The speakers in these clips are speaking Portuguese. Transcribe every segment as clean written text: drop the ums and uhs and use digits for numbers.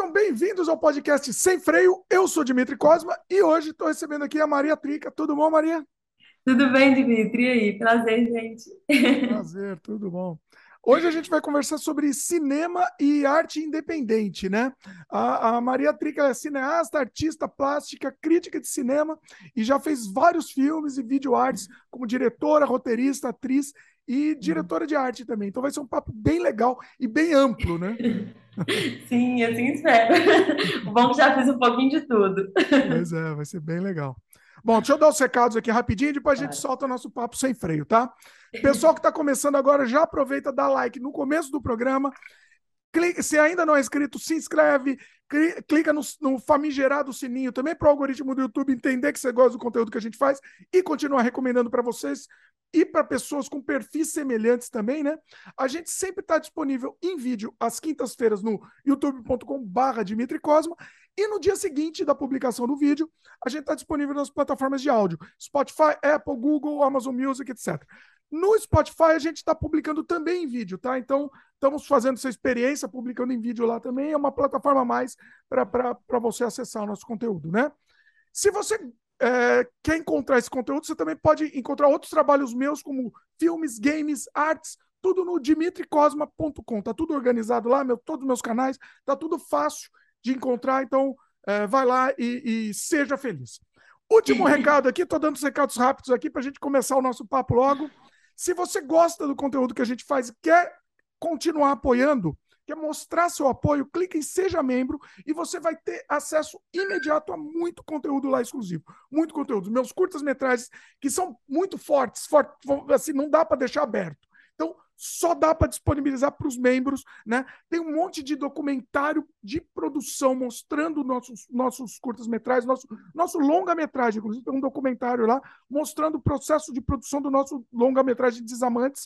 Sejam bem-vindos ao podcast Sem Freio. Eu sou Dimitri Cosma e hoje estou recebendo aqui a Maria Trica. Tudo bom, Maria? Tudo bem, Dimitri? E aí? Prazer, gente. Prazer, tudo bom. Hoje a gente vai conversar sobre cinema e arte independente, né? A Maria Trica é cineasta, artista plástica, crítica de cinema e já fez vários filmes e videoartes como diretora, roteirista, atriz e diretora de arte também. Então vai ser um papo bem legal e bem amplo, né? Sim, assim espero. O bom é que já fiz um pouquinho de tudo. Pois é, vai ser bem legal. Bom, deixa eu dar os recados aqui rapidinho e depois a gente Claro. solta nosso papo sem freio, tá? Pessoal que está começando agora, já aproveita, dá like no começo do programa. Se ainda não é inscrito, se inscreve, clica no famigerado sininho também para o algoritmo do YouTube entender que você gosta do conteúdo que a gente faz e continuar recomendando para vocês e para pessoas com perfis semelhantes também, né? A gente sempre está disponível em vídeo às quintas-feiras no youtube.com/Dimitri Cosma e no dia seguinte da publicação do vídeo, a gente está disponível nas plataformas de áudio, Spotify, Apple, Google, Amazon Music, etc. No Spotify, a gente está publicando também em vídeo, tá? Então, estamos fazendo essa experiência, publicando em vídeo lá também. É uma plataforma a mais para você acessar o nosso conteúdo, né? Se você quer encontrar esse conteúdo, você também pode encontrar outros trabalhos meus, como filmes, games, artes, tudo no dimitricosma.com. Tá tudo organizado lá, todos os meus canais, tá tudo fácil de encontrar. Então, vai lá e seja feliz. Último recado aqui, estou dando os recados rápidos aqui para a gente começar o nosso papo logo. Se você gosta do conteúdo que a gente faz e quer continuar apoiando, quer mostrar seu apoio, clique em Seja Membro e você vai ter acesso imediato a muito conteúdo lá exclusivo. Muito conteúdo. Meus curtas-metragens, que são muito fortes, assim, não dá para deixar aberto. Então, só dá para disponibilizar para os membros, né? Tem um monte de documentário de produção mostrando nossos curtas-metragens, nosso longa-metragem, inclusive tem um documentário lá mostrando o processo de produção do nosso longa-metragem Desamantes.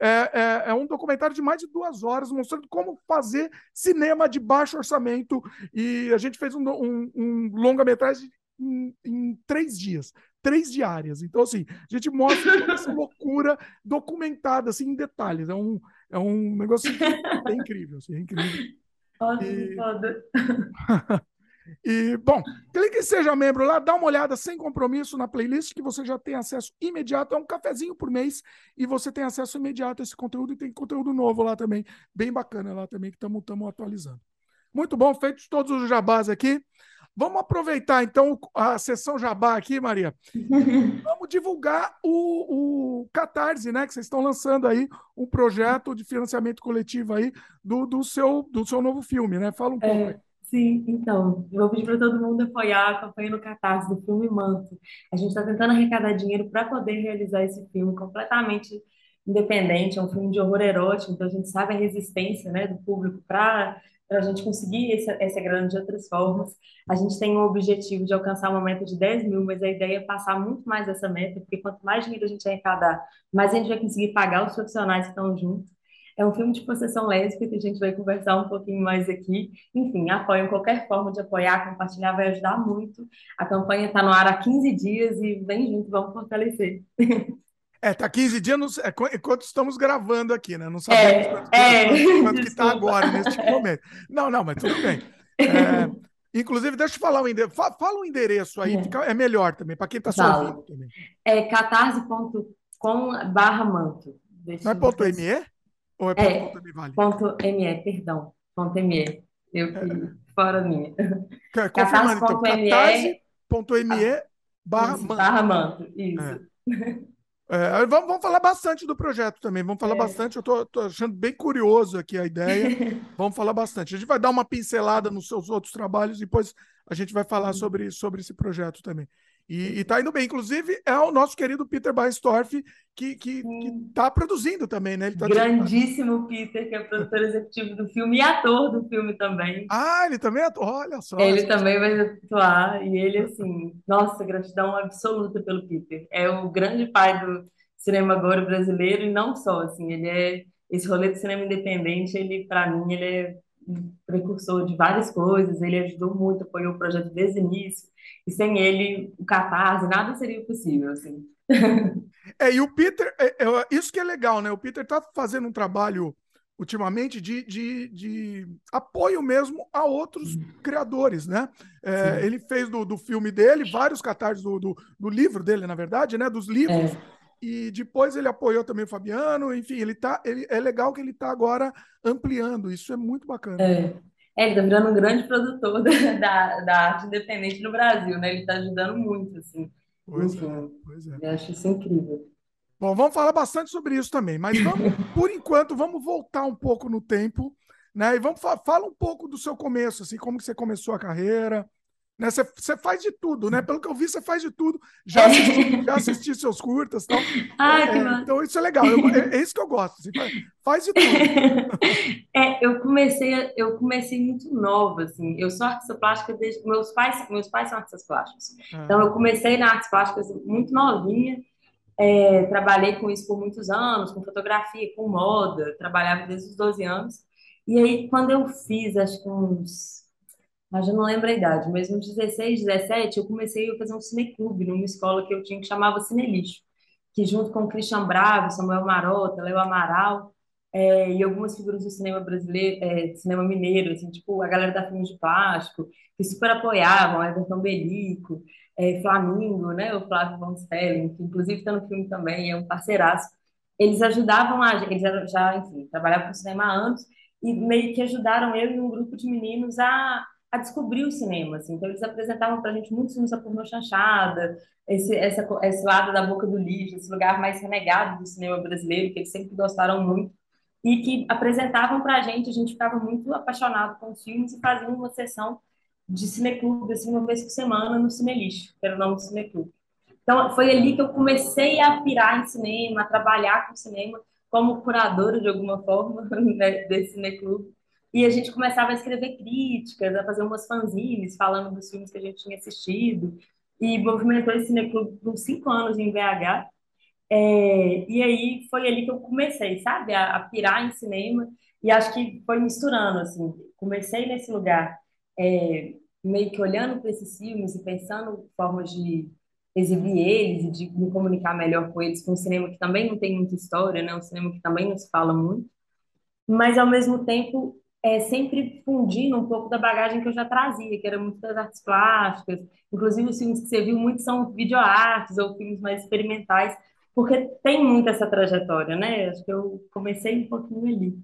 É um documentário de mais de 2 horas mostrando como fazer cinema de baixo orçamento e a gente fez um longa-metragem em 3 dias, 3 diárias. Então, assim, a gente mostra toda essa loucura documentada, assim, em detalhes. É um negócio assim, que é incrível, assim, é incrível. Nossa, que E, foda. bom, clique em Seja Membro lá, dá uma olhada sem compromisso na playlist, que você já tem acesso imediato. É um cafezinho por mês e você tem acesso imediato a esse conteúdo e tem conteúdo novo lá também, bem bacana lá também, que estamos atualizando. Muito bom, feitos todos os jabás aqui. Vamos aproveitar então a sessão jabá aqui, Maria, e vamos divulgar o Catarse, né? Que vocês estão lançando aí um projeto de financiamento coletivo aí do seu novo filme, né? Fala um pouco aí. Sim, então, eu vou pedir para todo mundo apoiar a campanha no Catarse do filme Manto. A gente está tentando arrecadar dinheiro para poder realizar esse filme completamente independente. É um filme de horror erótico, então a gente sabe a resistência, né, do público para a gente conseguir essa grana de outras formas. A gente tem o objetivo de alcançar uma meta de 10 mil, mas a ideia é passar muito mais essa meta, porque quanto mais dinheiro a gente arrecadar, mais a gente vai conseguir pagar os profissionais que estão juntos. É um filme de possessão lésbica que a gente vai conversar um pouquinho mais aqui. Enfim, apoiem qualquer forma de apoiar, compartilhar, vai ajudar muito. A campanha está no ar há 15 dias e vem junto, vamos fortalecer. Tá 15 dias enquanto estamos gravando aqui, né? Não sabemos É, é, quanto que está desculpa. agora, neste momento. Não, não, mas tudo bem. É, inclusive, deixa eu falar o endereço. Fala o endereço aí, é melhor também, para quem está só ouvindo Falo. também. É catarse.com/manto. Não é Deixa eu ponto ver. .me ou é ponto É, .com também vale? ponto .me, perdão. Ponto .me. Eu que fora minha. Confirmando, então, Catarse.me, catarse.me barra isso, manto. barra manto, isso. É. Vamos falar bastante do projeto também. Vamos falar É. bastante. Eu tô achando bem curioso aqui a ideia. Vamos falar bastante. A gente vai dar uma pincelada nos seus outros trabalhos e depois a gente vai falar sobre esse projeto também. E tá indo bem. Inclusive, é o nosso querido Peter Baestorff que Sim. tá produzindo também, né? Ele tá Grandíssimo Peter, que é produtor executivo do filme e ator do filme também. ele também olha só, Ele essa também história. vai atuar e ele, assim, nossa, gratidão absoluta pelo Peter. É o grande pai do cinema agora brasileiro e não só, assim, ele é esse rolê de cinema independente, ele, para mim, ele é um precursor de várias coisas, ele ajudou muito, apoiou o projeto desde o início, e sem ele, o Catarse, nada seria possível, assim. E o Peter, isso que é legal, né? O Peter tá fazendo um trabalho ultimamente de apoio mesmo a outros criadores, né? Sim. Ele fez do filme dele vários catarses do livro dele, na verdade, né? Dos livros. É, E depois ele apoiou também o Fabiano, enfim, é legal que ele está agora ampliando, isso é muito bacana. é. Ele está virando um grande produtor da arte independente no Brasil, né? Ele está ajudando muito, assim. Pois é, Enfim, pois é. eu acho isso incrível. Bom, vamos falar bastante sobre isso também, mas vamos, por enquanto, vamos voltar um pouco no tempo, né? E vamos fala um pouco do seu começo, assim, como que você começou a carreira, né? Você faz de tudo, né? Pelo que eu vi, você faz de tudo. Já É. assisti seus curtas, e tal. Ai, que Então massa. isso é legal. É isso que eu gosto. Assim, faz de tudo. Eu comecei muito nova, assim. Eu sou artista plástica desde meus pais são artistas plásticos. Então Ah, eu comecei na artes plásticas muito novinha. Trabalhei com isso por muitos anos, com fotografia, com moda. Trabalhava desde os 12 anos. E aí quando eu fiz, acho que mas eu não lembro a idade, mas uns 16, 17, eu comecei a fazer um cineclube numa escola que eu tinha que chamava Cinelixo, que junto com o Christian Bravo, Samuel Marota, Léo Amaral, e algumas figuras do cinema brasileiro, cinema mineiro, assim, tipo a galera da Filmes de Plástico, que super apoiavam, Everton Belico, Flamingo, né, o Flávio Von Spelling, que inclusive está no filme também, é um parceiraço. Eles ajudavam eles já, enfim, trabalhavam com cinema há anos, e meio que ajudaram eu e um grupo de meninos a descobrir o cinema, assim. Então eles apresentavam para a gente muitos filmes da pornô chanchada, esse lado da boca do lixo, esse lugar mais renegado do cinema brasileiro, que eles sempre gostaram muito, e que apresentavam para a gente ficava muito apaixonado com os filmes e fazia uma sessão de cineclube, assim, uma vez por semana no Cinelixo, que era o nome do cineclube. Então, foi ali que eu comecei a pirar em cinema, a trabalhar com cinema como curadora de alguma forma, né, desse cineclube. E a gente começava a escrever críticas, a fazer umas fanzines falando dos filmes que a gente tinha assistido. E movimentou esse cineclube por uns 5 anos em BH. E aí foi ali que eu comecei, sabe, a pirar em cinema. E acho que foi misturando, assim. Comecei nesse lugar, meio que olhando para esses filmes e pensando formas de exibir eles e de me comunicar melhor com eles, com um cinema que também não tem muita história, né? Um cinema que também não se fala muito, mas ao mesmo tempo sempre fundindo um pouco da bagagem que eu já trazia, que era muito das artes plásticas, inclusive os filmes que você viu muito são videoartes ou filmes mais experimentais, porque tem muito essa trajetória, né? Acho que eu comecei um pouquinho ali.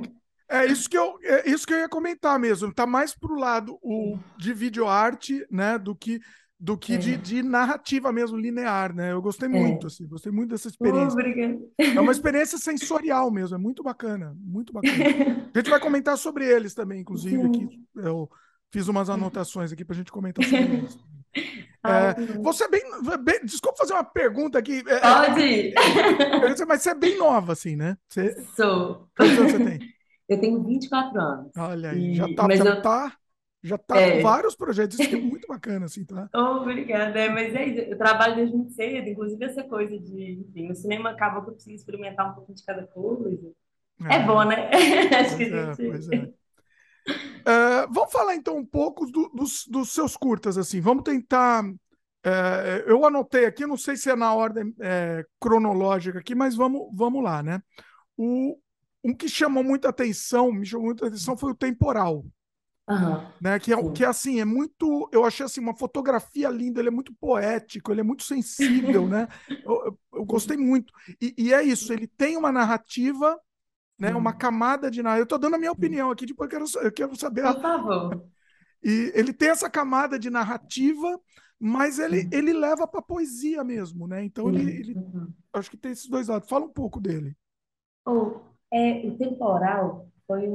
é isso que eu ia comentar mesmo. Tá mais pro lado de videoarte, né, do que de narrativa mesmo, linear, né? Eu gostei muito, É. assim, gostei muito dessa experiência. Obrigada. É uma experiência sensorial mesmo, é muito bacana, muito bacana. A gente vai comentar sobre eles também, inclusive, aqui. Sim. Eu fiz umas anotações aqui para a gente comentar sobre eles. Ai, É, que bom. você é desculpa fazer uma pergunta aqui, Pode ir. mas você é bem nova, assim, né? Sou. Quantos anos você tem? Eu tenho 24 anos. Olha aí, já tá, Mas já eu. tá, já tá com É, vários projetos, isso que é muito bacana, assim, tá? Obrigada. Mas é isso, eu trabalho desde muito cedo, inclusive essa coisa de, enfim, no cinema acaba que eu preciso experimentar um pouquinho de cada coisa. É bom, É, né? Acho que a pois é, pois é. gente. Vamos falar então um pouco dos seus curtas, assim. Vamos tentar. Eu anotei aqui, não sei se é na ordem cronológica aqui, mas vamos lá, né? O, um que chamou muita atenção, me chamou muita atenção foi o Temporal, Aham, né? Que sim. é assim, é muito. Eu achei assim, uma fotografia linda, ele é muito poético, ele é muito sensível, né? Eu gostei muito. E é isso, ele tem uma narrativa, né? Uma Sim, camada de narrativa. Eu estou dando a minha sim. opinião aqui, depois eu quero saber Por favor. E ele tem essa camada de narrativa, mas ele, Sim, ele leva para poesia mesmo, né? Então sim. Uhum. acho que tem esses dois lados. Fala um pouco dele. O Temporal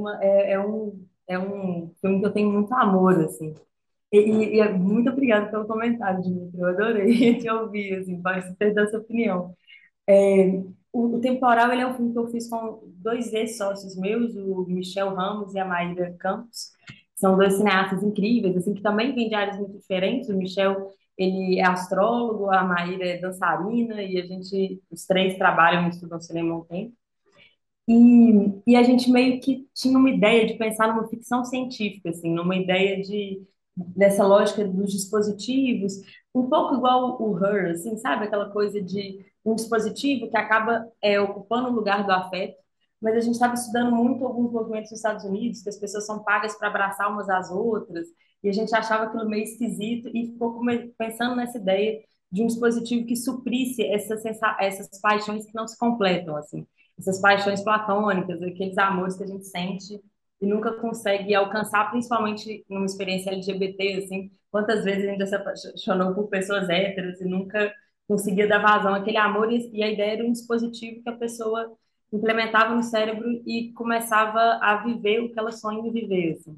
é um filme que eu tenho muito amor, assim. Muito obrigada pelo comentário, Dimitri. Eu adorei te ouvir, assim, para ter dessa opinião. É, o Temporal, ele é um filme que eu fiz com dois ex-sócios meus, o Michel Ramos e a Maíra Campos. São dois cineastas incríveis, assim, que também vêm de áreas muito diferentes. O Michel, ele é astrólogo, a Maíra é dançarina, e os três trabalham e estudam cinema há um tempo. E a gente meio que tinha uma ideia de pensar numa ficção científica, assim, numa ideia dessa lógica dos dispositivos, um pouco igual o Her, assim, sabe? Aquela coisa de um dispositivo que acaba ocupando o lugar do afeto, mas a gente estava estudando muito alguns movimentos nos Estados Unidos, que as pessoas são pagas para abraçar umas às outras, e a gente achava aquilo meio esquisito e ficou pensando nessa ideia de um dispositivo que suprisse essas paixões que não se completam, assim, essas paixões platônicas, aqueles amores que a gente sente e nunca consegue alcançar, principalmente numa experiência LGBT, assim, quantas vezes a gente já se apaixonou por pessoas héteras e nunca conseguia dar vazão àquele amor, e a ideia era um dispositivo que a pessoa implementava no cérebro e começava a viver o que ela sonha em viver, assim.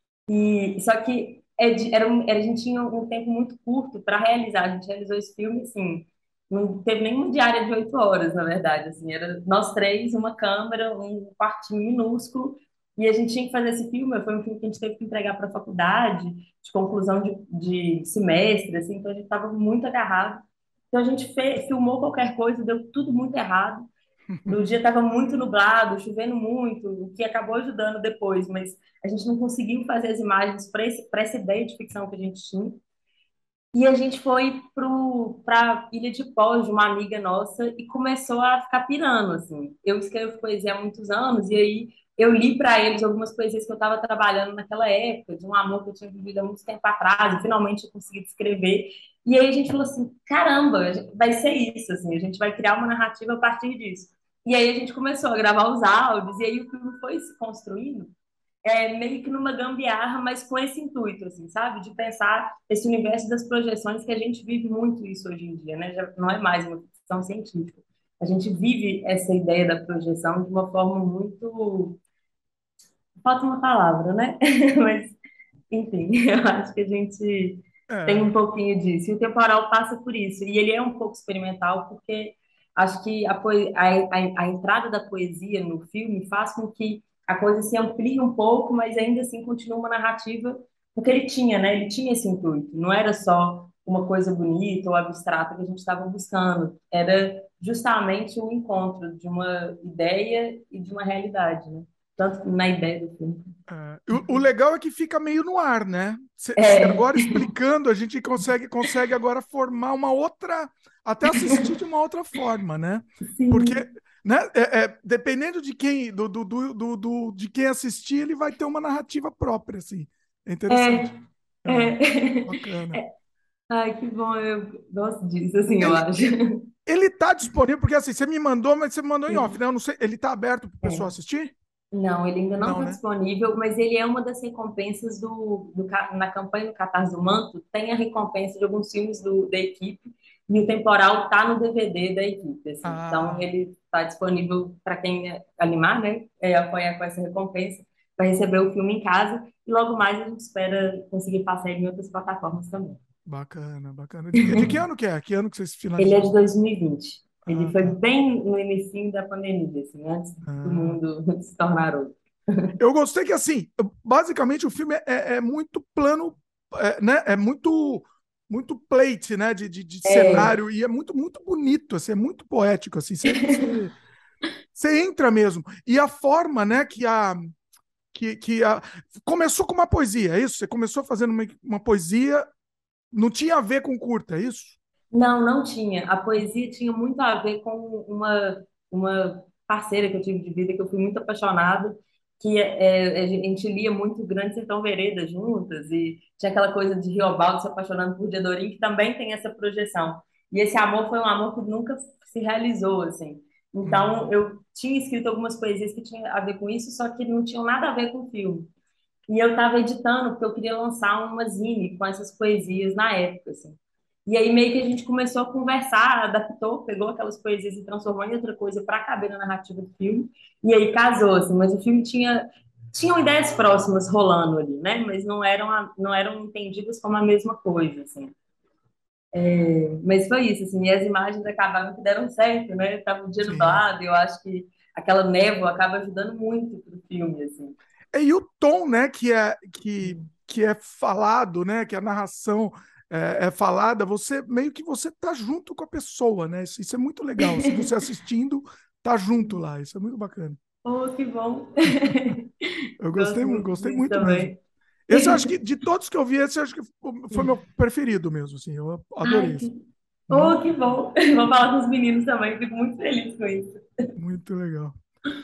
E só que a gente tinha um tempo muito curto para realizar. A gente realizou esse filme, assim, não teve nenhuma diária de 8 horas, na verdade, assim, era nós três, uma câmera, um quartinho minúsculo, e a gente tinha que fazer esse filme. Foi um filme que a gente teve que entregar para a faculdade, de conclusão de semestre, assim, então a gente estava muito agarrado. Então a gente filmou qualquer coisa, deu tudo muito errado. No dia estava muito nublado, chovendo muito, o que acabou ajudando depois, mas a gente não conseguiu fazer as imagens para essa ideia de ficção que a gente tinha. E a gente foi para Ilha de Foz, de uma amiga nossa, e começou a ficar pirando, assim. Eu escrevo poesia há muitos anos, e aí eu li para eles algumas poesias que eu estava trabalhando naquela época, de um amor que eu tinha vivido há muito tempo atrás, e finalmente eu consegui descrever. E aí a gente falou assim, caramba, vai ser isso, assim, a gente vai criar uma narrativa a partir disso. E aí a gente começou a gravar os áudios, e aí o filme foi se construindo meio que numa gambiarra, mas com esse intuito, assim, sabe? De pensar esse universo das projeções, que a gente vive muito isso hoje em dia, né? Já não é mais uma ficção científica. A gente vive essa ideia da projeção de uma forma muito. Falta uma palavra, né? Mas, enfim, eu acho que a gente tem É. um pouquinho disso. E o temporal passa por isso. E ele é um pouco experimental, porque acho que a entrada da poesia no filme faz com que a coisa se amplie um pouco, mas ainda assim continua uma narrativa, porque ele tinha, né? Ele tinha esse intuito. Não era só uma coisa bonita ou abstrata que a gente estava buscando. Era justamente o encontro de uma ideia e de uma realidade, né? Tanto na ideia do filme. O legal é que fica meio no ar, né? É, Agora explicando, a gente consegue agora formar uma outra, até assistir de uma outra forma, né? Porque, sim. né, dependendo de quem, de quem assistir, ele vai ter uma narrativa própria, assim. É interessante. É, É, é. bacana. Ai, que bom, eu gosto disso, assim, eu Ele, acho. ele tá disponível, porque assim, você me mandou, mas você me mandou em off, Sim, né? Eu não sei, ele tá aberto para o pessoal é. assistir? Não, ele ainda não Não, está né? disponível, mas ele é uma das recompensas na campanha do Catarse do Manto, tem a recompensa de alguns filmes da equipe, e o temporal está no DVD da equipe, assim. Então, Ah, ele está disponível para quem animar, né, apoiar com essa recompensa, para receber o filme em casa, e logo mais a gente espera conseguir passar ele em outras plataformas também. bacana, bacana. De que ano que é? Que ano que vocês Ele é de finalizaram? 2020. Ele Ah, foi tá. bem no início da pandemia, assim, antes do Ah. mundo se tornar outro. Eu gostei que, assim, basicamente o filme é muito plano, né? É muito plate, né? De É, cenário, e é muito bonito, assim, é muito poético, assim. Você entra mesmo. E a forma, né, que começou com uma poesia, é isso? Você começou fazendo uma poesia, não tinha a ver com curta, é isso? não, não tinha. A poesia tinha muito a ver com uma parceira que eu tive de vida, que eu fui muito apaixonada, que a gente lia muito Grande Sertão Veredas juntas, e tinha aquela coisa de Riobaldo se apaixonando por Diadorim, que também tem essa projeção. E esse amor foi um amor que nunca se realizou, assim. Hum. Então, eu tinha escrito algumas poesias que tinham a ver com isso, só que não tinham nada a ver com o filme. E eu estava editando, porque eu queria lançar uma zine com essas poesias na época, assim. E aí meio que a gente começou a conversar, adaptou, pegou aquelas poesias e transformou em outra coisa para caber na narrativa do filme. E aí casou, assim. Mas o filme tinham ideias próximas rolando ali, né? Mas não eram entendidas como a mesma coisa, assim. Mas foi isso, assim. E as imagens acabaram que deram certo, né? Tava um dia Sim. nublado, e eu acho que aquela névoa acaba ajudando muito pro filme, assim. E o tom, né, que é falado, né, que a narração é falada, você meio que você tá junto com a pessoa, né? Isso é muito legal. Se você assistindo, tá junto lá. Isso é muito bacana. Oh, que bom! Eu Gosto muito gostei disso muito mesmo. também. Esse eu acho que, de todos que eu vi, esse eu acho que foi meu preferido mesmo, assim. Eu adorei Ai, esse. oh, Muito, que bom! Vou falar com os meninos também, fico muito feliz com isso. muito legal.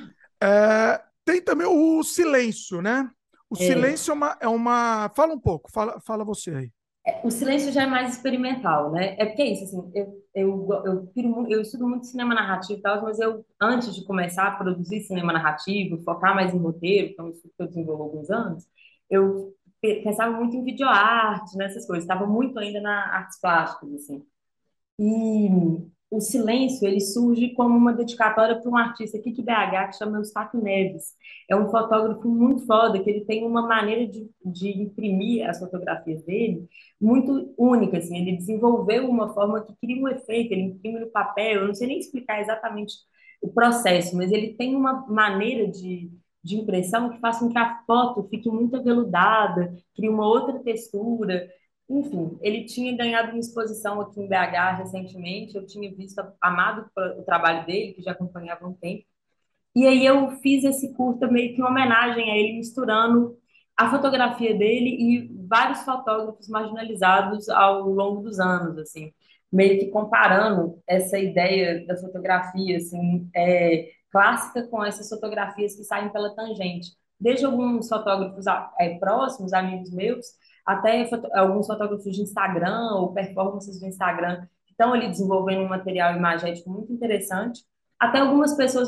Tem também o silêncio, né? O É, silêncio Fala um pouco, fala você aí. o silêncio já é mais experimental, né? É porque é isso, assim, eu estudo muito cinema narrativo e tal, mas eu, antes de começar a produzir cinema narrativo, focar mais em roteiro, que é um estudo que eu desenvolvo há alguns anos, eu pensava muito em videoarte, nessas coisas, estava muito ainda na artes plásticas, assim. E o silêncio, ele surge como uma dedicatória para um artista aqui de BH que chama Eustáquio Neves. É um fotógrafo muito foda, que ele tem uma maneira de imprimir as fotografias dele muito única, assim. Ele desenvolveu uma forma que cria um efeito, ele imprime no papel, eu não sei nem explicar exatamente o processo, mas ele tem uma maneira de impressão que faz com que a foto fique muito aveludada, crie uma outra textura. Enfim, ele tinha ganhado uma exposição aqui em BH recentemente, eu tinha visto, amado o trabalho dele, que já acompanhava há um tempo, e aí eu fiz esse curta meio que uma homenagem a ele, misturando a fotografia dele e vários fotógrafos marginalizados ao longo dos anos, assim, meio que comparando essa ideia da fotografia, assim, clássica com essas fotografias que saem pela tangente. Desde alguns fotógrafos próximos, amigos meus, até alguns fotógrafos de Instagram ou performances do Instagram que estão ali desenvolvendo um material imagético muito interessante, até algumas pessoas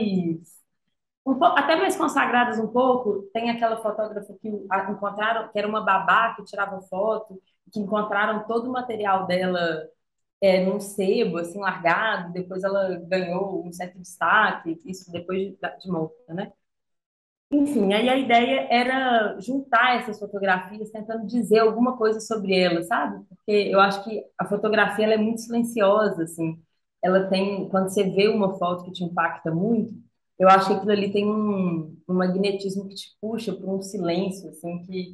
até mais consagradas um pouco, tem aquela fotógrafa que encontraram, que era uma babá que tirava foto, que encontraram todo o material dela num sebo, assim, largado, depois ela ganhou um certo destaque, isso depois de morta, né? Enfim, aí a ideia era juntar essas fotografias, tentando dizer alguma coisa sobre elas, sabe? Porque eu acho que a fotografia ela é muito silenciosa, assim. Ela tem, quando você vê uma foto que te impacta muito, eu acho que aquilo ali tem um magnetismo que te puxa para um silêncio, assim, que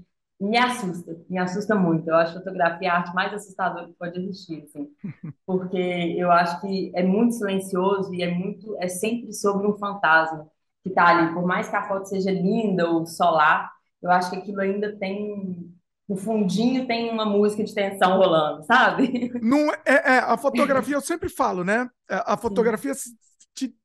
me assusta muito. Eu acho a fotografia a arte mais assustadora que pode existir, assim, porque eu acho que é muito silencioso e é sempre sobre um fantasma que está ali. Por mais que a foto seja linda ou solar, eu acho que aquilo ainda tem, no fundinho tem uma música de tensão rolando, sabe? Não a fotografia, eu sempre falo, né? A Sim. fotografia te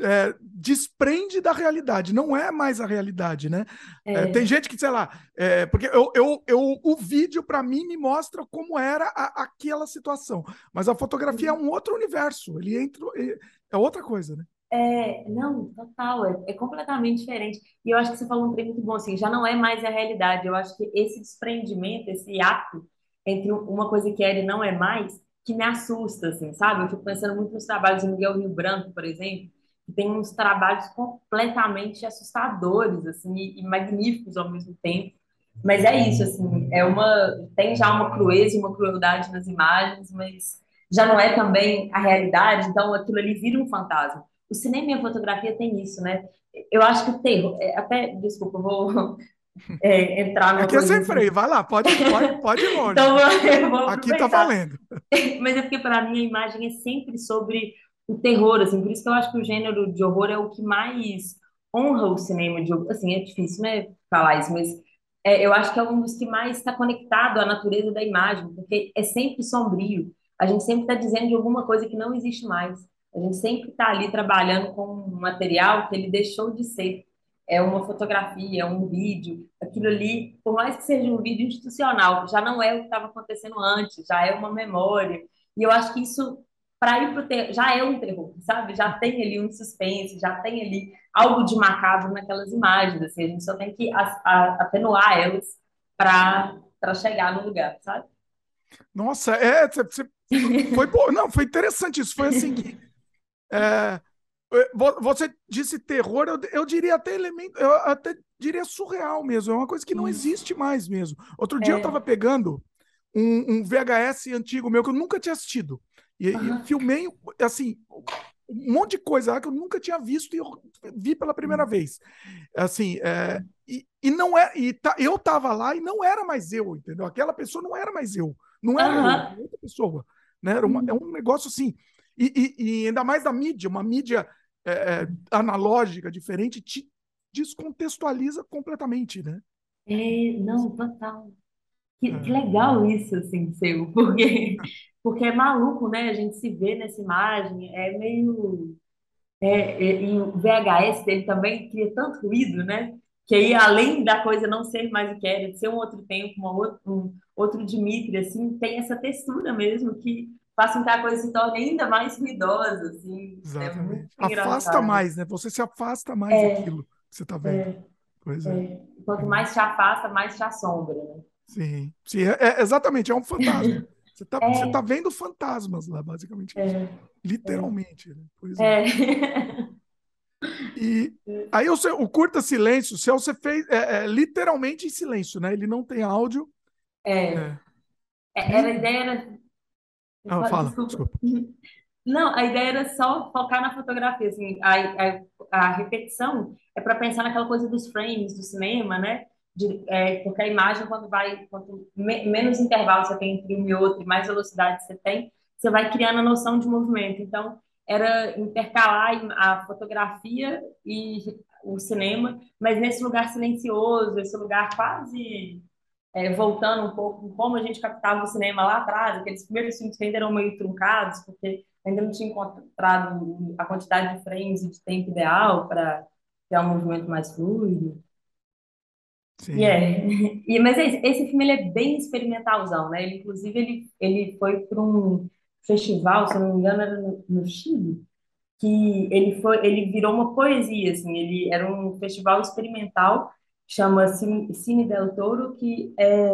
desprende da realidade, não é mais a realidade, né? Tem É, gente que, sei lá, porque o vídeo para mim me mostra como era aquela situação, mas a fotografia é um outro universo, ele entra, é outra coisa, né? não, total, é completamente diferente. E eu acho que você falou um trem muito bom, assim, já não é mais a realidade. Eu acho que esse desprendimento, esse ato entre uma coisa que era e não é mais, que me assusta, assim, sabe? Eu fico pensando muito nos trabalhos de Miguel Rio Branco, por exemplo, que tem uns trabalhos completamente assustadores, assim, e magníficos ao mesmo tempo. Mas é isso, assim, tem já uma crueza e uma crueldade nas imagens, mas já não é também a realidade, então aquilo ali vira um fantasma. O cinema e a fotografia tem isso, né? Eu acho que o terror, até, desculpa, eu vou entrar numa Aqui é coisa sem assim. freio, vai lá, pode ir longe. Então eu vou Aqui tá aproveitar. valendo. Mas é porque para mim a imagem é sempre sobre o terror, assim, por isso que eu acho que o gênero de horror é o que mais honra o cinema de horror. Assim, é difícil, né, falar isso, mas eu acho que é um dos que mais está conectado à natureza da imagem, porque é sempre sombrio. A gente sempre está dizendo de alguma coisa que não existe mais. A gente sempre está ali trabalhando com um material que ele deixou de ser. É uma fotografia, é um vídeo. Aquilo ali, por mais que seja um vídeo institucional, já não é o que estava acontecendo antes, já é uma memória. E eu acho que isso, para ir para o terror, já é um terror, sabe? Já tem ali um suspense, já tem ali algo de macabro naquelas imagens. Assim, a gente só tem que atenuar elas para chegar no lugar, sabe? Nossa, foi bom, não, foi interessante isso, foi assim que é, você disse terror, eu diria até elemento, eu até diria surreal mesmo, é uma coisa que não Isso. existe mais mesmo. Outro dia eu É. estava pegando um VHS antigo meu que eu nunca tinha assistido, e eu Aham. filmei, assim, um monte de coisa lá que eu nunca tinha visto e eu vi pela primeira vez. Assim, e não é, eu tava lá e não era mais eu, entendeu? Aquela pessoa não era mais eu, não era eu, Aham. era outra pessoa, né? É um negócio assim, e ainda mais da mídia, uma mídia analógica, diferente, te descontextualiza completamente, né? Não, total. Que É. legal isso, assim, seu, porque é maluco, né? A gente se vê nessa imagem, é meio. E o VHS dele também cria tanto ruído, né? Que aí, além da coisa não ser mais o que era, de ser um outro tempo, um outro Dimitri, assim, tem essa textura mesmo que faz com que a coisa se torne ainda mais ruidosa, assim. É muito Exatamente. Afasta engraçado. mais, né? Você se afasta mais daquilo que você está vendo. Pois é. É Quanto muito- mais te afasta, mais te assombra, né? Sim, sim, exatamente, é um fantasma. Você tá É, vendo fantasmas lá, basicamente isso. Literalmente, né? Pois é. é. E aí o curta silêncio, o seu você fez literalmente em silêncio, né? Ele não tem áudio. É. É. Era a E... ideia era. Ah, fala, Desculpa. desculpa. Não, a ideia era só focar na fotografia, assim, a repetição é para pensar naquela coisa dos frames do cinema, né? Porque a imagem, quanto menos intervalo você tem entre um e outro, e mais velocidade você tem, você vai criando a noção de movimento. Então, era intercalar a fotografia e o cinema, mas nesse lugar silencioso, esse lugar quase voltando um pouco como a gente captava o cinema lá atrás, aqueles primeiros filmes que ainda eram meio truncados, porque ainda não tinha encontrado a quantidade de frames e de tempo ideal para criar um movimento mais fluido. E Sim. é, mas esse filme ele é bem experimentalzão, né? Inclusive, ele foi para um festival, se eu não me engano, era no Chile, que ele virou uma poesia, assim, ele era um festival experimental, chama Cine del Toro, que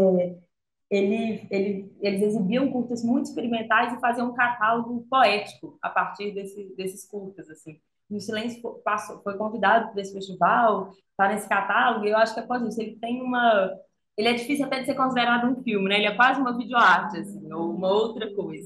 eles exibiam curtas muito experimentais e faziam um catálogo poético a partir desses curtas, assim. E o Silêncio foi convidado para esse festival, está nesse catálogo, e eu acho que é por isso. Ele tem uma... Ele é difícil até de ser considerado um filme, né? Ele é quase uma videoarte, assim, ou uma outra coisa.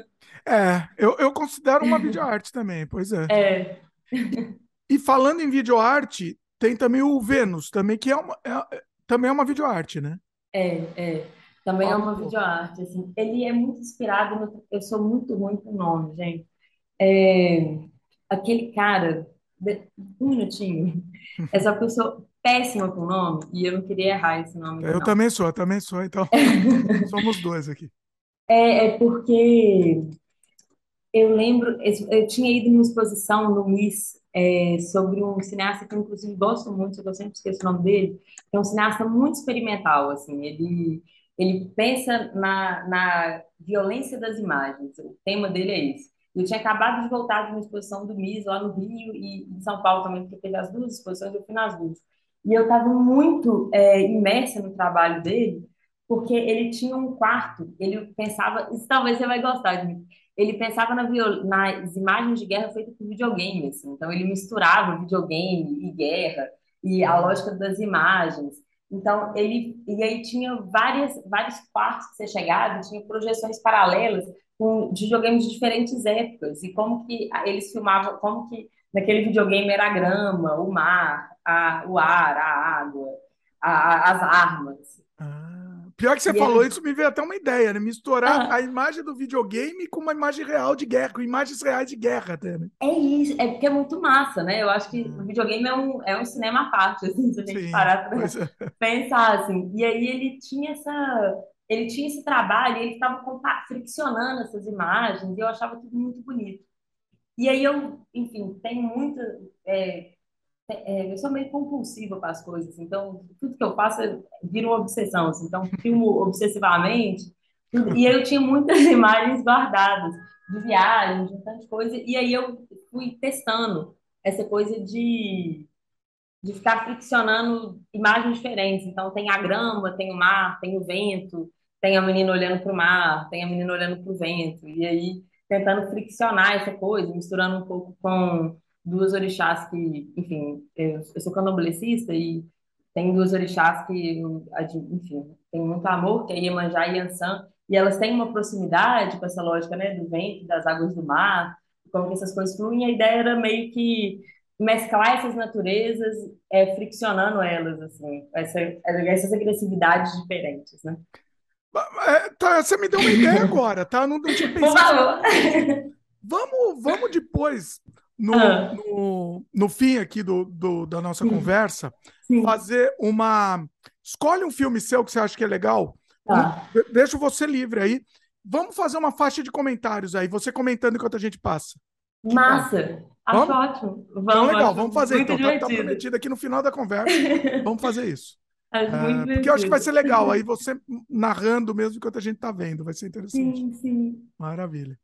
Eu considero uma videoarte também, pois é. É, E falando em videoarte, tem também o Vênus, também, que também é uma videoarte, né? é. Também é Fala um uma pouco. videoarte, assim. Ele é muito inspirado no... Eu sou muito ruim com nome, gente. É, aquele cara, um minutinho, é só porque eu sou péssima com nome e eu não queria errar esse nome aqui, não. Eu também sou, então somos dois aqui. É porque eu lembro, eu tinha ido numa exposição no MIS sobre um cineasta que eu, inclusive, gosto muito, só que eu sempre esqueço o nome dele, que é um cineasta muito experimental, assim, ele pensa na violência das imagens, o tema dele é esse. Eu tinha acabado de voltar de uma exposição do MIS lá no Rio e em São Paulo também, porque teve as duas exposições, eu fui nas duas. E eu estava muito imersa no trabalho dele, porque ele tinha um quarto, ele pensava, isso talvez você vai gostar de mim, ele pensava nas imagens de guerra feitas por videogame, assim. Então ele misturava videogame e guerra e a Uau. lógica das imagens. Então e aí tinha vários quartos que você chegava, e tinha projeções paralelas de videogames de diferentes épocas e como que eles filmavam, como que naquele videogame era a grama, o mar, o ar, a água, as armas. Pior que você E falou ele isso, me veio até uma ideia, né? Misturar a ah, imagem do videogame com uma imagem real de guerra, com imagens reais de guerra até, né? É isso, é porque é muito massa, né? Eu acho que o videogame é um cinema à parte, assim, se a gente Sim, parar pois para é. pensar, assim. E aí ele tinha esse trabalho, e ele ficava friccionando essas imagens, e eu achava tudo muito bonito. E aí eu, enfim, tenho muita, eu sou meio compulsiva para as coisas, então tudo que eu faço vira uma obsessão, assim, então filmo obsessivamente, e aí eu tinha muitas imagens guardadas de viagem, de um tanto de coisa, e aí eu fui testando essa coisa de ficar friccionando imagens diferentes. Então tem a grama, tem o mar, tem o vento, tem a menina olhando para o mar, tem a menina olhando para o vento, e aí tentando friccionar essa coisa, misturando um pouco com duas orixás que, enfim, eu sou candomblessista e tem duas orixás que, enfim, tem muito amor, que é Iemanjá e Yansan, e elas têm uma proximidade com essa lógica, né, do vento, das águas do mar, como que essas coisas fluem, e a ideia era meio que mesclar essas naturezas, friccionando elas, assim, essas agressividades diferentes, né? Tá, você me deu uma ideia agora, tá? Não tinha Por pensado favor. exatamente nisso. Vamos depois, Ah, no fim aqui da nossa conversa, sim, fazer uma. Escolhe um filme seu que você acha que é legal. tá. Deixo você livre aí. Vamos fazer uma faixa de comentários aí, você comentando enquanto a gente passa. Que tal? Massa. Acho Vamos? ótimo. Então, Vamos, legal, acho vamos fazer muito então. Tá divertido. prometido aqui no final da conversa. Vamos fazer isso. Acho muito Porque eu acho que vai ser divertido. legal. Aí você narrando mesmo enquanto a gente tá vendo. Vai ser interessante. Sim, sim. Maravilha.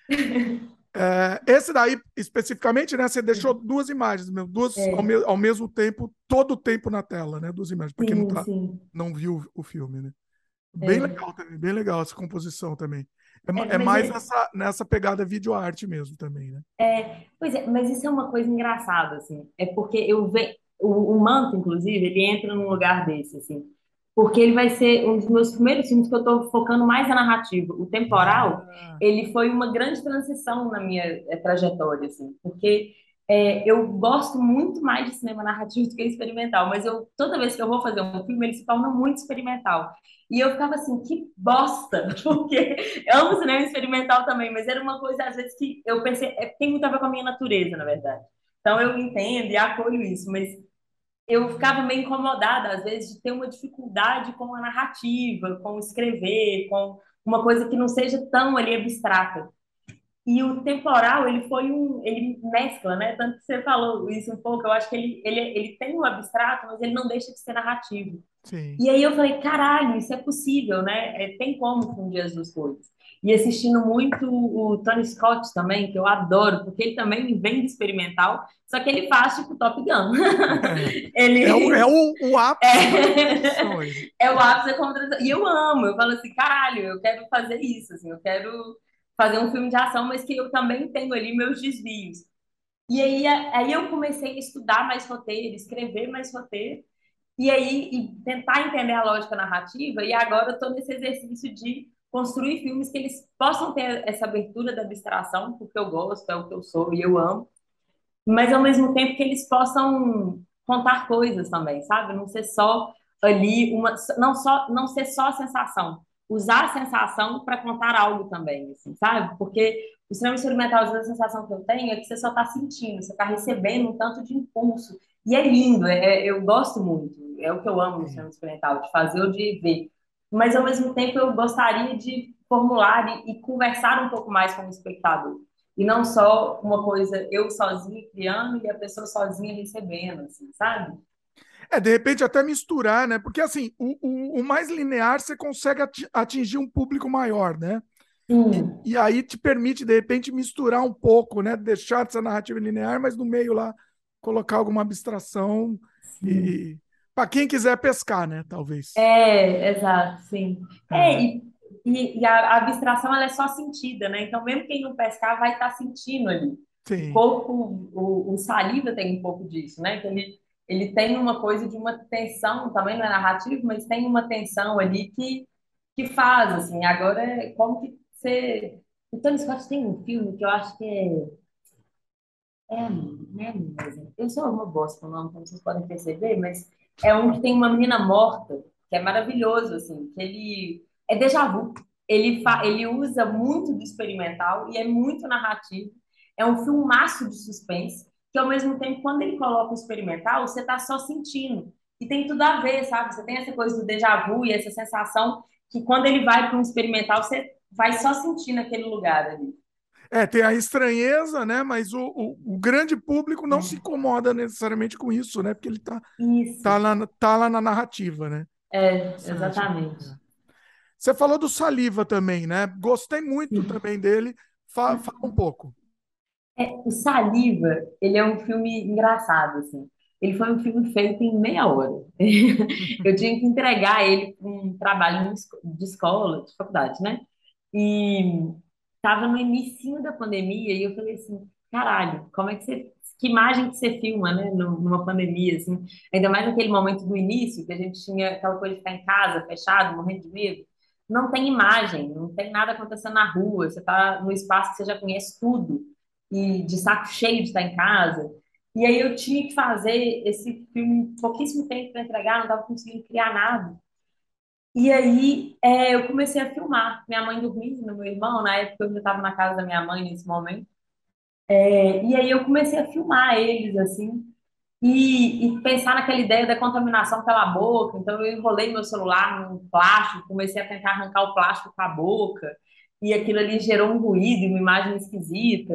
Esse daí, especificamente, né? Você deixou duas imagens, mesmo, duas É, ao mesmo tempo, todo o tempo na tela, né? Duas imagens, para quem sim, sim. não viu o filme, né? Bem É, legal também, bem legal essa composição também. É mas mais nessa pegada videoarte mesmo também, né? pois é, mas isso é uma coisa engraçada, assim. É porque eu vejo. O Manto, inclusive, ele entra num lugar desse, assim. Porque ele vai ser um dos meus primeiros filmes que eu estou focando mais na narrativa. O Temporal, Ah, ele foi uma grande transição na minha trajetória, assim. Porque eu gosto muito mais de cinema narrativo do que experimental. Mas toda vez que eu vou fazer um filme, ele se torna muito experimental. E eu ficava assim, que bosta! Porque eu amo cinema experimental também, mas era uma coisa, às vezes, que eu pensei, tem muito a ver com a minha natureza, na verdade. Então eu entendo e acolho isso, mas eu ficava meio incomodada, às vezes, de ter uma dificuldade com a narrativa, com escrever, com uma coisa que não seja tão ali abstrata. E o temporal, ele mescla, né? Tanto que você falou isso um pouco, eu acho que ele tem o abstrato, mas ele não deixa de ser narrativo. sim. E aí eu falei, caralho, isso é possível, né? Tem como fundir as duas coisas. E assistindo muito o Tony Scott também, que eu adoro, porque ele também vem do experimental, só que ele faz tipo Top Gun. Ele O ápice da composição aí. é o ápice da computação. E eu amo, eu falo assim, caralho, eu quero fazer isso, assim, eu quero fazer um filme de ação, mas que eu também tenho ali meus desvios. E aí eu comecei a estudar mais roteiro, escrever mais roteiro, e aí e tentar entender a lógica narrativa, e agora eu estou nesse exercício de construir filmes que eles possam ter essa abertura da abstração, porque eu gosto, é o que eu sou e eu amo, mas ao mesmo tempo que eles possam contar coisas também, sabe? Não ser só ali não ser só a sensação, usar a sensação para contar algo também, assim, sabe? Porque o cinema experimental, às vezes, a sensação que eu tenho é que você só está sentindo, você está recebendo um tanto de impulso. E é lindo, eu gosto muito, é o que eu amo no cinema Sim. experimental, de fazer ou de ver. Mas, ao mesmo tempo, eu gostaria de formular e conversar um pouco mais com o espectador. E não só uma coisa eu sozinha criando e a pessoa sozinha recebendo, assim, sabe? De repente até misturar, né? Porque assim, o mais linear você consegue atingir um público maior, né? Sim, E aí te permite, de repente, misturar um pouco, né? Deixar essa narrativa linear, mas no meio lá colocar alguma abstração sim. e para quem quiser pescar, né? Talvez. Exato, sim. É, E a abstração ela é só sentida, né? Então, mesmo quem não pescar vai estar sentindo ali. O sim. corpo, o saliva tem um pouco disso, né? Que ele tem uma coisa de uma tensão, também não é narrativo, mas tem uma tensão ali que faz, assim. Agora, como que você. O Tony Scott tem um filme que eu acho que né, mesmo. Eu sou uma bosta com o nome, como vocês podem perceber, mas é um que tem uma menina morta, que é maravilhoso, assim, que ele é déjà vu. Ele usa muito do experimental e é muito narrativo. É um filmaço de suspense, que ao mesmo tempo, quando ele coloca o experimental, você tá só sentindo. E tem tudo a ver, sabe? Você tem essa coisa do déjà vu e essa sensação que quando ele vai para um experimental, você vai só sentir naquele lugar ali. Tem a estranheza, né? Mas o grande público não se incomoda necessariamente com isso, né? Porque ele Isso, tá lá na narrativa, né? Interessante. exatamente. Você falou do Saliva também, né? Gostei muito também dele. Fala um pouco. O Saliva, ele é um filme engraçado, assim. Ele foi um filme feito em meia hora. Eu tinha que entregar ele para um trabalho de escola, de faculdade, né? E tava no inicinho da pandemia e eu falei assim, caralho, como é que você, que imagem que você filma, né, numa pandemia, assim? Ainda mais naquele momento do início, que a gente tinha aquela coisa de ficar em casa, fechado, morrendo de medo. Não tem imagem, não tem nada acontecendo na rua, você tá no espaço que você já conhece tudo e de saco cheio de estar em casa. E aí eu tinha que fazer esse filme em pouquíssimo tempo para entregar, não estava conseguindo criar nada. E aí eu comecei a filmar. Minha mãe dormindo, meu irmão, na época eu ainda estava na casa da minha mãe nesse momento. E aí eu comecei a filmar eles, assim, e pensar naquela ideia da contaminação pela boca. Então eu enrolei meu celular num plástico, comecei a tentar arrancar o plástico com a boca, e aquilo ali gerou um ruído, uma imagem esquisita.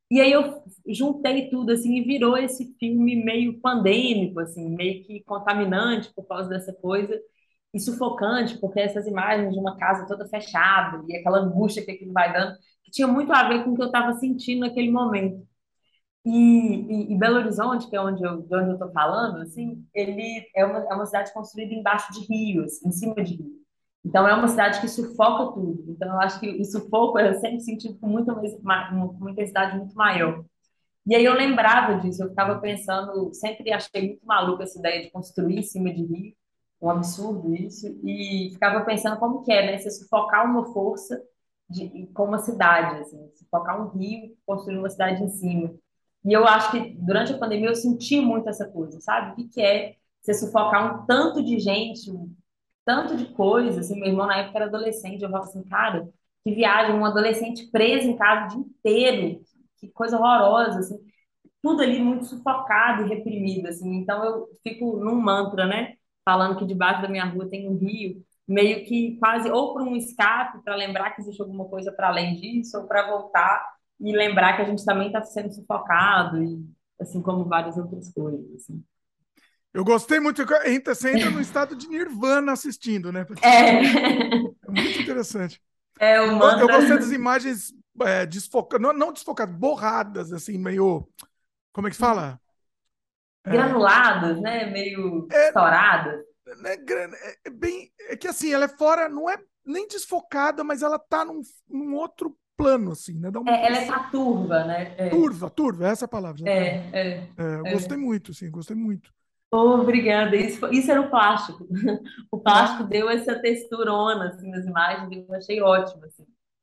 E aí eu juntei tudo assim e virou esse filme meio pandêmico, assim, meio que contaminante por causa dessa coisa e sufocante, porque essas imagens de uma casa toda fechada e aquela angústia que aquilo vai dando, que tinha muito a ver com o que eu estava sentindo naquele momento. E Belo Horizonte, que é de onde eu estou falando, assim, ele é uma cidade construída embaixo de rios, em cima de rios. Então, é uma cidade que sufoca tudo. Então, eu acho que o sufoco é sempre sentido com uma intensidade muito maior. E aí eu lembrava disso, eu ficava pensando, sempre achei muito maluca essa ideia de construir em cima de rio, um absurdo isso, e ficava pensando como que é, né? Você sufocar uma força com uma cidade, assim, sufocar um rio, construir uma cidade em cima. E eu acho que durante a pandemia eu senti muito essa coisa, sabe? O que que é você sufocar um tanto de gente, um tanto de coisa, assim, meu irmão na época era adolescente, eu falava assim, cara, que viagem, um adolescente preso em casa o dia inteiro, que coisa horrorosa, assim, tudo ali muito sufocado e reprimido, assim. Então eu fico num mantra, né? Falando que debaixo da minha rua tem um rio, meio que quase ou para um escape, para lembrar que existe alguma coisa para além disso, ou para voltar e lembrar que a gente também está sendo sufocado, e assim como várias outras coisas, assim. Eu gostei muito. Você entra no estado de Nirvana assistindo, né? É, É muito interessante. é o Eu mantra gostei das imagens desfocadas, não desfocadas, borradas, assim, meio. Como é que fala? É, granuladas, né? Meio é, estouradas. é bem. É que assim, ela é fora, não é nem desfocada, mas ela tá num outro plano, assim, né? Dá uma É, ela é impressão. caturva, né? Turva, essa é a palavra, exatamente. Eu gostei É. muito, sim, gostei muito. Oh, obrigada. Isso era o plástico. O plástico Ah, deu essa texturona assim nas imagens, e eu achei ótimo assim.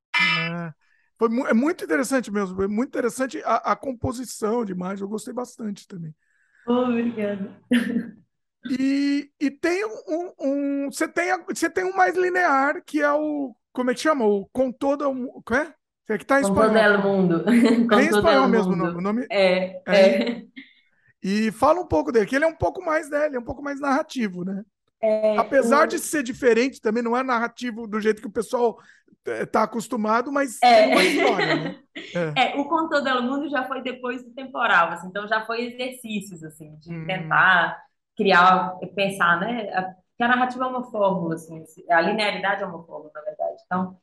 é muito interessante mesmo, é muito interessante a composição de imagem, eu gostei bastante também. Oh, obrigada. E tem você tem um mais linear, que é o, como é que chama? O Com Todo, qual é? É que tá em Com todo espanhol el também. mundo, É em com todo espanhol el mesmo o nome. mundo. O nome É, é em, é, e fala um pouco dele, que ele é um pouco mais, né? Ele é um pouco mais narrativo, né? é Apesar de o ser diferente, também não é narrativo do jeito que o pessoal tá acostumado, mas tem uma história, né? é, É. o Com todo el mundo já foi depois do temporal, assim, então já foi exercícios assim de Hum, tentar criar, pensar, né? Que a narrativa é uma fórmula, assim, a linearidade é uma fórmula, na verdade. Então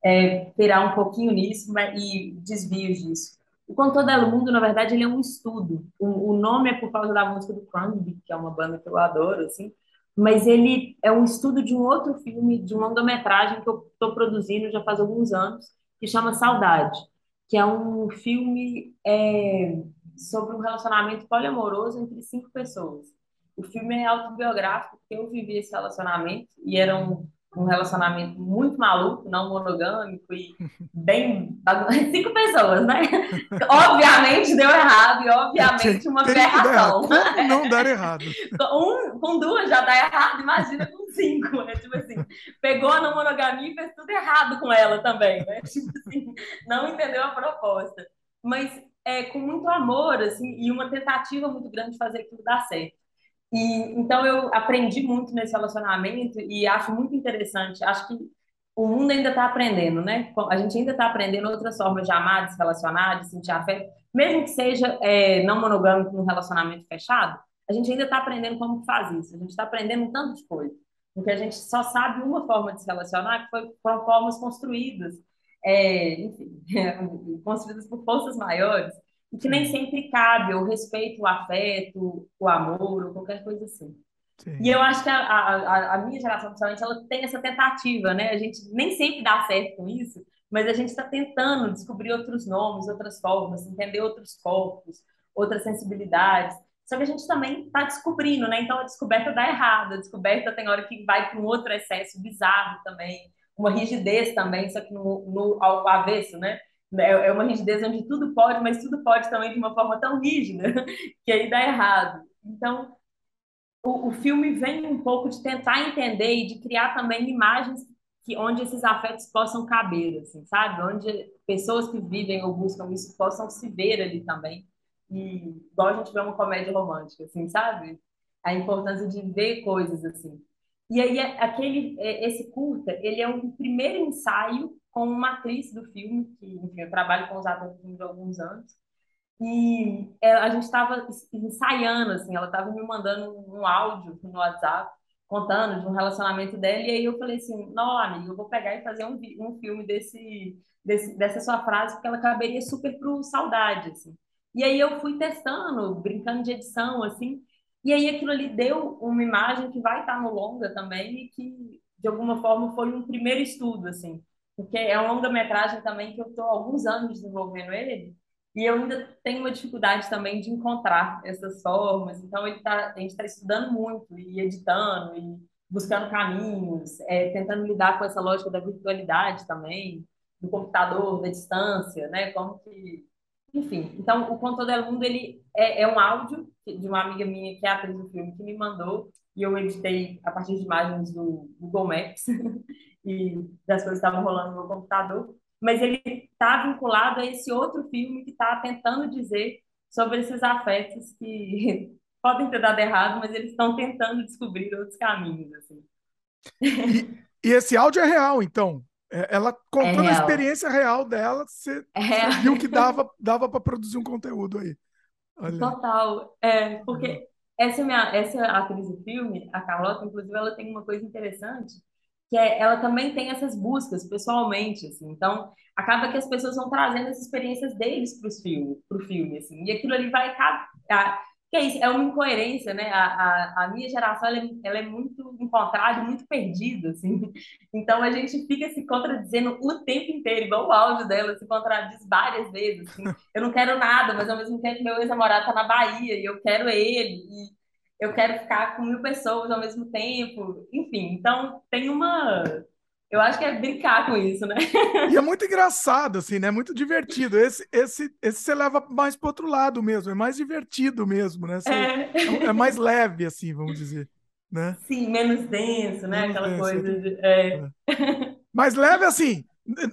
pirar um pouquinho nisso e desvios disso. O Com Todo El Mundo, na verdade, ele é um estudo. O nome é por causa da música do Crumbie, que é uma banda que eu adoro, assim, mas ele é um estudo de um outro filme, de um longa-metragem que eu estou produzindo já faz alguns anos, que chama Saudade, que é um filme sobre um relacionamento poliamoroso entre cinco pessoas. O filme é autobiográfico, porque eu vivi esse relacionamento e era um relacionamento muito maluco, não monogâmico e bem. Cinco pessoas, né? Obviamente deu errado e obviamente uma teria que dar errado. ferração. Como não dar errado? Com duas já dá errado, imagina com cinco, né? Tipo assim, pegou a não monogamia e fez tudo errado com ela também, né? Tipo assim, não entendeu a proposta. Mas com muito amor, assim, e uma tentativa muito grande de fazer aquilo dar certo. E então eu aprendi muito nesse relacionamento e acho muito interessante. Acho que o mundo ainda está aprendendo, né? A gente ainda está aprendendo outras formas de amar, de se relacionar, de sentir afeto, mesmo que seja não monogâmico num relacionamento fechado. A gente ainda está aprendendo como que faz isso. A gente está aprendendo um tanto de coisa, porque a gente só sabe uma forma de se relacionar, que foram formas construídas, enfim, construídas por forças maiores e que nem Sim, sempre cabe o respeito, o afeto, o amor, ou qualquer coisa assim. E sim, eu acho que a minha geração, principalmente, ela tem essa tentativa, né? A gente nem sempre dá certo com isso, mas a gente está tentando descobrir outros nomes, outras formas, entender outros corpos, outras sensibilidades. Só que a gente também está descobrindo, né? Então a descoberta dá errado, a descoberta tem hora que vai para um outro excesso bizarro também, uma rigidez também, só que ao avesso, né? É uma rigidez onde tudo pode, mas tudo pode também de uma forma tão rígida que aí dá errado. Então, o filme vem um pouco de tentar entender e de criar também imagens onde esses afetos possam caber, assim, sabe? Onde pessoas que vivem ou buscam isso possam se ver ali também. E igual a gente vê uma comédia romântica, assim, sabe? A importância de ver coisas assim. E aí esse curta, ele é um primeiro ensaio com uma atriz do filme, que enfim, eu trabalho com os atores do filme há alguns anos, A gente estava ensaiando, assim, ela estava me mandando um áudio no WhatsApp, contando de um relacionamento dela, e aí eu falei assim, não, amiga, eu vou pegar e fazer um filme dessa sua frase, porque ela caberia super pro Saudade, assim. E aí eu fui testando, brincando de edição, assim, e aí aquilo ali deu uma imagem que vai estar no longa também, e que, de alguma forma, foi um primeiro estudo, assim, porque é um longa-metragem também que eu estou há alguns anos desenvolvendo ele, e eu ainda tenho uma dificuldade também de encontrar essas formas. Então, a gente está estudando muito e editando e buscando caminhos, tentando lidar com essa lógica da virtualidade também, do computador, da distância, né? Como que... Enfim, então, o Conto del Mundo, ele é um áudio de uma amiga minha que é atriz do filme, que me mandou, e eu editei a partir de imagens do Google Maps e das coisas que estavam rolando no meu computador, mas ele está vinculado a esse outro filme que está tentando dizer sobre esses afetos que podem ter dado errado, mas eles estão tentando descobrir outros caminhos, assim. E, e esse áudio é real, então. Ela É contando a real. experiência real dela, É você real. viu que dava para produzir um conteúdo aí. Olha aí. Total. Porque essa atriz do filme, a Carlota, inclusive, ela tem uma coisa interessante, que ela também tem essas buscas pessoalmente, assim. Então, acaba que as pessoas vão trazendo as experiências deles para o filme, assim. E aquilo ali vai... que é isso, é uma incoerência, né? A minha geração, ela é muito encontrada, e muito perdida, assim. Então, a gente fica se contradizendo o tempo inteiro, igual o áudio dela se contradiz várias vezes, assim. Eu não quero nada, mas ao mesmo tempo meu ex-namorado tá na Bahia e eu quero ele, e eu quero ficar com 1.000 pessoas ao mesmo tempo. Enfim, então tem uma. Eu acho que é brincar com isso, né? E é muito engraçado, assim, né? Muito divertido. Esse você leva mais para outro lado mesmo, é mais divertido mesmo, né? É mais É, leve, assim, vamos dizer, né? sim, menos denso, né? Menos Aquela denso. coisa de. Mais leve, assim,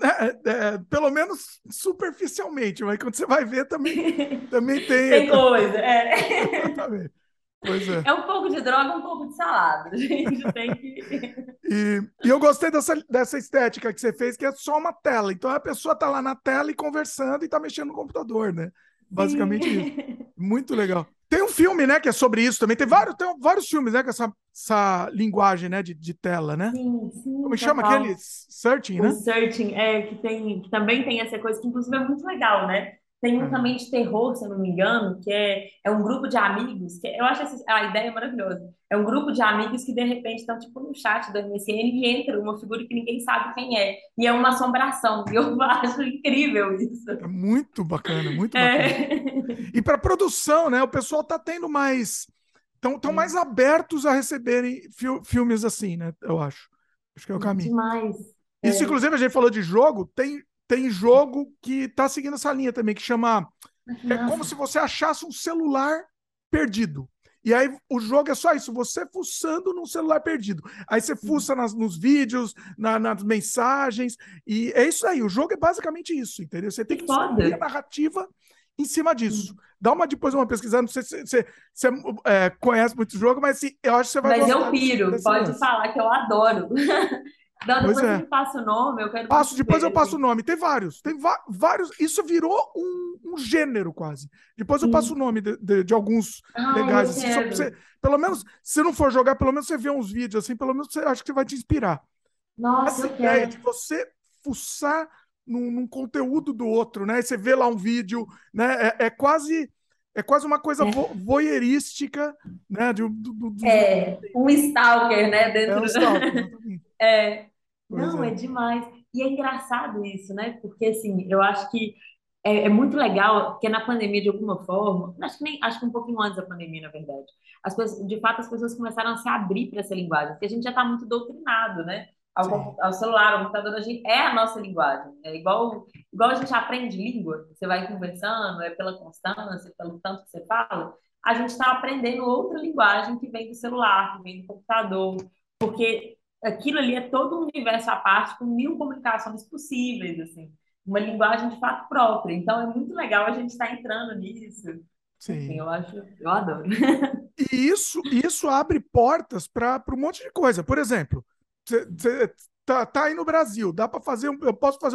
pelo menos superficialmente, mas quando você vai ver, também tem. Tem coisa. Exatamente. Pois é. É um pouco de droga, um pouco de salada. A gente tem que. E eu gostei dessa estética que você fez, que é só uma tela. Então a pessoa tá lá na tela e conversando e tá mexendo no computador, né? Basicamente isso. Sim. Muito legal. Tem um filme, né, que é sobre isso também. Tem vários filmes, né, com essa linguagem, né, de tela, né? Sim, Como sim, chama aquele? total. Searching, O né? Searching, que também tem essa coisa, que inclusive é muito legal, né? Tem um É. também de terror, se eu não me engano, que é um grupo de amigos, eu acho a ideia maravilhosa. É um grupo de amigos que de repente estão tipo no chat do MSN e entra uma figura que ninguém sabe quem é. E é uma assombração. E eu acho incrível isso. É muito bacana, muito bacana. É, E para produção, né? O pessoal tá tendo mais. Estão mais abertos a receberem filmes assim, né? Eu acho. Acho que é o caminho. demais. Isso, É, inclusive, a gente falou de jogo, tem jogo que tá seguindo essa linha também, que chama. É como nossa. se você achasse um celular perdido. E aí o jogo é só isso, você fuçando num celular perdido. Aí você fuça nos vídeos, nas mensagens, e é isso aí. O jogo é basicamente isso, entendeu? Você tem Que que foda. descobrir a narrativa em cima disso. Dá depois uma pesquisada, não sei se você conhece muito jogo, mas assim, eu acho que você vai Mas eu gostar piro, desse pode lance. falar que eu adoro. Não, Pois depois você é. me passa o nome, eu quero muito Depois eu ver, passo o assim. nome. Tem vários. Vários. Isso virou um gênero quase. Depois eu passo o Sim. nome de alguns Ai, legais, eu assim, só pra você. quero. Pelo menos, se não for jogar, pelo menos você vê uns vídeos, assim, pelo menos você acha que vai te inspirar. Nossa, Essa eu ideia de quero. você fuçar num conteúdo do outro, né? E você vê lá um vídeo, né? É quase uma coisa voyeurística, né? Dos Um stalker, né, é dentro. um stalker, exatamente. É, Pois não, é é. demais. E é engraçado isso, né? Porque, assim, eu acho que é muito legal, porque na pandemia, de alguma forma, acho que um pouquinho antes da pandemia, na verdade, de fato, as pessoas começaram a se abrir para essa linguagem, porque a gente já está muito doutrinado, né? Sim. Ao celular, ao computador, a gente, é a nossa linguagem. É igual a gente aprende língua, você vai conversando, é pela constância, pelo tanto que você fala, a gente está aprendendo outra linguagem que vem do celular, que vem do computador, porque aquilo ali é todo um universo à parte, com 1.000 comunicações possíveis, assim, uma linguagem de fato própria. Então é muito legal a gente estar entrando nisso. Enfim, Sim. eu adoro. E isso abre portas para um monte de coisa. Por exemplo, tá aí no Brasil, dá para fazer, eu posso fazer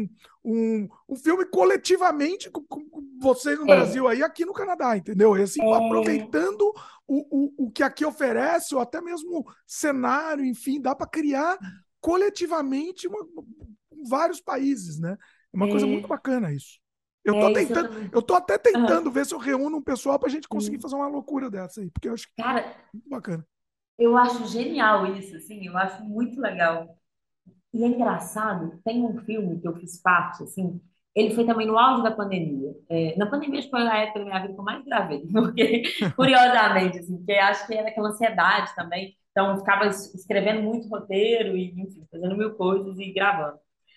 um filme coletivamente com vocês no É, Brasil aí, aqui no Canadá, entendeu? E assim, é, aproveitando o que aqui oferece, ou até mesmo cenário, enfim, dá para criar coletivamente vários países, né? É uma coisa muito é, bacana isso. isso eu também. Eu tô até tentando Aham. ver se eu reúno um pessoal para a gente conseguir Sim. fazer uma loucura dessa aí, porque eu acho Cara, muito bacana. eu acho genial isso, assim, eu acho muito legal. E é engraçado, tem um filme que eu fiz parte, assim, ele foi também no auge da pandemia. Na pandemia, acho que foi a época da minha vida que eu mais gravei, porque, curiosamente, assim, porque acho que era aquela ansiedade também. Então, eu ficava escrevendo muito roteiro e, enfim, fazendo mil coisas e gravando.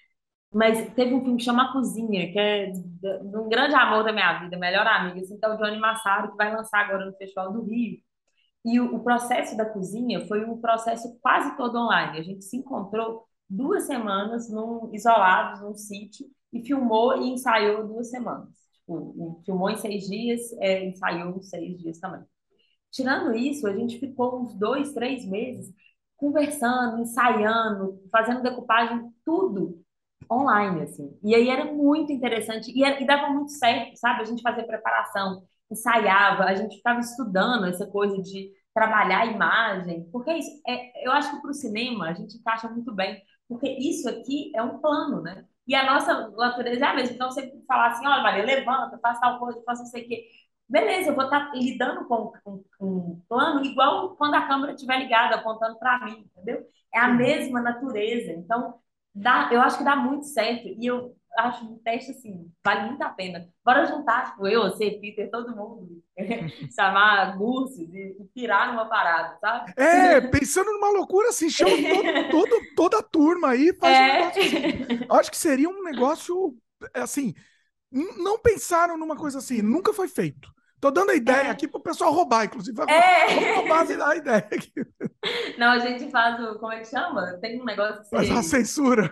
Mas teve um filme que chama A Cozinha, que é de um grande amor da minha vida, melhor amiga, assim, que é o Johnny Massaro, que vai lançar agora no Festival do Rio. E o processo da cozinha foi um processo quase todo online. A gente se encontrou 2 semanas isolados num sítio e filmou e ensaiou 2 semanas. Tipo, filmou em 6 dias, ensaiou em 6 dias também. Tirando isso, a gente ficou uns 2, 3 meses conversando, ensaiando, fazendo decupagem, tudo online, assim. E aí era muito interessante e dava muito certo, sabe? A gente fazia preparação, ensaiava, a gente ficava estudando essa coisa de trabalhar a imagem, porque eu acho que para o cinema a gente encaixa muito bem, porque isso aqui é um plano, né? E a nossa natureza é a mesma. Então, você falar assim, olha, Maria, levanta, faz tal coisa, faz não sei o quê. Beleza, eu vou estar lidando com um plano igual quando a câmera estiver ligada, apontando para mim, entendeu? É a Sim. mesma natureza. Então, eu acho que dá muito certo. E eu acho um teste assim, vale muito a pena. Bora juntar, tipo, eu, você, Peter, todo mundo, chamar Gúrcios e pirar numa parada, sabe? É, pensando numa loucura assim, chama toda a turma aí, faz um negócio assim. É. Eu acho que seria um negócio assim, não pensaram numa coisa assim, nunca foi feito. Tô dando a ideia aqui É. pro pessoal roubar, inclusive. Vamos roubar É. a ideia aqui. Não, a gente faz o. Como é que chama? Tem um negócio que Faz uma você. censura,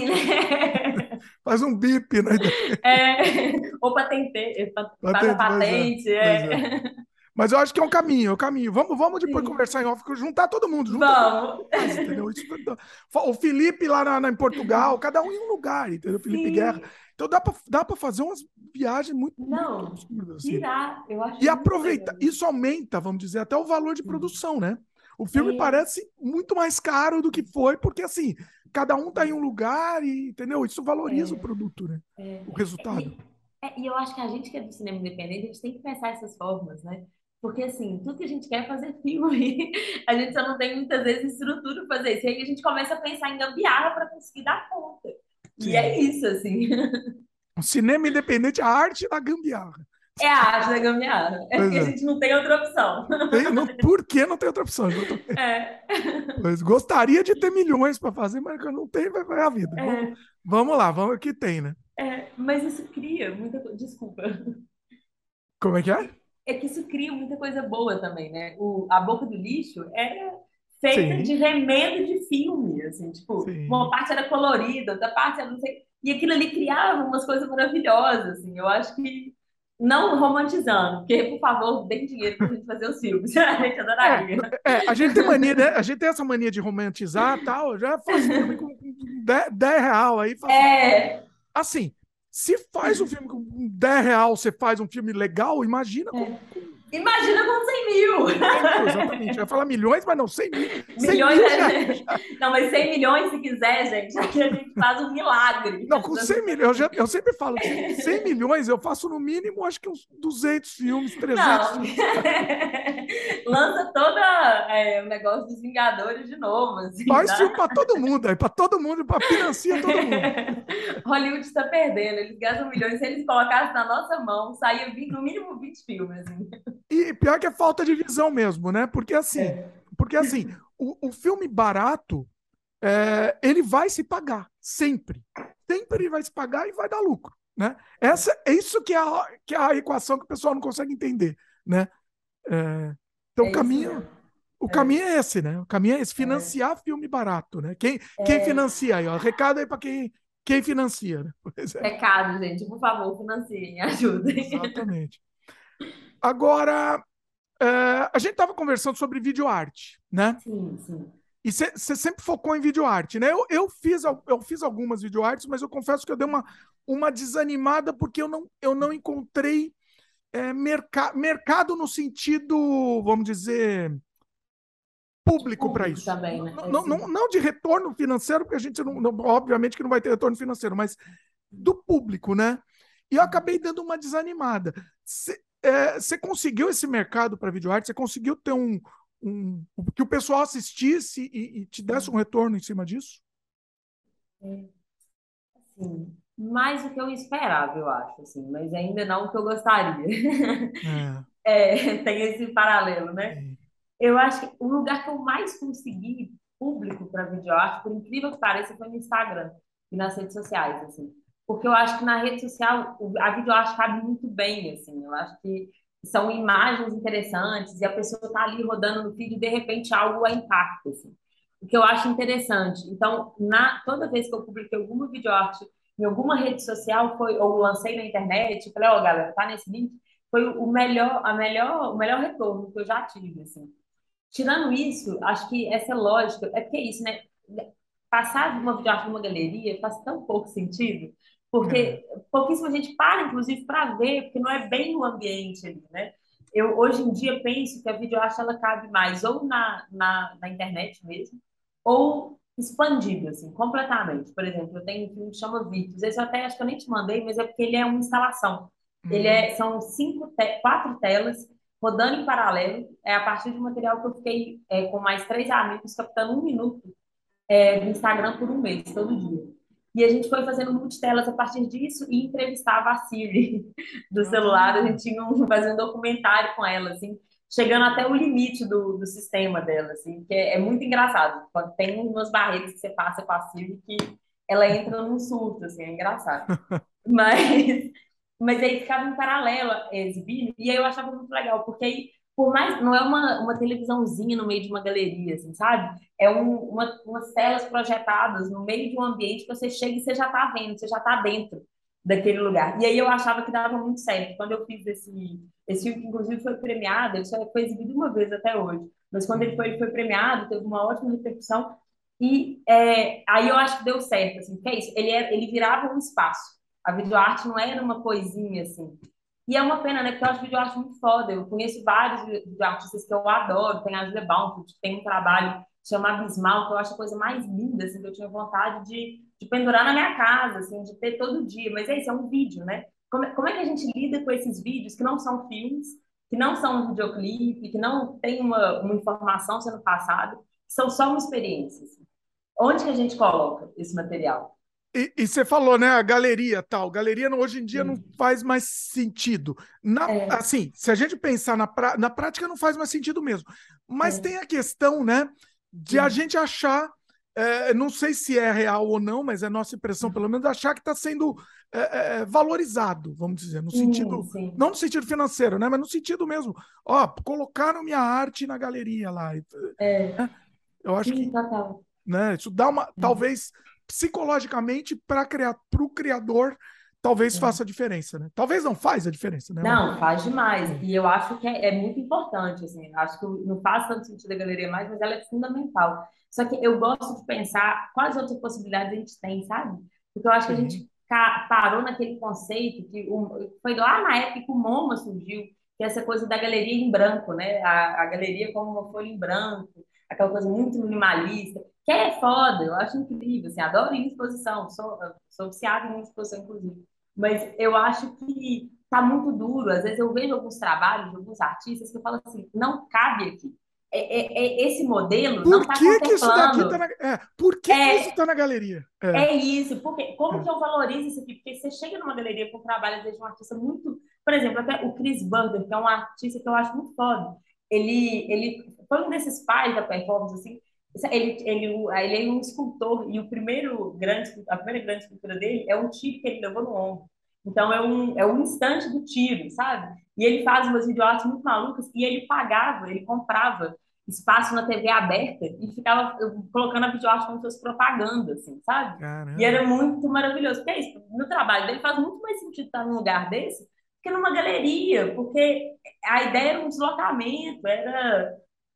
E, faz um bip na ideia. ou patente, faz a Patente, pois é, patente. pois é. Mas eu acho que é um caminho, é um caminho. Vamos depois Sim. conversar em off, juntar todo mundo, junta todo mundo Vamos. e faz, entendeu? O Felipe lá em Portugal, cada um em um lugar, entendeu? Felipe Guerra. Sim. Então dá para fazer umas viagens muito Não, absurdas, assim. pirar. Eu E acho muito aproveita, legal. isso aumenta, vamos dizer, até o valor de Sim. produção, né? O filme É, parece muito mais caro do que foi, porque assim, cada um tá em um lugar e, entendeu? Isso valoriza o é, produto, né? é. O resultado. E eu acho que a gente que é do cinema independente, a gente tem que pensar essas formas, né? Porque, assim, tudo que a gente quer é fazer filme. A gente só não tem, muitas vezes, estrutura para fazer isso. E aí a gente começa a pensar em gambiarra para conseguir dar conta. E é Sim. isso, assim. O cinema independente é a arte da gambiarra. É a arte da gambiarra. É Pois porque a é. gente não tem outra opção. Por que não tem outra opção? Exatamente. É. Pois, gostaria de ter milhões para fazer, mas que eu não tenho, vai a vida. É. Vamos lá, vamos o que tem, né? Mas isso cria muita coisa. Desculpa. Como é que é? É que isso cria muita coisa boa também, né? A Boca do Lixo era feita de Sim, remendo de filme, assim, tipo, uma sim. parte era colorida, outra parte era não sei. E aquilo ali criava umas coisas maravilhosas, assim. Eu acho que não romantizando, porque, por favor, deem dinheiro pra gente fazer os filmes. A gente É, adoraria. a gente tem mania, né? A gente tem essa mania de romantizar tal. Eu já faço filme com 10 real aí, faço. É, Assim, se faz um filme com 10 real, você faz um filme legal, imagina é. com Imagina com 100 mil! 100 mil, exatamente. Eu ia falar milhões, mas não, 100 mil. 100 Milhões mil já, é... Não, mas 100 milhões, se quiser, gente, aqui a gente faz um milagre. não, com 100 milhões, eu sempre falo que com 100 milhões eu faço no mínimo, acho que uns 200 filmes, 300 Não. filmes. Lança toda o negócio dos Vingadores de novo, assim, Faz filme tá? para todo mundo, aí para todo mundo, para financia todo mundo. Hollywood está perdendo, eles gastam milhões. Se eles colocassem na nossa mão, saía no mínimo 20 filmes. Assim. E pior que é falta de visão mesmo, né? É, Porque assim, o filme barato, ele vai se pagar, sempre. Sempre ele vai se pagar e vai dar lucro, né? É isso que é a equação que o pessoal não consegue entender, né? É, então é isso mesmo. o É, caminho é esse, né? O caminho é esse, é, financiar filme barato, né? Quem é. financia aí, ó? Recado aí para quem financia, né? Pois é, Recado, gente, por favor, financiem, ajudem. exatamente. Agora, a gente estava conversando sobre videoarte, né? Sim, sim. E você sempre focou em videoarte, né? Eu fiz algumas videoartes, mas eu confesso que eu dei uma desanimada porque eu não encontrei mercado no sentido, vamos dizer, De público para público isso. também, né? Não de retorno financeiro, porque a gente obviamente que não vai ter retorno financeiro, mas do público, né? E eu acabei dando uma desanimada. Você conseguiu esse mercado para videoarte? Você conseguiu ter que o pessoal assistisse e te desse um retorno em cima disso? É, assim, mais do que eu esperava, eu acho, assim, mas ainda não o que eu gostaria. É, Tem esse paralelo, né? sim. Eu acho que o lugar que eu mais consegui público para videoarte, por incrível que pareça, foi no Instagram e nas redes sociais, assim. Porque eu acho que na rede social a videoarte cabe muito bem, assim. Eu acho que são imagens interessantes e a pessoa está ali rodando no feed e de repente algo a impacta, assim. O que eu acho interessante. Então, toda vez que eu publiquei alguma videoarte em alguma rede social, ou lancei na internet, falei, ó, galera, tá nesse link, foi o melhor retorno que eu já tive, assim. Tirando isso, acho que essa lógica, é porque é isso, né? Passar de uma videoarte numa galeria faz tão pouco sentido, É, porque pouquíssima gente para, inclusive, para ver, porque não é bem o ambiente ali, né? Eu, hoje em dia, penso que a videoarte ela cabe mais ou na internet mesmo, ou expandida, assim, completamente. Por exemplo, eu tenho um filme que chama Virtus. Esse eu até acho que eu nem te mandei, mas é porque ele é uma instalação. hum, São quatro telas rodando em paralelo. É a partir de um material que eu fiquei com mais três amigos captando um minuto do Instagram por um mês, todo dia. E a gente foi fazendo multitelas a partir disso e entrevistava a Siri do celular. A ah, gente fazia um documentário com ela, assim, chegando até o limite do sistema dela, assim, que é muito engraçado. Quando tem umas barreiras que você passa com a Siri que ela entra num surto, assim, é engraçado. Mas, mas aí ficava em paralelo exibindo, e aí eu achava muito legal, porque aí, por mais, não é uma televisãozinha no meio de uma galeria, assim, sabe? Umas telas projetadas no meio de um ambiente que você chega e você já está vendo, você já está dentro daquele lugar. E aí eu achava que dava muito certo. Quando eu fiz esse filme, que inclusive foi premiado, ele só foi exibido uma vez até hoje, mas quando ele foi premiado, teve uma ótima repercussão, e aí eu acho que deu certo, assim, porque é isso, ele virava um espaço. A videoarte não era uma coisinha assim. E é uma pena, né? Porque eu acho videoarte muito foda. Eu conheço vários videoartistas que eu adoro. Tem a Julia Baumfield, que tem um trabalho chamado Abismal, que eu acho a coisa mais linda, assim, que eu tinha vontade de pendurar na minha casa, assim, de ter todo dia. Mas é isso, é um vídeo, né? Como é que a gente lida com esses vídeos que não são filmes, que não são um videoclipe, que não tem uma informação sendo passada, que são só uma experiência, assim. Onde que a gente coloca esse material? e você falou, né, a galeria tal. Galeria hoje em dia não Sim. faz mais sentido. É, Assim, se a gente pensar na prática, não faz mais sentido mesmo. Mas é, tem a questão, né, de a sim. gente achar, não sei se é real ou não, mas é nossa impressão, pelo menos, achar que está sendo valorizado, vamos dizer, no sentido, Sim. não no sentido financeiro, né, mas no sentido mesmo. Ó, colocaram minha arte na galeria lá. É, Né? Eu acho sim, que, total. né? Isso dá uma, talvez psicologicamente para o criador, talvez É. faça a diferença, né? Talvez não faz a diferença, né? Mas, Não, faz demais. é, E eu acho que é muito importante, assim. Acho que não faz tanto sentido a galeria mais, mas ela é fundamental. Só que eu gosto de pensar quais outras possibilidades a gente tem, sabe? Porque eu acho que a sim. gente parou naquele conceito que foi lá na época que o MoMA surgiu, que é essa coisa da galeria em branco, né? A galeria como uma folha em branco, aquela coisa muito minimalista, que é foda, eu acho incrível, assim, adoro ir em exposição, sou viciada em exposição, inclusive. Mas eu acho que tá muito duro. Às vezes eu vejo alguns trabalhos de alguns artistas que eu falo assim, não cabe aqui. Esse modelo não Por está que que isso daqui tá contemplando. na, por que que isso É, tá na galeria? é isso. Porque, como É. que eu valorizo isso aqui? Porque você chega numa galeria com um trabalho, às vezes, de um artista muito. Por exemplo, até o Chris Burden, que é um artista que eu acho muito foda. Ele foi um desses pais da performance, assim. Ele é um escultor, e a primeira grande escultura dele é um tiro que ele levou no ombro. Então, é um instante do tiro, sabe? E ele faz umas videoartes muito malucas, e ele comprava espaço na TV aberta e ficava colocando a videoarte como se fosse propaganda, assim, sabe? E Caramba. era muito maravilhoso. Porque é isso, no trabalho dele faz muito mais sentido estar num lugar desse que numa galeria, porque a ideia era um deslocamento, era.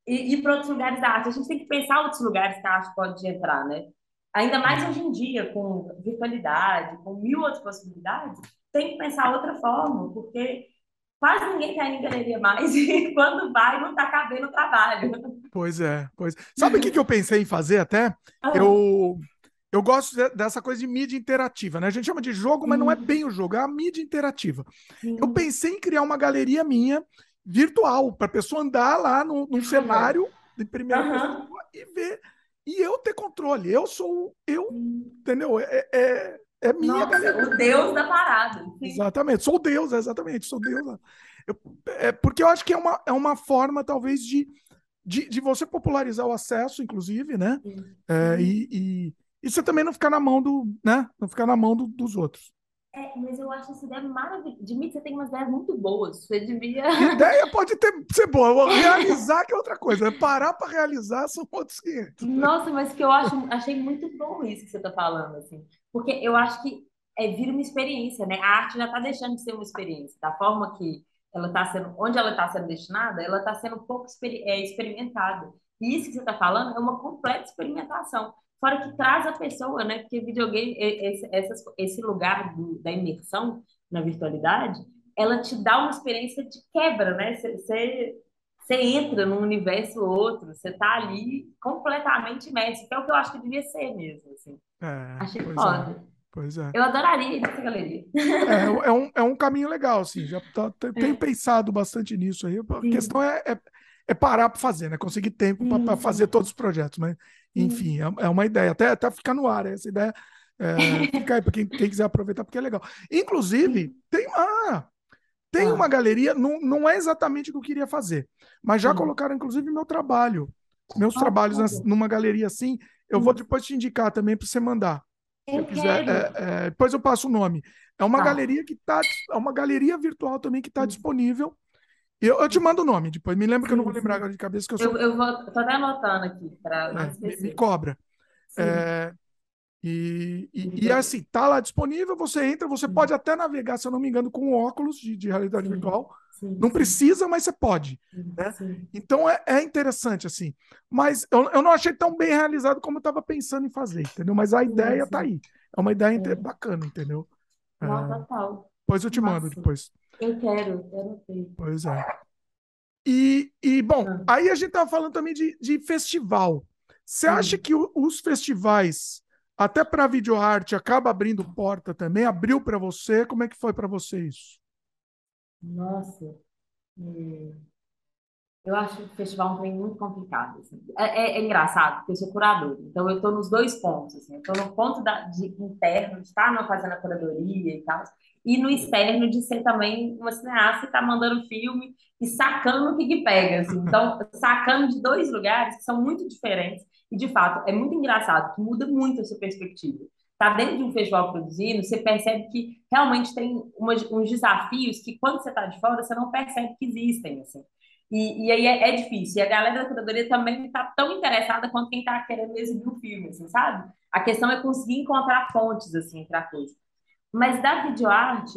e ir para outros lugares da arte. A gente tem que pensar outros lugares que a arte pode entrar, né? Ainda mais hoje em dia, com virtualidade, com mil outras possibilidades, tem que pensar outra forma, porque quase ninguém está indo em galeria mais e quando vai não está cabendo o trabalho. Pois é, pois. Sabe o que que eu pensei em fazer até? Ah, Eu gosto dessa coisa de mídia interativa, né? A gente chama de jogo, mas não é sim, bem o jogo, é a mídia interativa. Eu sim. pensei em criar uma galeria minha virtual, para a pessoa andar lá num Cara, cenário de primeira aham. pessoa e ver, e eu ter controle. Eu sou eu, Sim. entendeu? É minha Nossa, galeria. o Deus da parada. Sim. Exatamente, sou Deus, exatamente, sou Deus. Porque eu acho que é uma forma, talvez, de você popularizar o acesso, inclusive, né? Sim. É, Sim. e você também não ficar na mão né? Não ficar na mão dos outros. Mas eu acho essa ideia maravilhosa. De mim, você tem umas ideias muito boas. Você devia. Ideia pode ser boa, realizar que é outra coisa. Parar para realizar são outros 500. Nossa, mas que achei muito bom isso que você está falando, assim. Porque eu acho que vira uma experiência, né? A arte já está deixando de ser uma experiência. Da forma que ela está sendo, onde ela está sendo destinada, ela está sendo um pouco experimentada. E isso que você está falando é uma completa experimentação. Fora que traz a pessoa, né? Porque videogame, esse lugar da imersão na virtualidade, ela te dá uma experiência de quebra, né? Você entra num universo outro, você tá ali completamente imerso, que é o que eu acho que devia ser mesmo, assim. Achei Pois é, foda. pois é. Eu adoraria ir nessa galeria. É um caminho legal, assim. Tenho É, pensado bastante nisso aí. A questão sim, é parar para fazer, né? Conseguir tempo para sim, fazer sim, todos os projetos. Mas, enfim, sim. é uma ideia. Até ficar no ar. Essa ideia fica aí para quem quiser aproveitar, porque é legal. Inclusive, Sim. tem uma Ah, galeria, não é exatamente o que eu queria fazer, mas já sim. colocaram, inclusive, meu trabalho. Meus Oh, que trabalhos legal. numa galeria assim. Eu vou Sim. depois te indicar também para você mandar. Se você Eu quiser, quero. depois eu passo o nome. É uma Tá. galeria é uma galeria virtual também que está Sim, disponível. Eu te mando o nome depois. Me lembro que eu não vou sim, lembrar sim. agora de cabeça que eu sou. Tô até anotando aqui, para não Me esquecer. cobra. Sim. É, e Video- assim, tá lá disponível, você entra, você pode Sim, até navegar, se eu não me engano, com óculos de realidade sim, virtual. sim, Não sim, precisa, mas você pode, sim, né? sim. Então é interessante, assim. Mas eu não achei tão bem realizado como eu estava pensando em fazer, entendeu? Mas a Sim, ideia tá sim. aí. É uma ideia É. bacana, entendeu? É, Não, total. depois eu te mando Massa. depois. Eu quero ter. Pois é. Bom, Ah, aí a gente estava falando também de festival. Você acha sim. que os festivais, até para videoarte, acaba abrindo porta também? Abriu para você? Como é que foi para você isso? Nossa. É, eu acho que o festival é um trem muito complicado, assim. É engraçado, porque eu sou curadora, então eu estou nos dois pontos, assim. Eu estou no ponto de interno, de estar fazendo a curadoria e tal, e no externo de ser também uma cineasta que está mandando filme e sacando o que pega, assim. Então, sacando de dois lugares que são muito diferentes, e de fato, é muito engraçado, que muda muito a sua perspectiva. Tá dentro de um festival produzindo, você percebe que realmente tem uns desafios que, quando você está de fora, você não percebe que existem, assim. E aí é difícil. E a galera da curadoria também está tão interessada quanto quem está querendo exibir o filme, assim, sabe? A questão é conseguir encontrar pontes, assim, para a coisa. Mas da videoarte,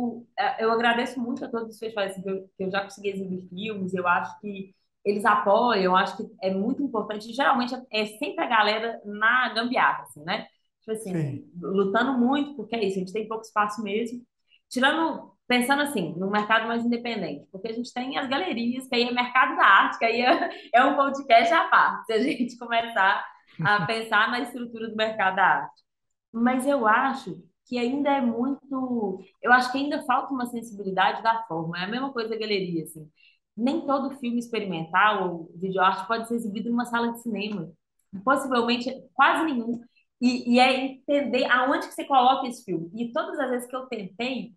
eu agradeço muito a todos os festivais assim, que eu já consegui exibir filmes. Eu acho que eles apoiam, eu acho que é muito importante. Geralmente é sempre a galera na gambiarra, assim, né? Tipo Sim, assim, lutando muito, porque é isso, a gente tem pouco espaço mesmo. Tirando, pensando assim, no mercado mais independente, porque a gente tem as galerias, que aí é mercado da arte, que aí é um podcast à parte, se a gente começar a pensar na estrutura do mercado da arte. Mas eu acho que ainda é muito. Eu acho que ainda falta uma sensibilidade da forma. É a mesma coisa da galeria, assim. Nem todo filme experimental ou videoarte pode ser exibido numa sala de cinema. Possivelmente, quase nenhum. E é entender aonde que você coloca esse filme. E todas as vezes que eu tentei,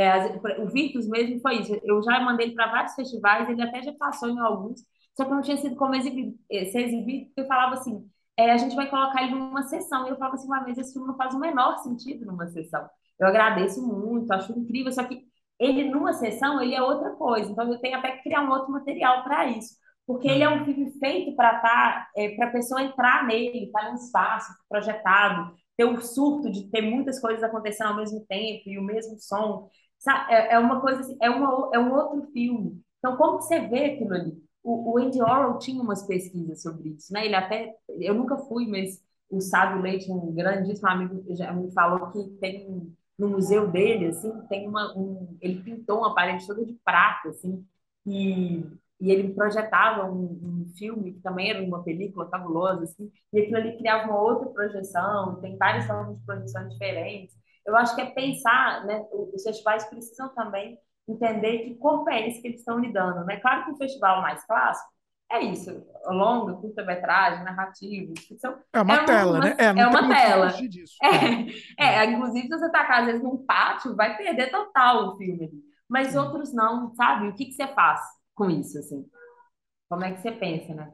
o Virtus mesmo foi isso. Eu já mandei ele para vários festivais, ele até já passou em alguns, só que não tinha sido como ser exibido, porque eu falava assim, a gente vai colocar ele numa sessão. E eu falo assim, mas esse filme não faz o menor sentido numa sessão. Eu agradeço muito, acho incrível, só que ele numa sessão, ele é outra coisa. Então eu tenho até que criar um outro material para isso. Porque ele é um filme feito para a pessoa entrar nele, estar num espaço projetado, ter o surto de ter muitas coisas acontecendo ao mesmo tempo e o mesmo som. Sabe? É uma coisa assim, é um outro filme. Então, como que você vê aquilo ali? o Andy Orwell tinha umas pesquisas sobre isso, né? Ele até, eu nunca fui, mas o Sábio Leite, um grandíssimo amigo, já me falou que tem no museu dele, assim, tem ele pintou uma parede toda de prata, assim, e, e ele projetava um filme que também era uma película fabulosa, assim, e aquilo ali criava uma outra projeção, tem várias formas de projeção diferentes. Eu acho que é pensar, né? Os festivais precisam também entender que corpo é esse que eles estão lidando, né? Claro que um festival mais clássico é isso, longa, curta-metragem, narrativa, ficção, É uma tela, né? é Não tem uma muito como tela. fugir disso. É. Inclusive, se você tacar, às vezes, num pátio, vai perder total o filme ali. Mas Sim. outros não, sabe? O que que você faz com isso, assim? Como é que você pensa, né?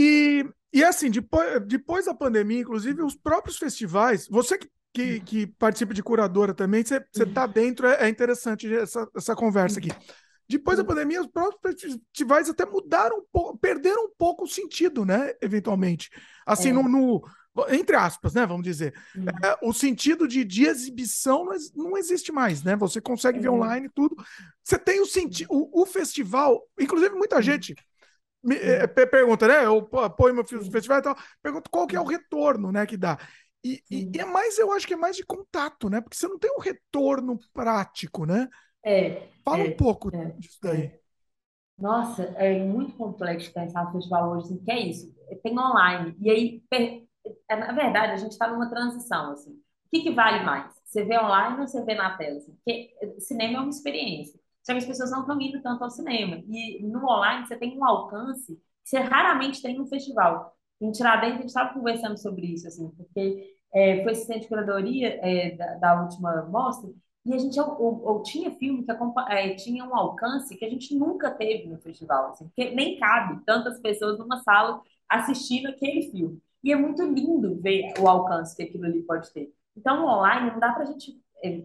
E assim, depois da pandemia, inclusive, os próprios festivais, você que participa de curadora também, você tá dentro, é interessante essa conversa aqui. Depois da pandemia, os próprios festivais até mudaram um pouco, perderam um pouco o sentido, né? Eventualmente. Assim, É, entre aspas, né? Vamos dizer. O sentido de exibição não existe mais, né? Você consegue ver online tudo. Você tem o sentido. O festival, inclusive, muita gente pergunta, né? Eu apoio meu festival e tal. Pergunta qual que é o retorno, né, que dá. E é mais, eu acho que é mais de contato, né? Porque você não tem um retorno prático, né? é, Fala um é, pouco é, disso daí. é. Nossa, é muito complexo pensar no festival hoje, assim, que é isso, tem online. E aí, na verdade, a gente está numa transição, assim. O que que vale mais? Você vê online ou você vê na tela? Assim? Porque cinema é uma experiência. Só que as pessoas não estão indo tanto ao cinema. E no online você tem um alcance que você raramente tem no festival. Em Tiradentes, a gente estava conversando sobre isso, assim, porque foi assistente de curadoria da última mostra, e a gente tinha filme que tinha um alcance que a gente nunca teve no festival, assim, porque nem cabe tantas pessoas numa sala assistindo aquele filme. E é muito lindo ver o alcance que aquilo ali pode ter. Então, o online não dá para a gente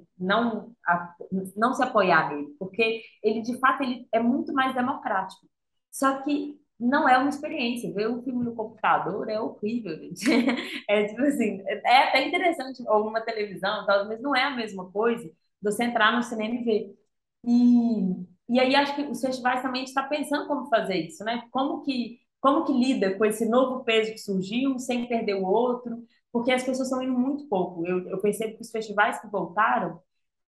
não se apoiar nele, porque ele, de fato, ele é muito mais democrático. Só que não é uma experiência. Ver um filme no computador é horrível, gente. É tipo assim, é até interessante, ou numa televisão, tal, mas não é a mesma coisa de você entrar no cinema e ver. E aí acho que os festivais também estão pensando como fazer isso, né? Como que lida com esse novo peso que surgiu sem perder o outro, porque as pessoas estão indo muito pouco. Eu percebo que os festivais que voltaram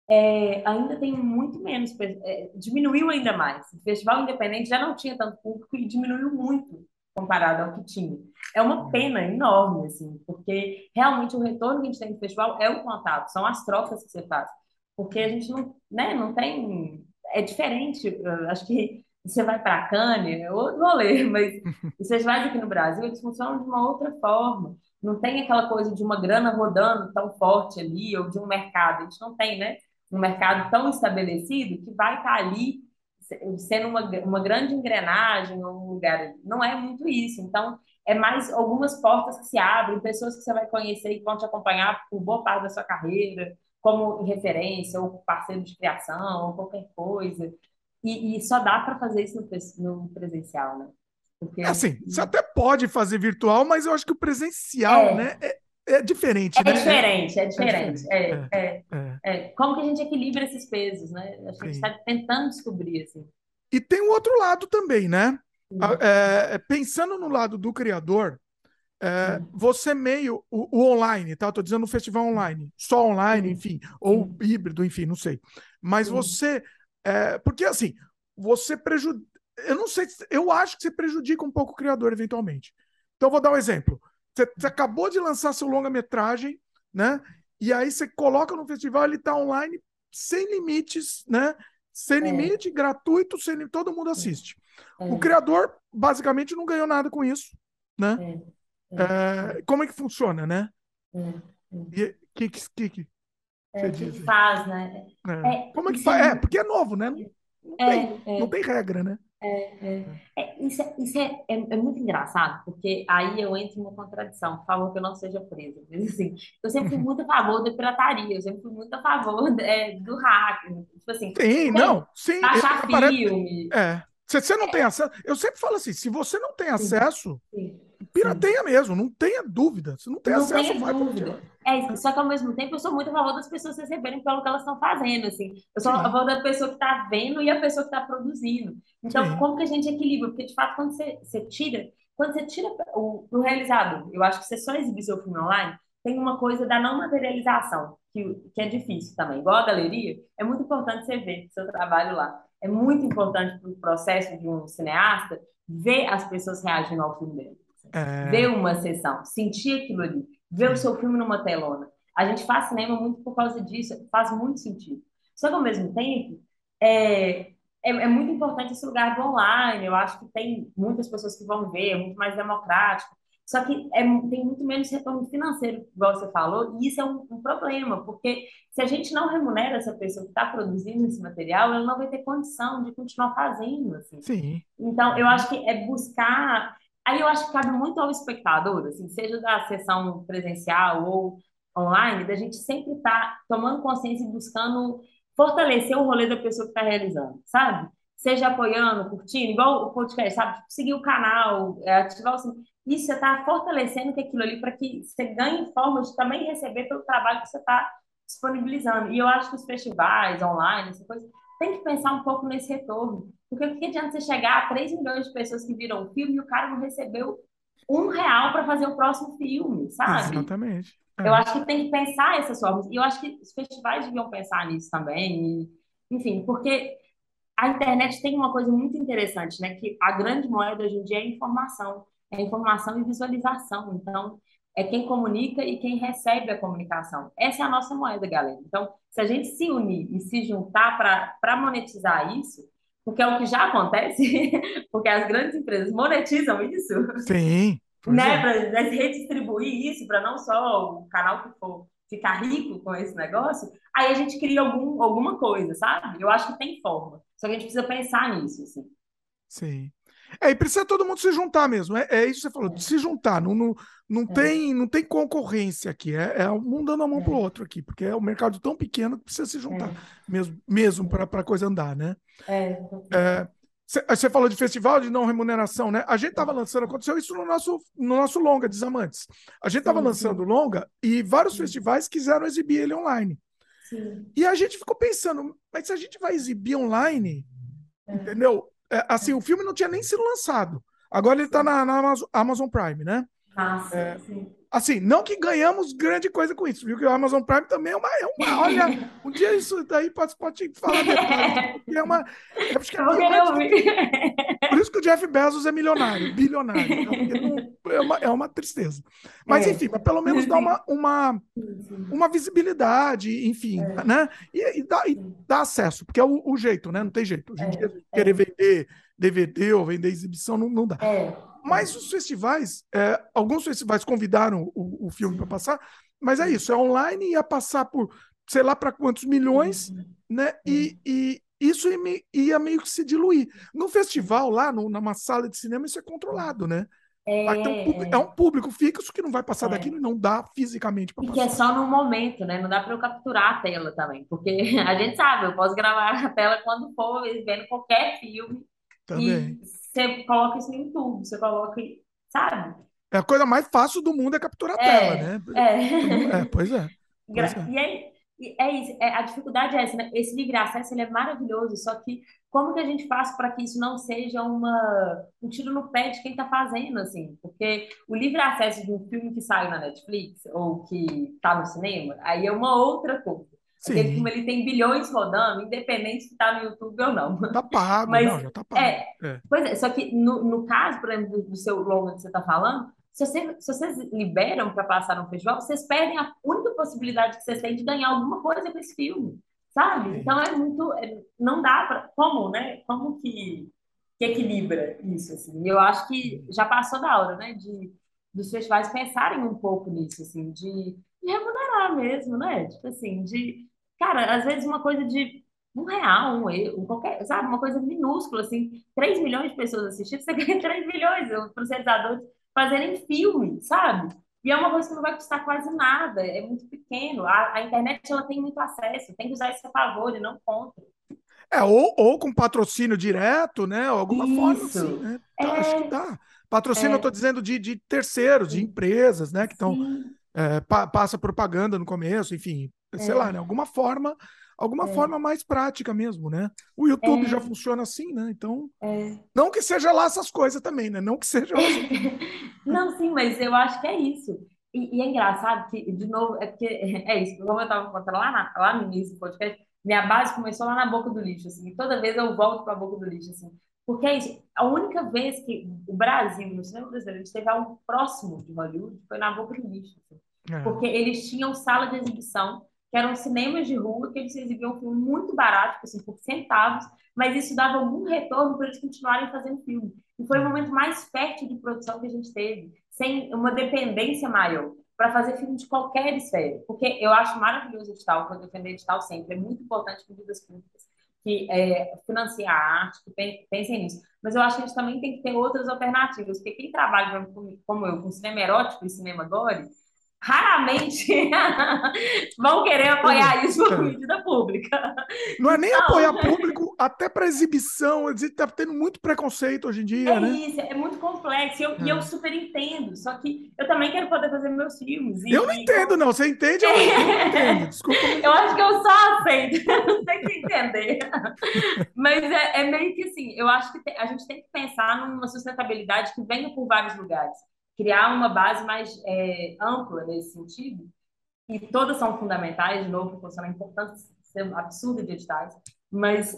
ainda tem muito menos, diminuiu ainda mais. O festival independente já não tinha tanto público e diminuiu muito comparado ao que tinha. É uma pena enorme, assim, porque realmente o retorno que a gente tem no festival é o contato, são as trocas que você faz. Porque a gente não, né, não tem. É diferente, eu acho que você vai para Cannes, é outro rolê, mas os festivais aqui no Brasil, eles funcionam de uma outra forma. Não tem aquela coisa de uma grana rodando tão forte ali, ou de um mercado. A gente não tem, né? Um mercado tão estabelecido que vai estar ali sendo uma grande engrenagem ou um lugar. Não é muito isso. Então, é mais algumas portas que se abrem, pessoas que você vai conhecer e vão te acompanhar por boa parte da sua carreira, como referência, ou parceiro de criação, ou qualquer coisa. E só dá para fazer isso no presencial, né? Porque Assim, você até pode fazer virtual, mas eu acho que o presencial, é, né, é diferente, é né? diferente, é É diferente. diferente. É. Como que a gente equilibra esses pesos, né? Acho que a gente Sim. está tentando descobrir, assim. E tem o outro lado também, né? Sim, Pensando no lado do criador, sim, você meio o online, tá? Estou dizendo o festival online, só online, sim, enfim, ou sim, híbrido, enfim, não sei. Mas sim, porque assim, você prejudica, eu não sei, eu acho que você prejudica um pouco o criador eventualmente. Então, eu vou dar um exemplo. Você acabou de lançar seu longa-metragem, né? E aí você coloca no festival, ele está online sem limites, né? Sem é, limite, gratuito, todo mundo assiste. O é, criador basicamente não ganhou nada com isso, né? é, é, Como é que funciona, né? é, é. E o que você O que diz que aí? faz, né? Como é que Isso é, faz? Porque é novo, né? Não tem, não é, tem regra, né? isso é muito engraçado, porque aí eu entro em uma contradição, por favor que eu não seja presa. Mas assim, eu sempre fui muito a favor da pirataria, eu sempre fui muito a favor do hack, tipo assim, Tem, não, sim. baixar filme. Se você não tem acesso, eu sempre falo assim: se você não tem Sim, acesso, sim. Sim. pirateia mesmo, não tenha dúvida. Se não tem Não acesso, tenha vai para dúvida. piratear. Só que ao mesmo tempo eu sou muito a favor das pessoas receberem pelo que elas estão fazendo, assim. Eu sou a Sim, favor da pessoa que está vendo e a pessoa que está produzindo. Então, sim, como que a gente equilibra? Porque, de fato, quando você tira o realizador, eu acho que você só exibir seu filme online, tem uma coisa da não materialização, que é difícil também. Igual a galeria, é muito importante você ver seu trabalho lá. É muito importante para o processo de um cineasta ver as pessoas reagindo ao filme dele. Ver é, uma sessão, sentir aquilo ali, ver o sim, seu filme numa telona. A gente faz cinema muito por causa disso, faz muito sentido. Só que, ao mesmo tempo, é muito importante esse lugar do online. Eu acho que tem muitas pessoas que vão ver, é muito mais democrático. Só que tem muito menos retorno financeiro, igual você falou, e isso é um problema, porque se a gente não remunera essa pessoa que está produzindo esse material, ela não vai ter condição de continuar fazendo, assim. sim. Então, eu Uhum. acho que é buscar. Aí eu acho que cabe muito ao espectador, assim, seja da sessão presencial ou online, da gente sempre estar tomando consciência e buscando fortalecer o rolê da pessoa que está realizando, sabe? Seja apoiando, curtindo, igual o podcast, sabe? Tipo, seguir o canal, ativar o sininho. Isso você está fortalecendo que aquilo ali para que você ganhe forma de também receber pelo trabalho que você está disponibilizando. E eu acho que os festivais online, essa coisa, tem que pensar um pouco nesse retorno. Porque o que adianta você chegar a 3 milhões de pessoas que viram o filme e o cara não recebeu R$ 1 para fazer o próximo filme, sabe? Exatamente. Eu É. acho que tem que pensar essas formas. E eu acho que os festivais deviam pensar nisso também. Enfim, porque a internet tem uma coisa muito interessante, né? Que a grande moeda hoje em dia é a informação. É informação e visualização. Então, é quem comunica e quem recebe a comunicação. Essa é a nossa moeda, galera. Então, se a gente se unir e se juntar para monetizar isso, porque é o que já acontece, porque as grandes empresas monetizam isso, Sim, pois né, é. para redistribuir isso, para não só o canal que for ficar rico com esse negócio, aí a gente cria alguma coisa, sabe? Eu acho que tem forma. Só que a gente precisa pensar nisso, assim. Sim. E precisa todo mundo se juntar mesmo. É isso que você falou, de se juntar. Não, não, É, não tem concorrência aqui. É um dando a mão pro é, outro aqui, porque é um mercado tão pequeno que precisa se juntar é, mesmo para a coisa andar, né? total. Você falou de festival de não remuneração, né? A gente estava lançando, aconteceu isso no nosso longa, Desamantes. A gente estava Sim, lançando o sim, longa e vários sim, festivais quiseram exibir ele online. sim. E a gente ficou pensando, mas se a gente vai exibir online, É, entendeu? Assim, o é, filme não tinha nem sido lançado. Agora ele está sim. na Amazon Prime, né? Massa, sim. Assim, não que ganhamos grande coisa com isso, viu? Que o Amazon Prime também olha, um dia isso daí pode falar detalhes, porque acho que é a Eu vou coisa querer mais ouvir. difícil. Por isso que o Jeff Bezos é milionário, bilionário, então, porque não, é uma tristeza. Mas, É, enfim, mas pelo menos dá sim, sim, uma sim. visibilidade, enfim, É, né? E sim. dá acesso, porque é o jeito, né? Não tem jeito. Hoje em dia, querer É, vender DVD ou vender exibição não dá. é, Mas os festivais, alguns festivais convidaram o filme para sim, passar, mas é sim, isso, é online, ia passar por sei lá para quantos sim, milhões, sim. né? É. E isso ia meio que se diluir. No festival, lá, numa sala de cinema, isso é controlado, né? Vai ter é um É, público fixo que não vai passar daquilo e é. não dá fisicamente para E que é passar. só no momento, né? Não dá para eu capturar a tela também, porque a gente sabe, eu posso gravar a tela quando for, vendo qualquer filme, Também. e você coloca isso no YouTube, você coloca, sabe? É a coisa mais fácil do mundo é capturar a tela, É, né? é. Pois é. Pois é. E é isso, a dificuldade é essa, né? Esse livre acesso ele é maravilhoso, só que como que a gente faz para que isso não seja um tiro no pé de quem está fazendo, assim? Porque o livre acesso de um filme que saiu na Netflix ou que está no cinema, aí é uma outra coisa. Aquele filme Sim. ele tem bilhões rodando, independente se está no YouTube ou não. Tá pago, Mas não, já tá pago. é, É. pois é, só que no caso, por exemplo, do seu longo que você está falando, se vocês liberam para passar no festival, vocês perdem a única possibilidade que vocês têm de ganhar alguma coisa com esse filme, sabe? Então Sim. é muito. Não dá para. Como, né? Como que equilibra isso, assim? E eu acho que já passou da hora, né? Dos festivais pensarem um pouco nisso, assim, de remunerar mesmo, né? Tipo assim, Cara, às vezes uma coisa de R$ 1, qualquer, sabe? Uma coisa minúscula, assim, 3 milhões de pessoas assistindo, você ganha 3 milhões. Para os realizadores fazerem filme, sabe? E é uma coisa que não vai custar quase nada, é muito pequeno. A internet ela tem muito acesso, tem que usar isso a favor e não contra. Ou com patrocínio direto, né? Alguma forma assim, Isso. né? Tá, acho que É, dá. Patrocínio, eu estou dizendo de terceiros, de Sim, empresas, né? Que estão sim, passa propaganda no começo, enfim, sei lá, né? é, Alguma é, forma mais prática mesmo, né? O YouTube já é, funciona assim, né? Então, é. não que seja lá essas coisas também, né? Não que seja lá essas coisas. Não, sim, mas eu acho que é isso. E é engraçado que, de novo, é porque é isso, como eu estava contando lá no início do podcast, minha base começou lá na boca do lixo, assim, e toda vez eu volto para a boca do lixo, assim, porque é isso, a única vez que o Brasil, no cinema brasileiro, esteve algo próximo de Hollywood foi na boca do lixo, assim, É. porque eles tinham sala de exibição, que eram cinemas de rua, que eles exibiam um filme muito barato, tipo assim, por centavos, mas isso dava algum retorno para eles continuarem fazendo filme. E foi o momento mais fértil de produção que a gente teve, sem uma dependência maior, para fazer filme de qualquer esfera. Porque eu acho maravilhoso o edital, vou defender edital sempre, é muito importante medidas públicas que financiar a arte, que pensem nisso. Mas eu acho que a gente também tem que ter outras alternativas, porque quem trabalha como eu, com cinema erótico e cinema gore, raramente vão querer apoiar isso É. por É. medida pública. Não é nem Então, apoiar público, até para exibição. Está tendo muito preconceito hoje em dia, é né? isso, é muito complexo e eu É. super entendo, só que eu também quero poder fazer meus filmes. Eu não entendo, não. Você entende? Eu não entendo. Desculpa, mas Eu eu não acho que entendo. eu só aceito, eu não sei se entender. Mas é meio que assim, eu acho que a gente tem que pensar numa sustentabilidade que venha por vários lugares. Criar uma base mais ampla nesse sentido, e todas são fundamentais, de novo, funciona a importância absurda de editais, mas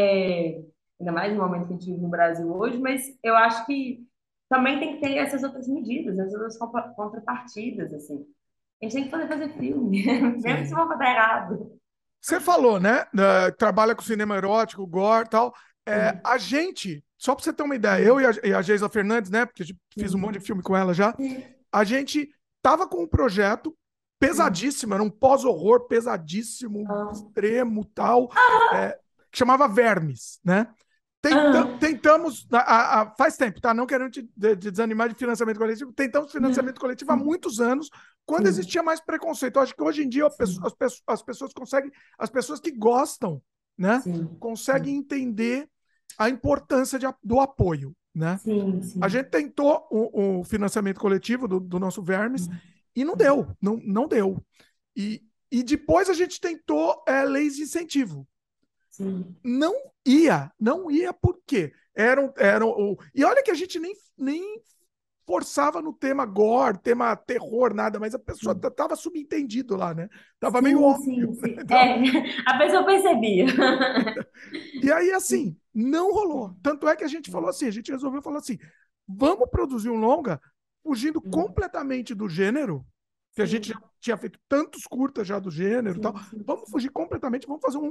ainda mais no momento que a gente vive no Brasil hoje, mas eu acho que também tem que ter essas outras medidas, essas outras contrapartidas, assim. A gente tem que fazer filme, mesmo se Sim. for dar errado. Você falou, né? Trabalha com cinema erótico, gore e tal. Sim, A gente, só para você ter uma ideia, eu sim, e a Geisa Fernandes, né? Porque a gente fiz um monte de sim, filme com ela já. sim, A gente tava com um projeto sim. pesadíssimo, era um pós-horror pesadíssimo, Ah, extremo, tal, é, que chamava Vermes, né? ah, Tentamos, faz tempo, tá? Não querendo te desanimar de financiamento coletivo, tentamos financiamento coletivo há sim, muitos anos, quando sim, existia mais preconceito. Eu acho que hoje em dia sim, as pessoas conseguem, as pessoas que gostam, né, sim, conseguem sim, entender a importância do apoio, né? sim, A sim, gente tentou o financiamento coletivo do nosso Vermes sim, e não deu, não deu. E depois a gente tentou leis de incentivo. sim, Não ia por quê? E olha que a gente nem forçava no tema gore, tema terror, nada, mas a pessoa sim. tava subentendido lá, né? Tava meio Sim, óbvio, sim, né? sim. A pessoa percebia. E aí, assim, não rolou. Tanto é que a gente falou assim, a gente resolveu falar assim, vamos produzir um longa fugindo completamente do gênero, que a gente já Sim, tinha feito tantos curtas já do gênero e tal. sim, sim, Vamos sim. fugir completamente, vamos fazer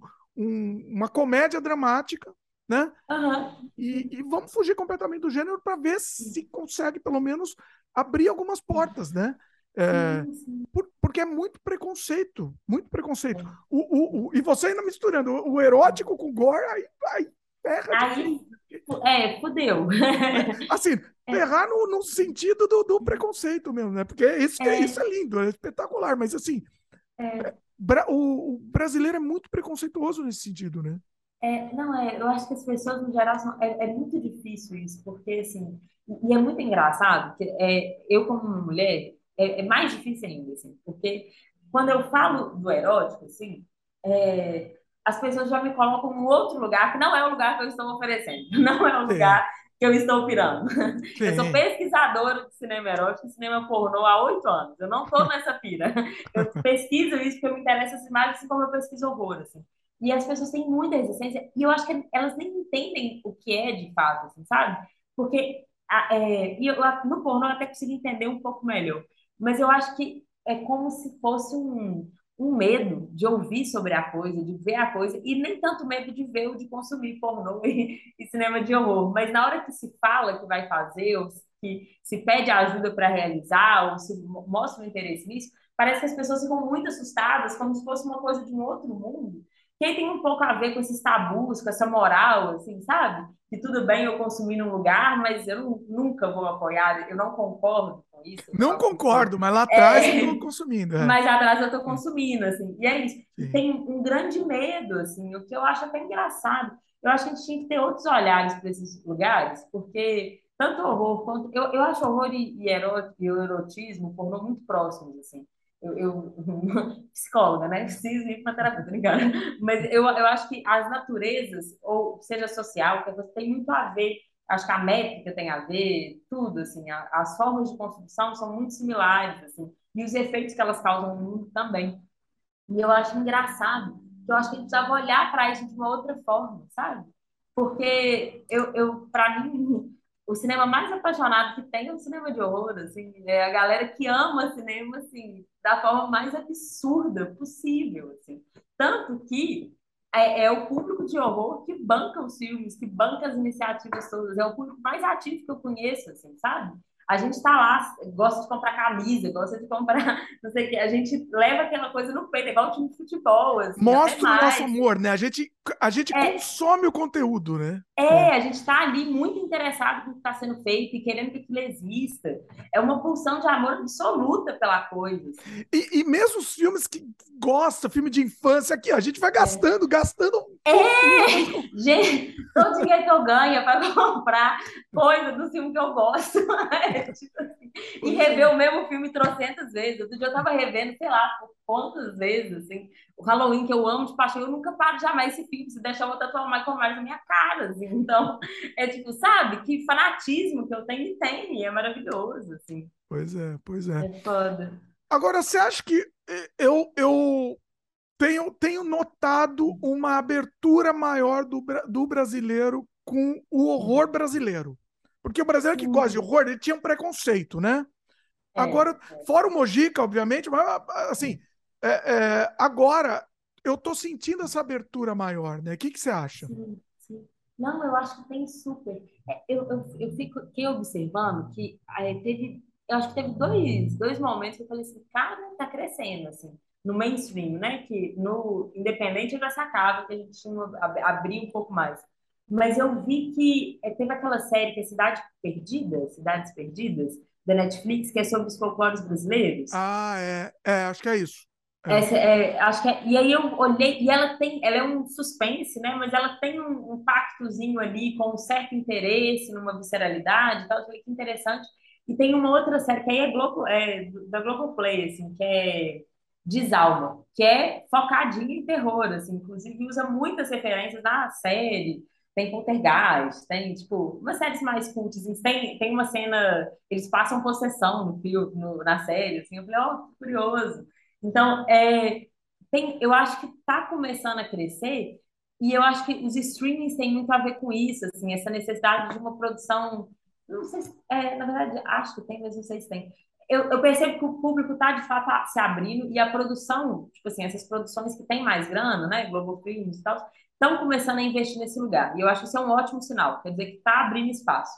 uma comédia dramática, né? Aham. E vamos fugir completamente do gênero para ver se consegue, pelo menos, abrir algumas portas, né? É, Sim, sim. porque é muito preconceito, muito preconceito. É. E você ainda misturando o erótico com o gore, aí ferra de Aí, vez. fudeu. Assim, É, ferrar no sentido do preconceito mesmo, né? Porque isso é, é lindo, é espetacular, mas assim, é, o brasileiro é muito preconceituoso nesse sentido, né? não, eu acho que as pessoas, no geral, é muito difícil isso, porque, assim, e é muito engraçado, que eu, como uma mulher, é mais difícil ainda, assim, porque quando eu falo do erótico, assim, as pessoas já me colocam em outro lugar, que não é o lugar que eu estou oferecendo, não é o Sim, lugar que eu estou pirando. Eu sou sim. pesquisadora de cinema erótico e cinema pornô há 8 anos, eu não estou nessa pira. Eu pesquiso isso porque eu me interesso essas imagens, assim como eu pesquiso horror, assim. E as pessoas têm muita resistência, e eu acho que elas nem entendem o que é de fato, assim, sabe? Porque no pornô eu até consigo entender um pouco melhor, mas eu acho que é como se fosse um medo de ouvir sobre a coisa, de ver a coisa, e nem tanto medo de ver ou de consumir pornô e cinema de horror. Mas na hora que se fala que vai fazer, ou que se pede ajuda para realizar, ou se mostra um interesse nisso, parece que as pessoas ficam muito assustadas, como se fosse uma coisa de um outro mundo. Que aí tem um pouco a ver com esses tabus, com essa moral, assim, sabe? Que tudo bem eu consumir num lugar, mas eu nunca vou apoiar, eu não concordo com isso, eu Não falo com você. concordo, mas lá atrás eu estou É, consumindo. mas atrás eu estou consumindo, assim, e é isso. E Sim. tem um grande medo, assim, o que eu acho até engraçado. Eu acho que a gente tinha que ter outros olhares para esses lugares, porque tanto horror quanto. Eu acho horror e o erotismo, pornô muito próximos, assim. Psicóloga, né? Preciso ir para terapia, tô brincando. Mas eu acho que as naturezas, ou seja social, que você tem muito a ver. Acho que a métrica tem a ver, tudo, assim. As formas de construção são muito similares, assim. E os efeitos que elas causam no mundo também. E eu acho engraçado, que eu acho que a gente precisava olhar para isso de uma outra forma, sabe? Porque para mim, o cinema mais apaixonado que tem é o cinema de horror, assim, é a galera que ama cinema, assim, da forma mais absurda possível, assim. Tanto que é o público de horror que banca os filmes, que banca as iniciativas todas, é o público mais ativo que eu conheço, assim, sabe? A gente tá lá, gosta de comprar camisa, gosta de comprar, não sei o quê, a gente leva aquela coisa no peito, é igual time de futebol, assim, até Mostra o nosso mais. amor, né? A gente É, consome o conteúdo, né? a gente está ali muito interessado no que está sendo feito e querendo que aquilo exista. É uma pulsão de amor absoluta pela coisa, assim. E mesmo os filmes que gosta, filme de infância, aqui, a gente vai É. gastando um É, pouquinho, mas gente, todo dinheiro que eu ganho é para comprar coisa do filme que eu gosto. É, tipo assim, e pois rever é. o mesmo filme trocentas vezes. Outro dia eu tava revendo, sei lá, por quantas vezes, assim. O Halloween, que eu amo de paixão, eu nunca paro jamais esse filme. Se deixar, eu vou tatuar o Michael Myers na minha cara, assim. Então, é tipo, sabe? Que fanatismo que eu tenho e tem, e é maravilhoso, assim. Pois é, pois é. É foda. Agora, você acha que eu tenho notado uma abertura maior do brasileiro com o horror brasileiro? Porque o brasileiro que gosta de Sim, horror, ele tinha um preconceito, né? é. Agora, fora o Mojica, obviamente, mas assim, agora eu tô sentindo essa abertura maior, né? O que que você acha? Sim, sim. Não, eu acho que tem super. Eu fico aqui observando que eu acho que teve dois momentos que eu falei assim, cara, tá crescendo, assim, no mainstream, né? Que no independente eu já sacava que a gente tinha abrir um pouco mais. Mas eu vi que teve aquela série que é Cidades Perdidas, da Netflix, que é sobre os folclores brasileiros. Ah, acho que é isso. É. Acho que e aí eu olhei, e ela é um suspense, né? Mas ela tem um pactozinho ali com um certo interesse numa visceralidade e tal. Eu falei que interessante. E tem uma outra série que aí da Globoplay, assim, que é Desalma, que é focadinha em terror, assim, inclusive usa muitas referências da série. Tem Poltergeist, tem, tipo, umas séries mais cultas. Assim, tem uma cena, eles passam possessão no filme, na série, assim, eu falei, ó, que curioso. Então, eu acho que está começando a crescer e eu acho que os streamings têm muito a ver com isso, assim, essa necessidade de uma produção. Não sei se, na verdade, acho que tem, mas não sei se tem. Eu percebo que o público está, de fato, se abrindo e a produção, tipo assim, essas produções que têm mais grana, né, Globo Filmes e tal, estão começando a investir nesse lugar. E eu acho que isso é um ótimo sinal, quer dizer que está abrindo espaço.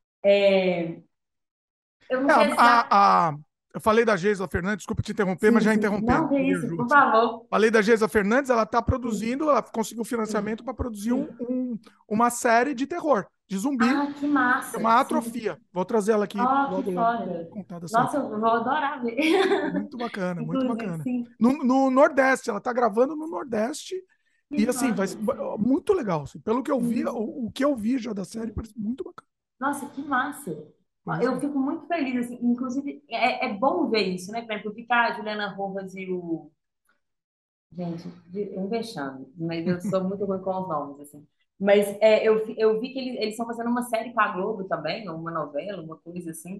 É, eu É, não sei se já. eu falei da Geisla Fernandes, desculpa te interromper, mas Sim, já sim. interrompendo. Não, que Queria isso, por ajuda. favor. Falei da Geisla Fernandes, ela está Sim, produzindo, ela conseguiu financiamento sim, para produzir sim. uma série de terror, de zumbi, Ah, que chama massa. Sim. Atrofia. Vou trazer ela aqui Oh, que logo, logo para foda. contar dessa. Nossa, eu vou adorar ver. Muito bacana, muito Inclusive, bacana. sim. No Nordeste, ela está gravando no Nordeste Que e assim, vai massa. ser Sim, muito legal. Assim, pelo que eu vi, sim, o que eu vi já da série sim. parece muito bacana. Nossa, que massa. Pois Eu é. fico muito feliz, assim. Inclusive, é bom ver isso, né? Por exemplo, eu vi que a Juliana Rojas e o. Gente, um vexame, mas eu sou muito ruim com os nomes, assim. Mas eu vi que eles estão fazendo uma série com a Globo também, ou uma novela, uma coisa assim.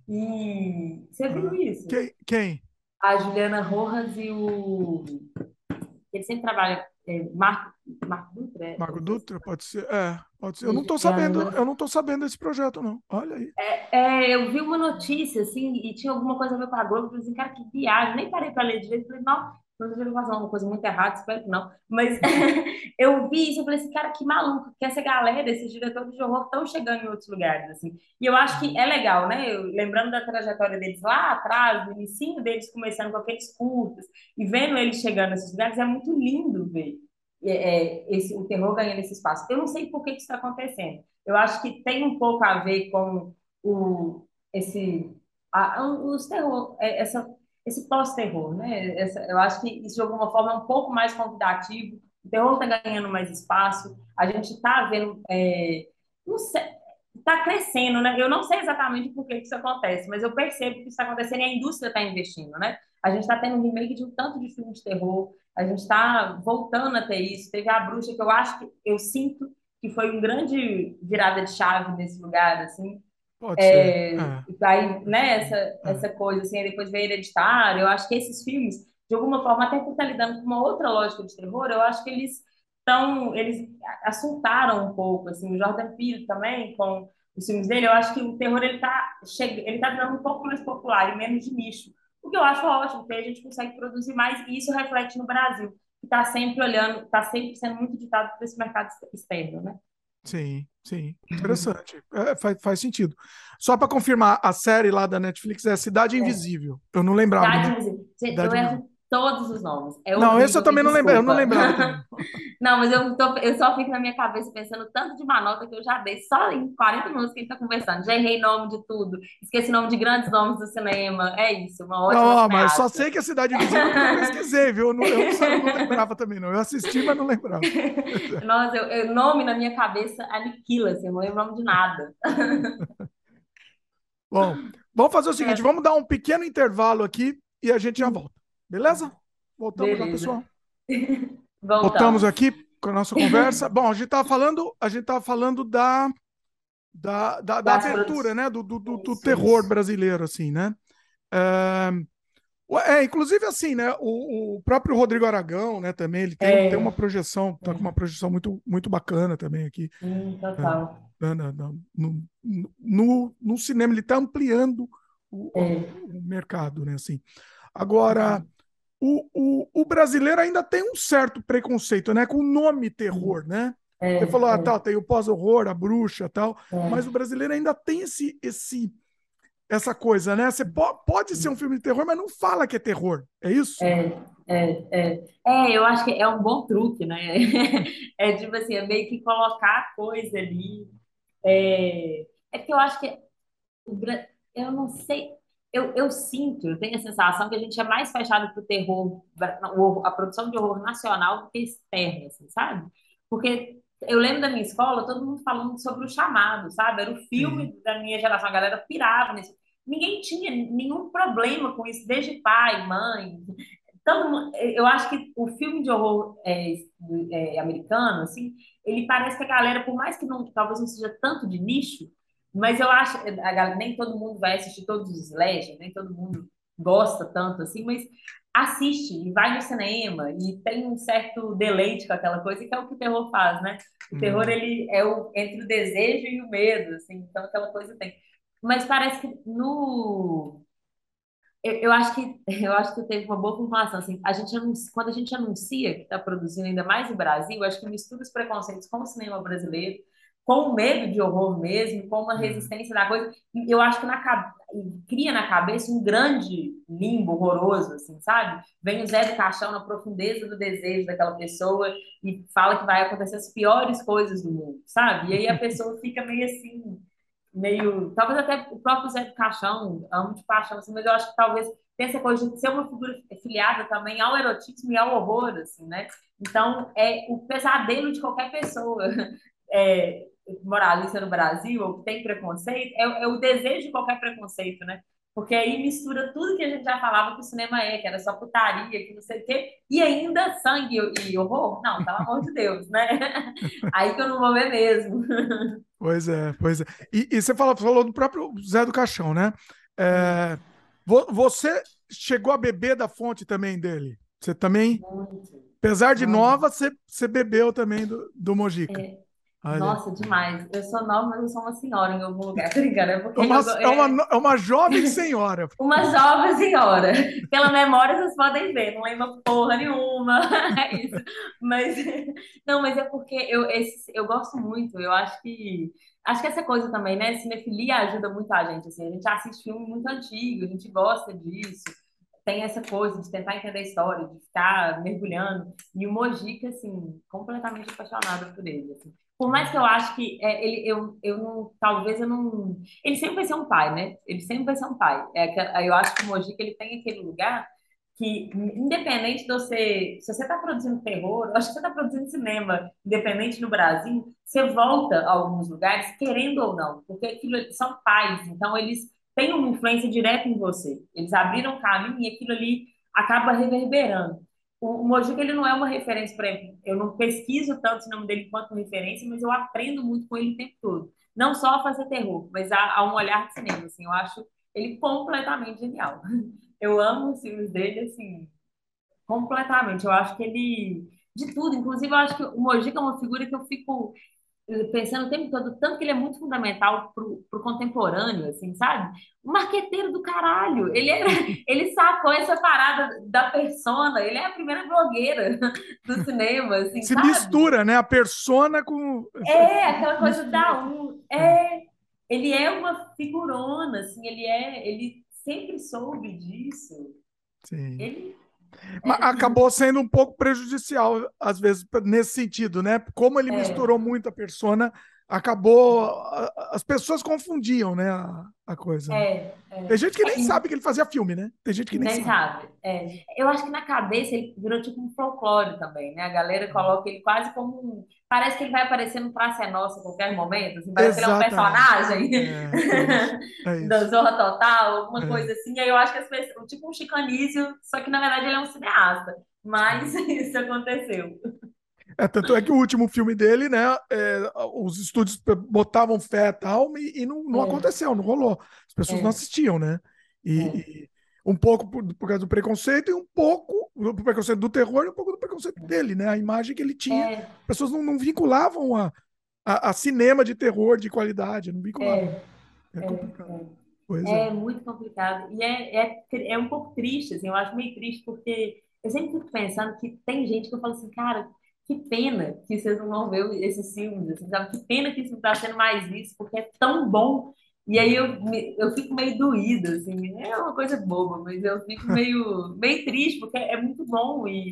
E você viu Ah, isso? quem? A Juliana Rojas e o. Ele sempre trabalha. Marco Dutra, Marco como se Dutra? Pode ser. É, pode ser. e a Eu Juliana. não tô sabendo desse projeto, não. Olha aí. Eu vi uma notícia, assim, e tinha alguma coisa a ver com a Globo. Eu falei assim, cara, que viagem. Nem parei para ler direito. Falei, não sei se eu vou fazer uma coisa muito errada, espero que não. Mas eu vi isso, eu falei assim, cara, que maluco, que essa galera, esses diretores de horror estão chegando em outros lugares, assim. E eu acho que é legal, né? Lembrando da trajetória deles lá atrás, do inicinho deles começando com aqueles curtas, e vendo eles chegando nesses lugares, é muito lindo ver o terror ganhando esse espaço. Eu não sei por que que isso está acontecendo. Eu acho que tem um pouco a ver com o, esse, os terror, esse pós-terror, né? Eu acho que isso de alguma forma é um pouco mais convidativo. O terror está ganhando mais espaço. A gente está vendo, não sei, está crescendo, né? Eu não sei exatamente por que que isso acontece, mas eu percebo que isso está acontecendo e a indústria está investindo, né? A gente está tendo um remake de um tanto de filme de terror, a gente está voltando a ter isso. Teve A Bruxa, que eu acho que eu sinto que foi um grande virada de chave nesse lugar, assim. Pode ser. É, Aí, acho que né, sim. essa coisa, assim, aí depois veio Hereditário. Eu acho que esses filmes, de alguma forma, até por estar lidando com uma outra lógica de terror, eu acho que eles assuntaram um pouco, assim, o Jordan Peele também, com os filmes dele, eu acho que o terror, ele tá virando um pouco mais popular e menos de nicho, o que eu acho ótimo, porque a gente consegue produzir mais, e isso reflete no Brasil, que está sempre olhando, está sempre sendo muito ditado por esse mercado externo, né? Sim, sim. Interessante. É, faz sentido. Só para confirmar, a série lá da Netflix é Cidade É. Invisível. Eu não lembrava do Cidade nome. Invisível. Gente, eu Cidade Invisível. erro todos os nomes. É Não, esse eu horrível, me também não lembrava, eu não desculpa. lembrava também. Não, mas eu só fico na minha cabeça pensando tanto de uma nota que eu já dei só em 40 minutos que a gente tá conversando. Já errei nome de tudo, esqueci nome de grandes nomes do cinema. É isso, uma Não, ótima ó, mas só cineasta. sei que é Cidade Invisível porque eu pesquisei, viu? Eu não lembrava também, não. Eu assisti, mas não lembrava. Nossa, nome na minha cabeça aniquila, assim, eu não lembro o nome de nada. Bom, vamos fazer o seguinte: É, vamos dar um pequeno intervalo aqui e a gente já volta. Beleza? Voltamos já, beleza. pessoal. Voltamos Voltamos. aqui com a nossa conversa. Bom, a gente estava falando da Das abertura, produções. né? Do Isso, terror isso. brasileiro, assim, né? É, inclusive assim, né? O próprio Rodrigo Aragão, né? Também ele tem uma É, projeção, tá com uma projeção muito bacana também aqui. total. No cinema, ele está ampliando É, o mercado, né? Assim. Agora, o brasileiro ainda tem um certo preconceito, né? Com o nome terror, né? Você é, falou, ah, é, tá, tem o pós-horror, a bruxa, tal, mas o é. brasileiro ainda tem essa coisa, né? Você pode ser um filme de terror, mas não fala que é terror. É isso? É, eu acho que é um bom truque, né? É tipo assim, é meio que colocar a coisa ali. É porque eu acho que eu não sei, eu sinto, eu tenho a sensação que a gente é mais fechado pro terror, a produção de horror nacional do que externa, assim, sabe? Porque eu lembro da minha escola, todo mundo falando sobre o Chamado, sabe? Era o Sim. filme da minha geração, a galera pirava nisso. Ninguém tinha nenhum problema com isso, desde pai, mãe. Eu acho que o filme de horror americano, assim, ele parece que a galera, por mais que não, talvez não seja tanto de nicho, mas eu acho, nem todo mundo vai assistir todos os slasher, nem todo mundo gosta tanto assim, mas assiste e vai no cinema e tem um certo deleite com aquela coisa, que é o que o terror faz, né? O terror, Hum. ele é entre o desejo e o medo, assim, então aquela coisa tem. Mas parece que no eu acho que teve uma boa formulação assim, quando a gente anuncia que está produzindo ainda mais no Brasil, eu acho que mistura os preconceitos com o cinema brasileiro, com o medo de horror mesmo, com uma É. resistência da coisa, e eu acho que cria na cabeça um grande limbo horroroso, assim, sabe? Vem o Zé do Caixão na profundeza do desejo daquela pessoa e fala que vai acontecer as piores coisas do mundo, sabe? E aí a pessoa fica meio assim, meio. Talvez até o próprio Zé do Caixão, amo de paixão, assim, mas eu acho que talvez tenha essa coisa de ser uma figura filiada também ao erotismo e ao horror, assim, né? Então, é o pesadelo de qualquer pessoa é, moralista no Brasil, ou que tem preconceito, é o desejo de qualquer preconceito, né? Porque aí mistura tudo que a gente já falava que o cinema que era só putaria, que não sei o quê, e ainda sangue e horror? Não, pelo amor de Deus, né? Aí que eu não vou ver mesmo. Pois é, pois é. E você falou do próprio Zé do Caixão, né? É, você chegou a beber da fonte também dele? Você também, Muito. apesar de Não, nova, você bebeu também do Mojica. é, Olha, nossa, demais. Eu sou nova, mas eu sou uma senhora em algum lugar, tá ligado? É porque é uma jovem senhora. uma jovem senhora. Pela memória vocês podem ver, não lembro porra nenhuma. É isso. Mas não, mas é porque eu gosto muito. Eu acho que essa coisa também, né? Cinefilia ajuda muito a gente. Assim, a gente assiste filme muito antigo, a gente gosta disso. Tem essa coisa de tentar entender a história, de ficar mergulhando. E o Mojica, assim, completamente apaixonada por ele. Assim. Por mais que eu acho que eu não, talvez eu não. Ele sempre vai ser um pai, né? Ele sempre vai ser um pai. Eu acho que o Mojica ele tem aquele lugar que, independente de você, se você está produzindo terror, eu acho que você está produzindo cinema, independente no Brasil, você volta a alguns lugares, querendo ou não, porque aquilo são pais, então eles têm uma influência direta em você. Eles abriram caminho e aquilo ali acaba reverberando. O Mojica, ele não é uma referência para mim. Eu não pesquiso tanto o nome dele quanto referência, mas eu aprendo muito com ele o tempo todo. Não só a fazer terror, mas a um olhar de cinema, assim, eu acho ele completamente genial. Eu amo os filmes dele, assim, completamente. Eu acho que ele. De tudo. Inclusive, eu acho que o Mojica é uma figura que eu fico pensando o tempo todo, tanto que ele é muito fundamental pro contemporâneo, assim, sabe? Um marqueteiro do caralho. Ele sacou essa parada da persona. Ele é a primeira blogueira do cinema, assim, Se sabe? mistura, né? A persona com. É, aquela coisa Mistura da tudo. um. É, Ele é uma figurona, assim, ele sempre soube disso. sim. Ele Mas é, acabou sendo um pouco prejudicial, às vezes, nesse sentido, né? Como ele é, misturou muito a persona, acabou. As pessoas confundiam, né? A coisa, né? é, Tem gente que nem e sabe que ele fazia filme, né? Tem gente que nem nem sabe. sabe. Eu acho que na cabeça ele virou tipo um folclore também, né? A galera coloca ele quase como um. Parece que ele vai aparecer no Praça é Nossa a qualquer momento, assim, parece que ele é um Exatamente. personagem É isso. É da isso. Zorra Total, alguma É. coisa assim. E aí eu acho que as pessoas, tipo um Chico Anísio, só que na verdade ele é um cineasta. Mas isso aconteceu. Tanto é que o último filme dele, né? Os estúdios botavam fé e tal, e não É, aconteceu, não rolou. As pessoas não é, assistiam, né? é, E um pouco por causa do preconceito, e um pouco do preconceito do terror e um pouco do preconceito dele, né? A imagem que ele tinha, as é, pessoas não vinculavam a cinema de terror de qualidade, não vinculavam. é, É complicado. é. Pois é. É muito complicado. E é um pouco triste, assim, eu acho meio triste, porque eu sempre fico pensando que tem gente que eu falo assim, cara, que pena que vocês não vão ver esses filmes, assim, sabe? Que pena que isso não está sendo mais visto, porque é tão bom. E aí eu fico meio doída, assim, é uma coisa boba, mas eu fico meio triste, porque é muito bom. E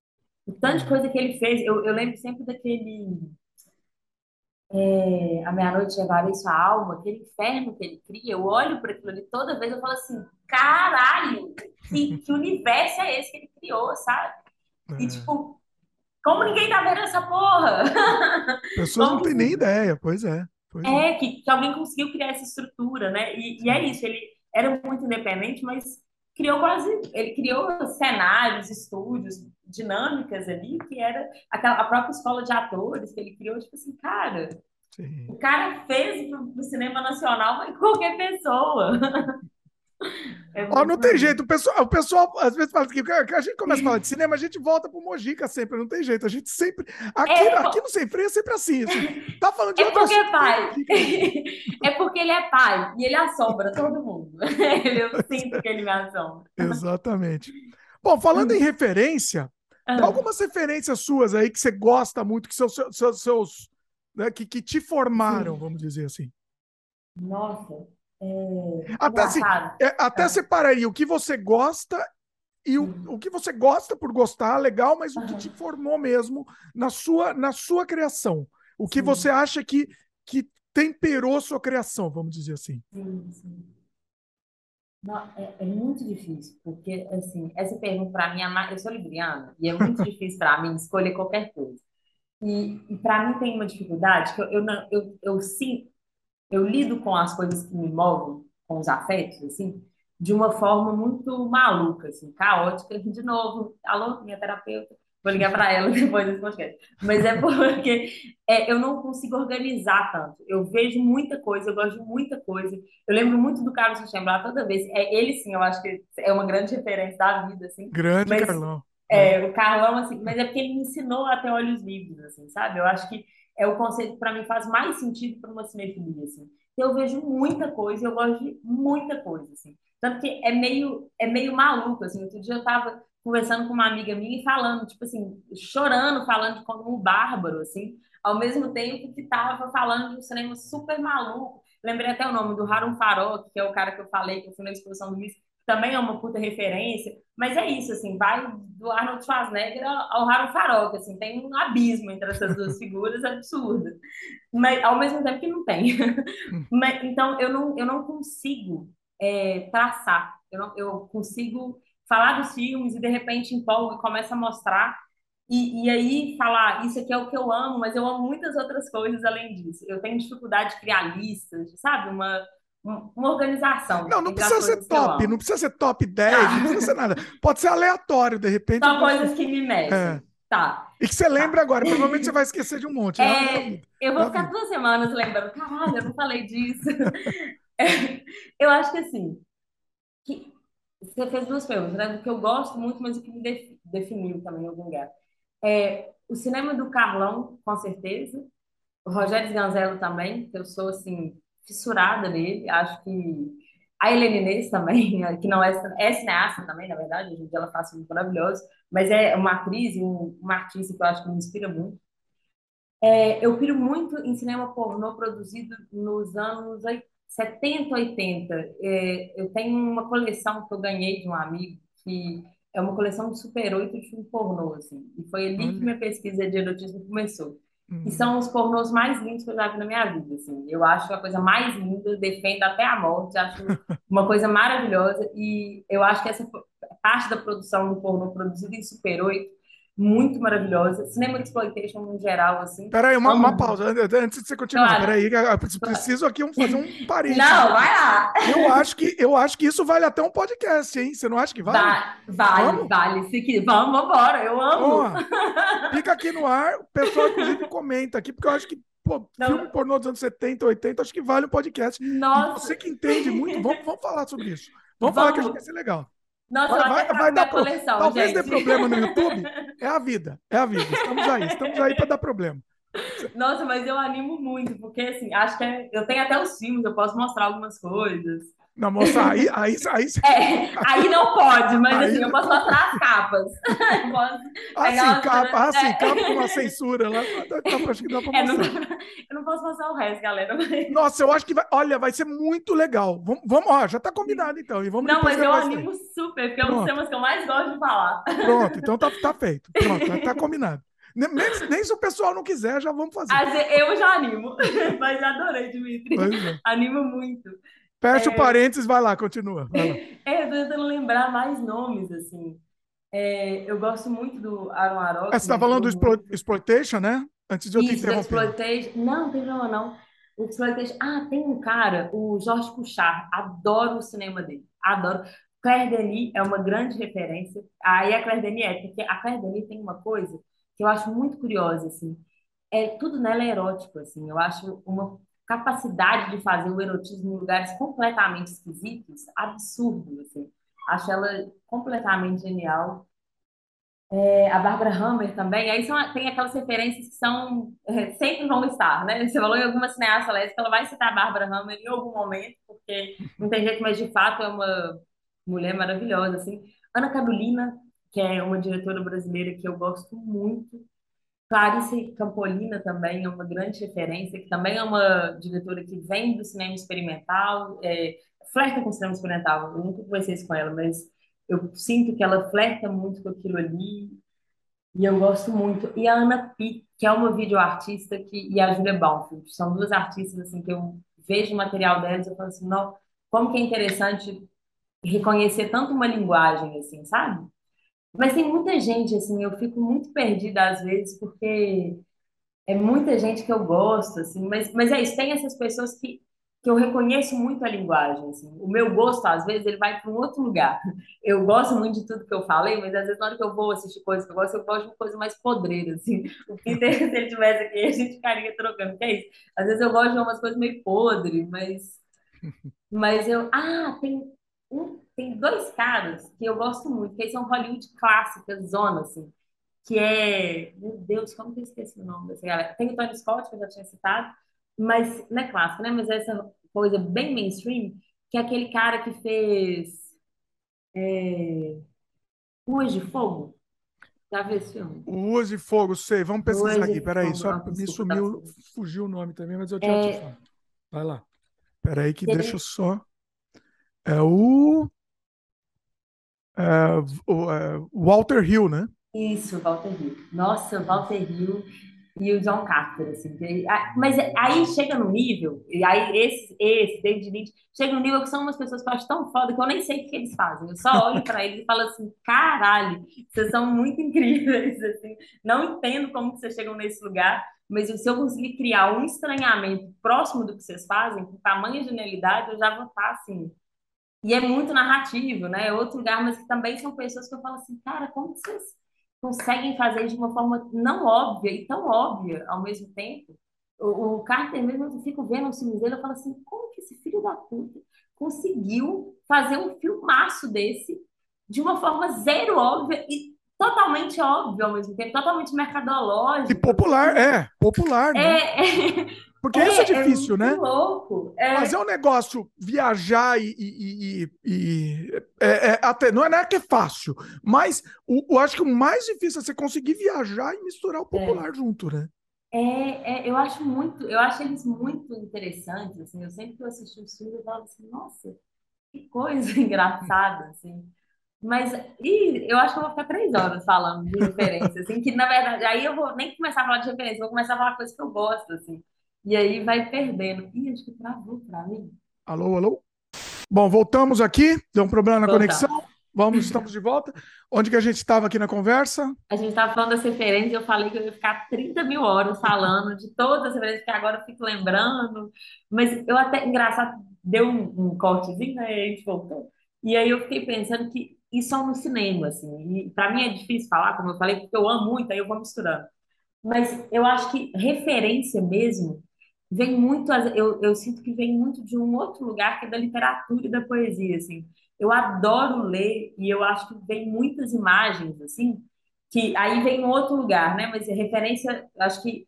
o tanto de É. coisa que ele fez, eu lembro sempre daquele. A meia-noite levarei sua alma, aquele inferno que ele cria, eu olho para aquilo ali toda vez eu falo assim, caralho, que universo é esse que ele criou, sabe? E É. tipo, como ninguém tá vendo essa porra? Pessoas não Como que têm nem isso ideia, pois é. Pois é. que alguém conseguiu criar essa estrutura, né? E é Sim. isso, ele era muito independente, mas ele criou cenários, estúdios, dinâmicas ali, que era a própria escola de atores que ele criou, tipo assim, cara, Sim. o cara fez pro cinema nacional, mas qualquer pessoa. É Ó, muito não tem maneiro. jeito. O pessoal às vezes fala que a gente começa a falar de cinema, a gente volta pro Mojica sempre, não tem jeito. A gente sempre. Aqui, É, aqui no Sem Freio é sempre assim. Tá falando de é outro porque assunto, é vem pai. Mojica de novo. É porque ele é pai e ele assombra todo mundo. Eu sinto que ele me assombra. Exatamente. Bom, falando em referência, dá Ah, algumas referências suas aí que você gosta muito, que seus né, que te formaram, sim. vamos dizer assim. Nossa, Até assim, engraçado. até Ah, separaria o que você gosta e o sim. que você gosta por gostar, legal, mas o que te Aham, formou mesmo na sua criação. O que você sim, acha que temperou sua criação, vamos dizer assim. sim, sim. Não, é muito difícil, porque, assim, essa pergunta para mim, eu sou libriana, e é muito difícil para mim escolher qualquer coisa. E para mim tem uma dificuldade que eu, não, eu sinto, eu lido com as coisas que me movem, com os afetos, assim, de uma forma muito maluca, assim, caótica. De novo, alô, minha terapeuta, vou ligar para ela depois desse podcast. Mas é porque eu não consigo organizar tanto. Eu vejo muita coisa, eu gosto de muita coisa. Eu lembro muito do Carlos Rechenblat toda vez. Ele, sim, eu acho que é uma grande referência da vida, assim. Grande Mas Carlão. É. o Carlão, assim, mas é porque ele me ensinou a ter olhos livres, assim, sabe? Eu acho que é o conceito que para mim faz mais sentido para uma cinefilia, assim. Eu vejo muita coisa e eu gosto de muita coisa, assim. Tanto que é meio maluco, assim. Outro dia eu tava conversando com uma amiga minha e falando, tipo assim, chorando, falando de como um bárbaro, assim, ao mesmo tempo que tava falando de um cinema super maluco. Lembrei até o nome do Harun Farok, que é o cara que eu falei, que eu fui na exposição do Miss, também é uma puta referência, mas é isso, assim, vai do Arnold Schwarzenegger ao Harun Farok, assim, tem um abismo entre essas duas figuras absurdo, mas ao mesmo tempo que não tem. Então, eu não consigo traçar, eu consigo falar dos filmes e de repente empolga e começa a mostrar. E aí falar, isso aqui é o que eu amo, mas eu amo muitas outras coisas além disso. Eu tenho dificuldade de criar listas, sabe? Uma organização Não, não entre as precisa ser coisas que eu top, não amo. precisa ser top 10, não precisa ser Tá. nada. Pode ser aleatório, de repente eu São gosto. coisas que me É. mexem. Tá, E que você lembra tá. agora, provavelmente você vai esquecer de um monte. É a vida. Eu É vou a ficar vida. 2 semanas lembrando, caralho, eu não falei disso. Eu acho que assim, que você fez duas perguntas, né? Do que eu gosto muito, mas o que me definiu também em algum lugar. O cinema do Carlão, com certeza. O Rogério Sganzello também, que eu sou, assim, fissurada nele. Acho que a Helena Inês também, que não é cineasta também, na verdade. Hoje em dia ela faz filmes maravilhosos. Mas é uma atriz e uma artista que eu acho que me inspira muito. Eu piro muito em cinema pornô produzido nos anos 70, 80. Eu tenho uma coleção que eu ganhei de um amigo, que é uma coleção de Super 8 de filme pornô, assim. E foi ali que Olha. minha pesquisa de erotismo começou. E Hum. são os pornôs mais lindos que eu já vi na minha vida, assim. Eu acho a coisa mais linda, defendo até a morte, acho uma coisa maravilhosa. E eu acho que essa parte da produção do pornô produzido em Super 8 muito maravilhosa. Cinema exploitation no geral, assim. Peraí, uma Amo. pausa, antes de você continuar. Claro. Peraí, que eu preciso aqui fazer um parênteses Não, aqui. vai lá. Eu acho que isso vale até um podcast, hein? Você não acha que vale? Vale, Vamos? vale. Se quiser, vamos embora. Eu amo. Ó, fica aqui no ar. O pessoal, inclusive, comenta aqui, porque eu acho que, pô, filme Não, pornô dos anos 70, 80, acho que vale um podcast. E nossa, você que entende muito, vamos falar sobre isso. Vamos falar que acho que vai vamos. ser legal. Nossa, eu Vai, até vai, trago vai dar minha pro... coleção, Talvez dê gente. problema no YouTube. É a vida, é a vida. Estamos aí para dar problema. Nossa, mas eu animo muito, porque assim, acho que eu tenho até os filmes, eu posso mostrar algumas coisas. Não, moça, aí, Aí não pode, mas aí assim, eu posso complica. mostrar as capas. Eu posso Assim, pegar umas capa, coisas. assim, capa com uma censura lá, acho que dá para Não, mostrar. eu não posso mostrar o resto, galera. Nossa, eu acho que vai, olha, vai ser muito legal. Ó, já está combinado então, e vamos Não, depois mas eu gravar isso aí. animo super, porque é um dos Pronto, temas que eu mais gosto de falar. pronto, então tá feito. Pronto, tá combinado. Nem se o pessoal não quiser, já vamos fazer. Eu já animo, mas adorei, Dimitri. Pois é. Animo muito. Fecha o É, parênteses, vai lá, continua. Vai lá. eu tô tentando lembrar mais nomes, assim. Eu gosto muito do Aaron Você está Aronofsky, falando eu do muito. Exploitation, né? Antes de eu te Isso, do interromper. Exploitation. Não, não tem problema não. O Exploitation. Ah, tem um cara, o Jorge Cuchard. Adoro o cinema dele. Adoro. Claire Denis é uma grande referência. Aí a Claire Denis porque a Claire Denis tem uma coisa que eu acho muito curiosa, assim. Tudo nela é erótico, assim. Eu acho uma capacidade de fazer o erotismo em lugares completamente esquisitos, absurdo, assim. Acho ela completamente genial. A Barbara Hammer também. Aí tem aquelas referências que sempre vão estar, né? Você falou em alguma cineasta lésbica, ela vai citar a Barbara Hammer em algum momento, porque não tem jeito, mas de fato é uma mulher maravilhosa, assim. Ana Carolina, que é uma diretora brasileira que eu gosto muito. Clarice Campolina também é uma grande referência, que também é uma diretora que vem do cinema experimental, flerta com o cinema experimental. Eu nunca conversei isso com ela, mas eu sinto que ela flerta muito com aquilo ali e eu gosto muito. E a Ana Pi, que é uma videoartista, e a Julia Baumfield, são duas artistas assim que eu vejo o material delas e eu falo assim, não, como que é interessante reconhecer tanto uma linguagem assim, sabe? Mas tem muita gente, assim, eu fico muito perdida às vezes, porque é muita gente que eu gosto, assim, mas é isso, tem essas pessoas que eu reconheço muito a linguagem, assim. O meu gosto, às vezes, ele vai para um outro lugar. Eu gosto muito de tudo que eu falei, mas às vezes, na hora que eu vou assistir coisas que eu gosto de uma coisa mais podreira, assim. O Peter, se ele tivesse aqui, a gente ficaria trocando, que é isso. Às vezes eu gosto de umas coisas meio podres, mas tem dois caras que eu gosto muito, que eles são Hollywood clássicas, zona, assim meu Deus, como que eu esqueci o nome dessa galera? Tem o Tony Scott, que eu já tinha citado, mas não é clássico, né? Mas é essa coisa bem mainstream, que é aquele cara que fez Ruas de Fogo. Já viu esse filme? Ruas de Fogo, sei. Vamos pesquisar Ruas aqui. de Peraí, Fogo. só Nossa, me desculpa, tava sumiu, esquecendo. fugiu o nome também, mas eu já te É, falo. Vai lá. Peraí que deixa eu ele- só. É o, Walter Hill, né? isso, Walter Hill. Nossa, Walter Hill. e o John Carter, assim. Mas aí chega no nível, e aí esse David Lynch, chega no nível que são umas pessoas que eu acho tão foda que eu nem sei o que eles fazem. Eu só olho para eles e falo assim, caralho, vocês são muito incríveis, assim. Não entendo como que vocês chegam nesse lugar, mas se eu conseguir criar um estranhamento próximo do que vocês fazem, com tamanha genialidade, eu já vou estar assim. E é muito narrativo, né? É outro lugar, mas que também são pessoas que eu falo assim, cara, como que vocês conseguem fazer de uma forma não óbvia e tão óbvia ao mesmo tempo? O Carter mesmo, eu fico vendo os filmes dele, eu falo assim, como que esse filho da puta conseguiu fazer um filmaço desse de uma forma zero óbvia e totalmente óbvio ao mesmo tempo, totalmente E mercadológico. popular, popular, né? É, Porque isso é é difícil, muito né? louco. Fazer um negócio, viajar até não é que é fácil, mas eu acho que o mais difícil é você conseguir viajar e misturar o É. popular junto, né? Eu acho muito, eu acho eles muito interessantes, assim, eu sempre que eu assisti os filmes, eu falo assim, nossa, que coisa engraçada, assim, mas, eu acho que eu vou ficar 3 horas falando de referência, assim, que na verdade, aí eu vou nem começar a falar de referência, eu vou começar a falar coisa que eu gosto, assim, e aí vai perdendo, acho que travou pra mim, Alô, alô? Bom, voltamos aqui, deu um problema na conexão. voltar. Estamos de volta. Onde que a gente estava aqui na conversa? A gente estava falando das referências, eu falei que eu ia ficar 30 mil horas falando de todas as referências que agora eu fico lembrando. Mas eu até, engraçado, deu um cortezinho, né? E a gente voltou. E aí eu fiquei pensando que isso é no cinema, assim. E para mim é difícil falar, como eu falei, porque eu amo muito, aí eu vou misturando. Mas eu acho que referência mesmo vem muito, eu sinto que vem muito de um outro lugar que é da literatura e da poesia, assim. Eu adoro ler e eu acho que vem muitas imagens, assim, que aí vem um outro lugar, né? Mas referência, eu acho que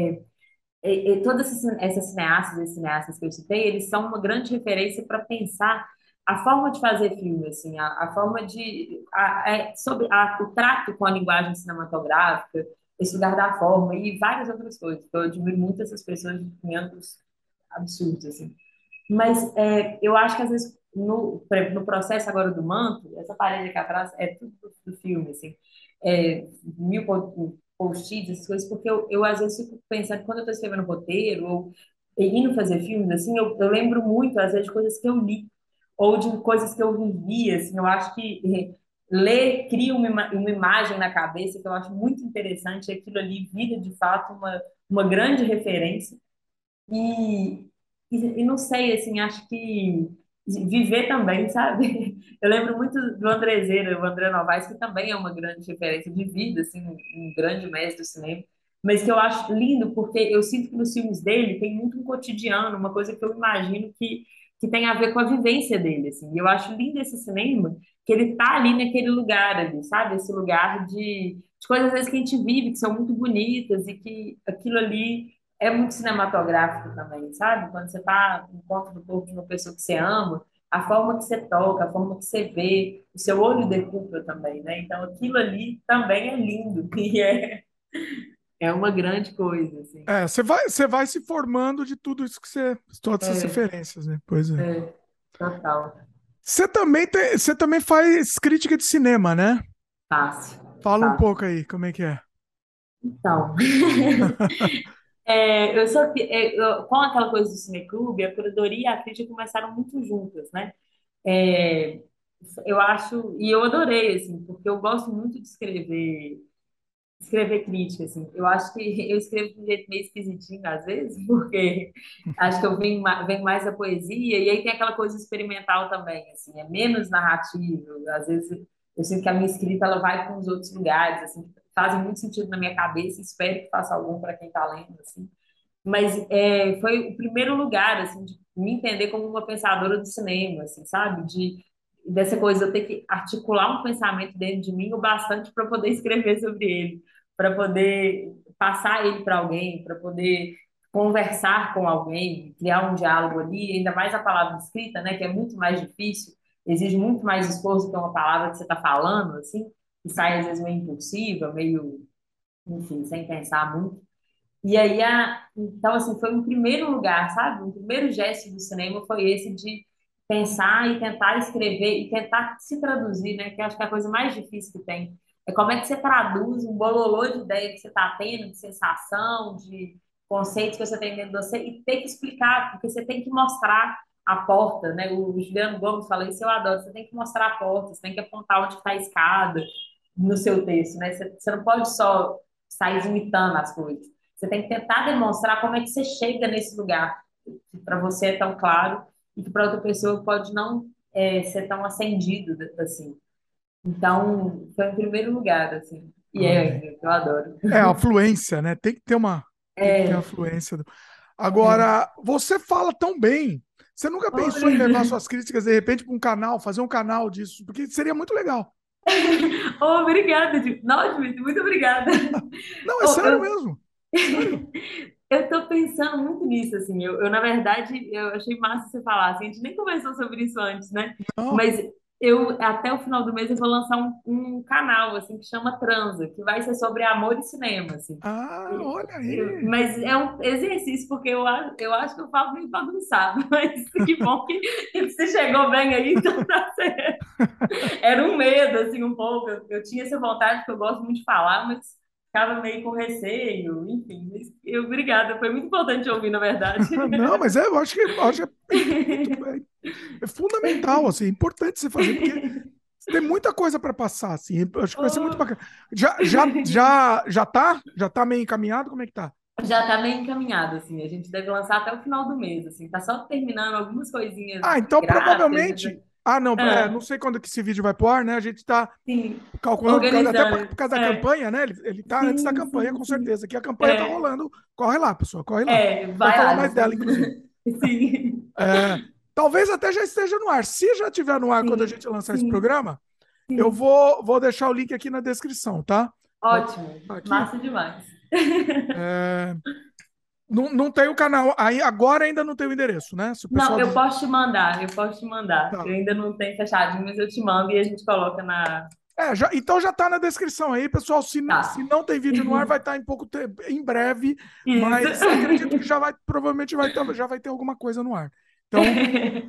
todas essas cineastas e cineastas que eu citei, eles são uma grande referência para pensar a forma de fazer filme, assim, a forma de sobre o trato com a linguagem cinematográfica, esse lugar da forma e várias outras coisas. Eu admiro muito essas pessoas em ambos absurdos, assim. Mas eu acho que às vezes por exemplo, no processo agora do manto, essa parede aqui atrás é tudo do filme, assim, mil post-its, essas coisas, porque eu às vezes fico pensando, quando eu estou escrevendo roteiro ou indo fazer filmes, assim, eu lembro muito, às vezes, de coisas que eu li ou de coisas que eu vivi, assim, eu acho que ler cria uma imagem na cabeça que eu acho muito interessante, e aquilo ali vira, de fato, uma grande referência e, e não sei, assim, acho que viver também, sabe? Eu lembro muito do Andrezeira, o André Novaes, que também é uma grande referência de vida, assim, um grande mestre do cinema, mas que eu acho lindo porque eu sinto que nos filmes dele tem muito um cotidiano, uma coisa que eu imagino que tem a ver com a vivência dele, assim. E eu acho lindo esse cinema, que ele tá ali naquele lugar ali, sabe? Esse lugar de coisas às vezes que a gente vive, que são muito bonitas e que aquilo ali é muito cinematográfico também, sabe? Quando você está no encontro do corpo de uma pessoa que você ama, a forma que você toca, a forma que você vê, o seu olho decupla também, né? Então aquilo ali também é lindo e é uma grande coisa, assim. Você vai se formando de tudo isso que você, todas essas É, referências, né? Pois é. é, total. Você também faz crítica de cinema, né? Fácil, Fala um fácil. pouco aí, como é que é? Então, eu sou, com aquela coisa do cineclube, a curadoria e a crítica começaram muito juntas, né? É, eu acho, e eu adorei, assim, porque eu gosto muito de escrever crítica, assim. Eu acho que eu escrevo de um jeito meio esquisitinho, às vezes, porque acho que eu venho mais da poesia, e aí tem aquela coisa experimental também, assim, é menos narrativo. Às vezes eu sinto que a minha escrita ela vai para uns outros lugares, assim, que fazem muito sentido na minha cabeça, e espero que faça algum para quem está lendo, assim. Mas foi o primeiro lugar, assim, de me entender como uma pensadora do cinema, assim, sabe? Dessa coisa, eu ter que articular um pensamento dentro de mim o bastante para poder escrever sobre ele, para poder passar ele para alguém, para poder conversar com alguém, criar um diálogo ali, ainda mais a palavra escrita, né, que é muito mais difícil, exige muito mais esforço que uma palavra que você está falando, assim, que sai às vezes meio impulsiva, meio, enfim, sem pensar muito. E aí, então, assim, foi um primeiro lugar, sabe? Um primeiro gesto do cinema foi esse de pensar e tentar escrever e tentar se traduzir, né? Que eu acho que é a coisa mais difícil que tem. É como é que você traduz um bololô de ideia que você está tendo, de sensação, de conceitos que você tem dentro de você, e tem que explicar, porque você tem que mostrar a porta, né? O Juliano Gomes fala isso, eu adoro. Você tem que mostrar a porta, você tem que apontar onde está a escada no seu texto, né? Você não pode só sair imitando as coisas. Você tem que tentar demonstrar como é que você chega nesse lugar, que para você é tão claro e que para outra pessoa pode não ser tão acendido assim. Então, foi em primeiro lugar, assim. E é Ai. ainda, eu adoro. É, a fluência, né? Tem que ter a É, fluência. é. Agora, você fala tão bem. Você nunca pensou em levar Obrigada. suas críticas de repente para um canal, fazer um canal disso? Porque seria muito legal. Obrigada, não, Dmitry, muito obrigada. Não, é Oh, sério mesmo. Sério. eu tô pensando muito nisso, assim. Na verdade, eu achei massa você falar, assim. A gente nem conversou sobre isso antes, né? Não. Mas até o final do mês, eu vou lançar um canal, assim, que chama Transa, que vai ser sobre amor e cinema, assim. Ah, olha aí. Mas é um exercício, porque eu acho que eu falo meio bagunçado. Mas que bom que você chegou bem aí, então tá certo. Era um medo, assim, um pouco. Eu tinha essa vontade, porque eu gosto muito de falar, mas ficava meio com receio, enfim. Mas obrigada, foi muito importante ouvir, na verdade. Não, mas eu acho que é fundamental, assim, é importante você fazer, porque tem muita coisa para passar, assim. Eu acho que vai ser muito Oh, bacana. Já tá meio encaminhado? Como é que tá? já tá meio encaminhado, assim. A gente deve lançar até o final do mês, assim. Tá só terminando algumas coisinhas Ah, então gráficas. provavelmente. Ah, não, não Ah, sei quando que esse vídeo vai pro ar, né? A gente tá sim, calculando até organizando. por causa da É, campanha, né? Ele tá antes da sim, campanha, sim, com sim. certeza. Que a campanha tá É, rolando. Corre lá, pessoal, corre lá. Vai vai falar lá, mais gente. dela, inclusive. Sim, É, talvez até já esteja no ar. Se já estiver no ar quando a sim, gente lançar esse sim, programa, eu sim. vou deixar o link aqui na descrição, tá? Vou Ótimo, botar aqui. massa demais. É, não, não tem o canal. Aí, agora ainda não tem o endereço, né? Se o Não, pessoal eu diz. posso te mandar, eu posso te mandar. Eu Tá. ainda não tenho fechadinho, mas eu te mando e a gente coloca na. Então já tá na descrição aí, pessoal. Se Tá. não tem vídeo no ar, vai estar em pouco tempo, em breve, Isso. mas acredito que provavelmente já vai ter alguma coisa no ar. Então,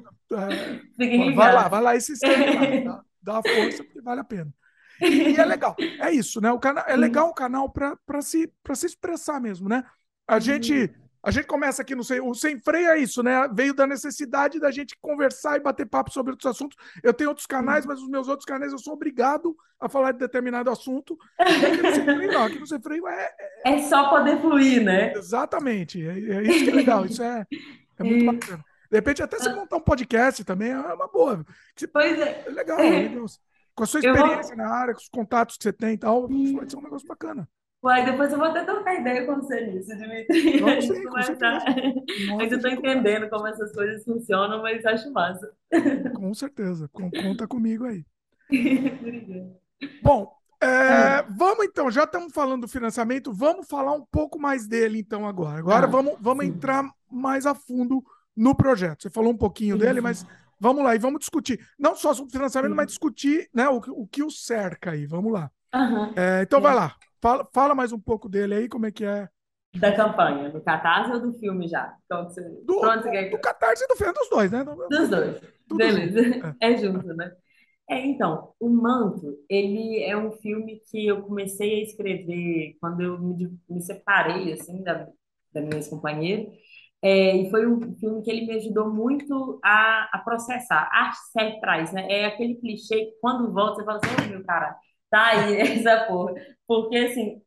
é, Fiquem vai ligados. lá e se inscreve lá. Dá uma força, porque vale a pena. E é legal, é isso, né? É legal o Sim. canal para se expressar mesmo, né? A gente Sim. a gente começa aqui no o Sem Freio é isso, né? Veio da necessidade da gente conversar e bater papo sobre outros assuntos. Eu tenho outros canais, mas os meus outros canais eu sou obrigado a falar de determinado assunto. E aqui no Sem Freio não, aqui no Sem Freio É só poder fluir, né? exatamente, é isso que é legal, isso é muito bacana. De repente até se montar um podcast também é uma boa. Pois é. É legal, é legal. Com a sua Eu experiência vou. na área, com os contatos que você tem e tal, pode ser um negócio bacana. Uai, depois eu vou até trocar ideia com você nisso, Dimitri. A Vamos gente sim, com conversar. certeza. Nossa, Ainda a estou gente conversa. entendendo como essas coisas funcionam, mas acho massa. Com certeza. Conta comigo aí. Obrigada. Bom, Ah, vamos então, já estamos falando do financiamento, vamos falar um pouco mais dele então agora. Agora ah, vamos sim. entrar mais a fundo no projeto. Você falou um pouquinho dele, Isso. mas vamos lá e vamos discutir. Não só sobre financiamento, mas Sim. discutir, né, o que o cerca aí. Vamos lá. Aham. Então vai Sim. lá. Fala mais um pouco dele aí, como é que é. Da campanha, do Catarse ou do filme já? Pronto, você Do quer... Catarse e do Fernando, dos dois, né? Dos dois. Tudo junto. Beleza. É. É junto, né? Então, O Manto, ele é um filme que eu comecei a escrever quando eu me separei, assim, da minha ex-companheira. E foi um filme que ele me ajudou muito a processar. A arte sempre traz, né? É aquele clichê que quando volta você fala assim, "Ô, meu cara, tá aí essa porra." Porque, assim,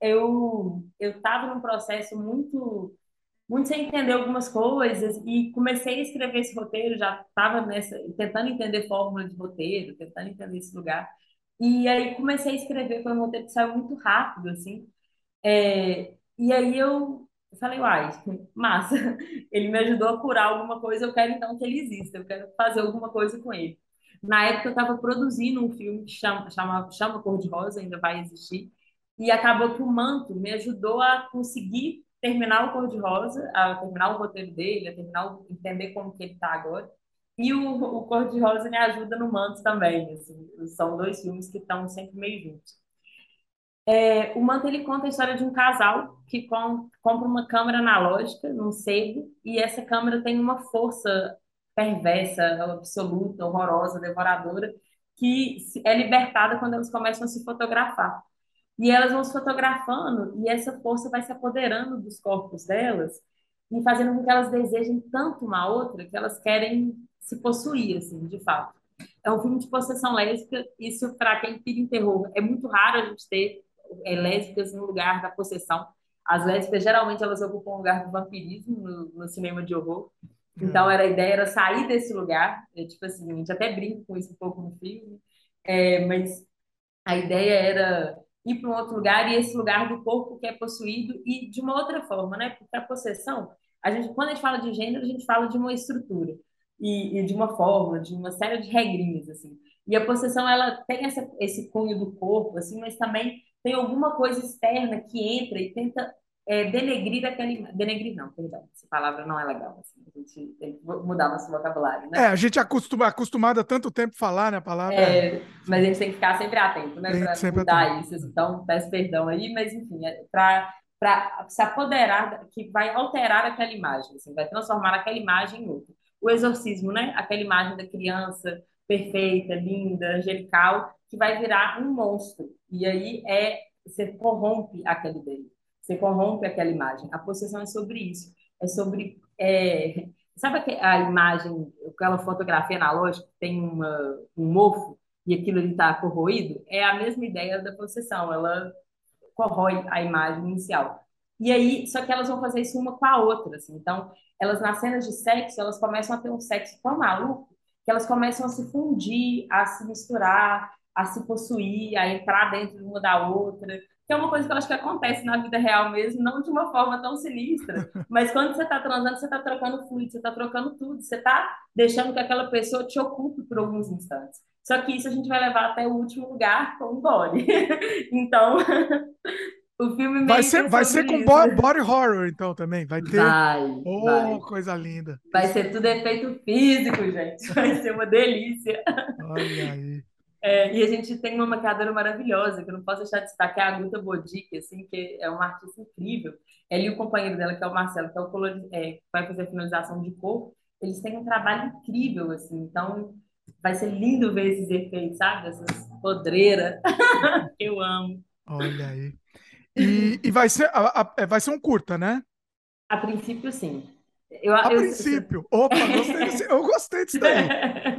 eu tava num processo muito sem entender algumas coisas e comecei a escrever esse roteiro, já estava nessa, tentando entender fórmula de roteiro, tentando entender esse lugar. E aí comecei a escrever, foi um roteiro que saiu muito rápido, assim. E aí eu falei, uai, massa, ele me ajudou a curar alguma coisa, eu quero então que ele exista, eu quero fazer alguma coisa com ele. Na época eu estava produzindo um filme que chama Cor-de-Rosa, ainda vai existir, e acabou que o Manto me ajudou a conseguir terminar o Cor-de-Rosa, a terminar o roteiro dele, a terminar, entender como que ele está agora. E o Cor-de-Rosa me ajuda no Manto também, assim, são dois filmes que estão sempre meio juntos. O Manto ele conta a história de um casal que compra uma câmera analógica num sebo e essa câmera tem uma força perversa, absoluta, horrorosa, devoradora, que é libertada quando eles começam a se fotografar. E elas vão se fotografando e essa força vai se apoderando dos corpos delas e fazendo com que elas desejem tanto uma outra que elas querem se possuir, assim, de fato. É um filme de possessão lésbica. Isso, para quem pira em terror, é muito raro a gente ter lésbicas no lugar da possessão. As lésbicas, geralmente, elas ocupam o lugar do vampirismo no cinema de horror. Então, É. a ideia era sair desse lugar. Tipo assim, a gente até brinca com isso um pouco no filme. Mas a ideia era ir para um outro lugar e esse lugar do corpo que é possuído e de uma outra forma, né? Porque a possessão, quando a gente fala de gênero, a gente fala de uma estrutura e de uma forma, de uma série de regrinhas, assim. E a possessão, ela tem esse cunho do corpo, assim, mas também tem alguma coisa externa que entra e tenta denegrir aquele... Denegrir não, perdão, essa palavra não é legal, assim. A gente tem que mudar nosso vocabulário, né? A gente é acostumado há tanto tempo a falar, né? A palavra Mas sim, a gente tem que ficar sempre atento, né, tem para sempre atento. mudar isso. Assim. Então, peço perdão aí, mas enfim, para se apoderar, que vai alterar aquela imagem, assim, vai transformar aquela imagem em outra. O exorcismo, né? Aquela imagem da criança perfeita, linda, angelical, que vai virar um monstro. E aí você corrompe aquela ideia, você corrompe aquela imagem. A possessão é sobre isso, é sobre sabe a imagem, aquela fotografia analógica que tem um mofo e aquilo ali está corroído? É a mesma ideia da possessão, ela corrói a imagem inicial. E aí, só que elas vão fazer isso uma com a outra, assim. Então, elas nas cenas de sexo, elas começam a ter um sexo tão maluco que elas começam a se fundir, a se misturar, a se possuir, a entrar dentro de uma da outra. Que é uma coisa que eu acho que acontece na vida real mesmo, não de uma forma tão sinistra, mas quando você está transando, você está trocando fluido, você está trocando tudo, você está deixando que aquela pessoa te ocupe por alguns instantes. Só que isso a gente vai levar até o último lugar com o body. Então, o filme meio que é Vai ser sobre com isso. body horror, então, também. Vai ter. Vai, Oh, vai. coisa linda. Vai Isso, ser tudo efeito físico, gente. Vai ser uma delícia. olha aí. E a gente tem uma maquiadora maravilhosa, que eu não posso deixar de destacar, a Guta Bodic, assim, que é uma artista incrível. Ela e o companheiro dela, que é o Marcelo, que é que vai fazer a finalização de cor, eles têm um trabalho incrível, assim. Então, vai ser lindo ver esses efeitos, sabe? Essas podreiras que eu amo. Olha aí. E vai ser, vai ser um curta, né? A princípio, sim. A princípio. Opa, eu gostei disso daí.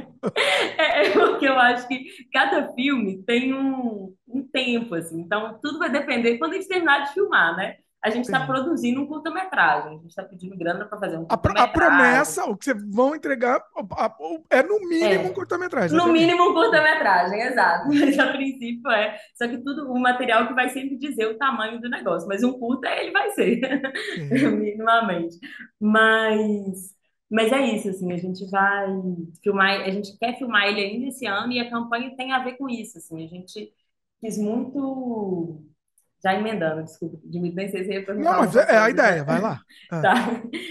Porque eu acho que cada filme tem um tempo, assim. Então, tudo vai depender quando a gente terminar de filmar, né? A gente está Sim. produzindo um curta-metragem. A gente está pedindo grana para fazer um A curta-metragem. promessa, o que vocês vão entregar, é no mínimo um É, curta-metragem, no exatamente. mínimo um curta-metragem, exato. Mas a princípio é. Só que tudo, o material que vai sempre dizer o tamanho do negócio. Mas um curta, ele vai ser, Sim. minimamente. Mas, mas é isso, assim, a gente vai filmar, a gente quer filmar ele ainda esse ano e a campanha tem a ver com isso, assim. A gente quis muito. Já emendando, desculpa, Dimitri, nem sei se eu ia Não, perguntar mas alguma é a coisa, ideia, já. vai lá. Ah, Tá.